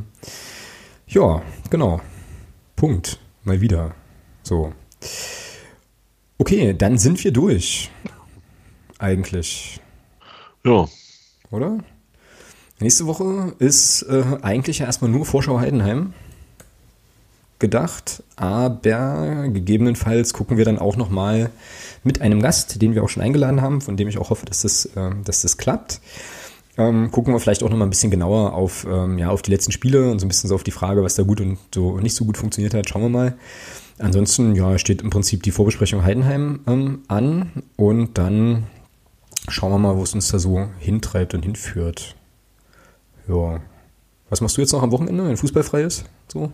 genau. Punkt. Mal wieder. So. Okay, dann sind wir durch. Eigentlich. Ja. Oder? Nächste Woche ist eigentlich ja erstmal nur Vorschau Heidenheim gedacht, aber gegebenenfalls gucken wir dann auch nochmal mit einem Gast, den wir auch schon eingeladen haben, von dem ich auch hoffe, dass das klappt. Gucken wir vielleicht auch nochmal ein bisschen genauer auf die letzten Spiele und so ein bisschen so auf die Frage, was da gut und so nicht so gut funktioniert hat. Schauen wir mal. Ansonsten steht im Prinzip die Vorbesprechung Heidenheim an und dann schauen wir mal, wo es uns da so hintreibt und hinführt. Ja. Was machst du jetzt noch am Wochenende, wenn Fußball frei ist? So?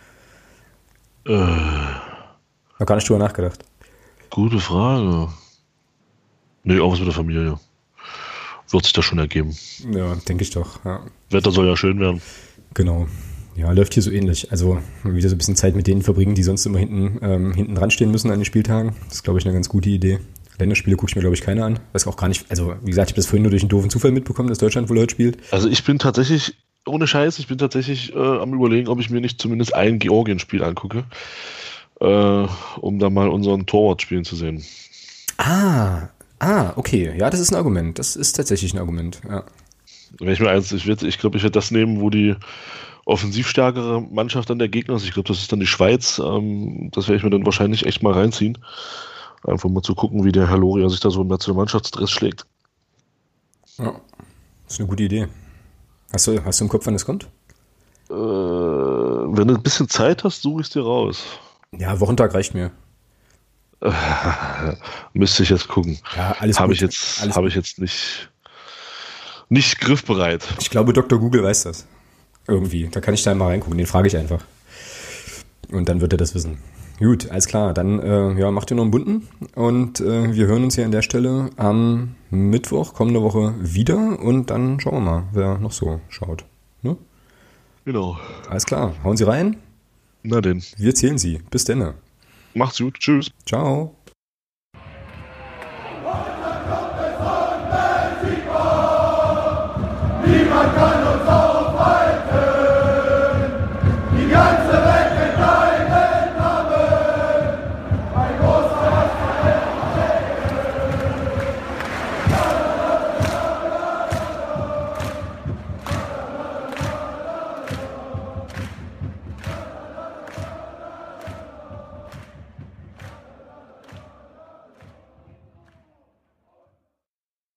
Noch gar nicht drüber nachgedacht. Gute Frage. Nee, auch was mit der Familie. Wird sich das schon ergeben. Ja, denke ich doch. Ja. Wetter soll ja schön werden. Genau. Ja, läuft hier so ähnlich. Also wieder so ein bisschen Zeit mit denen verbringen, die sonst immer hinten dran stehen müssen an den Spieltagen. Das ist, glaube ich, eine ganz gute Idee. Länderspiele gucke ich mir, glaube ich, keine an. Weiß auch gar nicht, also wie gesagt, ich habe das vorhin nur durch einen doofen Zufall mitbekommen, dass Deutschland wohl heute spielt. Also ich bin tatsächlich, ohne Scheiß, am Überlegen, ob ich mir nicht zumindest ein Georgien-Spiel angucke, um da mal unseren Torwart spielen zu sehen. Okay. Ja, das ist ein Argument. Das ist tatsächlich ein Argument, ja. Ich glaube, ich werde das nehmen, wo die offensiv stärkere Mannschaft dann der Gegner ist. Ich glaube, das ist dann die Schweiz. Das werde ich mir dann wahrscheinlich echt mal reinziehen. Einfach mal zu gucken, wie der Herr Loria sich da so im Nationalmannschaftsdress schlägt. Ja, das ist eine gute Idee. Hast du im Kopf, wann das kommt? Wenn du ein bisschen Zeit hast, suche ich es dir raus. Ja, Wochentag reicht mir. Müsste ich jetzt gucken. Ja, alles Habe gut. ich jetzt nicht griffbereit. Ich glaube, Dr. Google weiß das. Irgendwie. Da kann ich da mal reingucken. Den frage ich einfach. Und dann wird er das wissen. Gut, alles klar. Dann macht ihr noch einen bunten. Und wir hören uns hier an der Stelle am Mittwoch, kommende Woche wieder. Und dann schauen wir mal, wer noch so schaut. Ne? Genau. Alles klar. Hauen Sie rein. Na denn. Wir zählen Sie. Bis denn. Macht's gut. Tschüss. Ciao.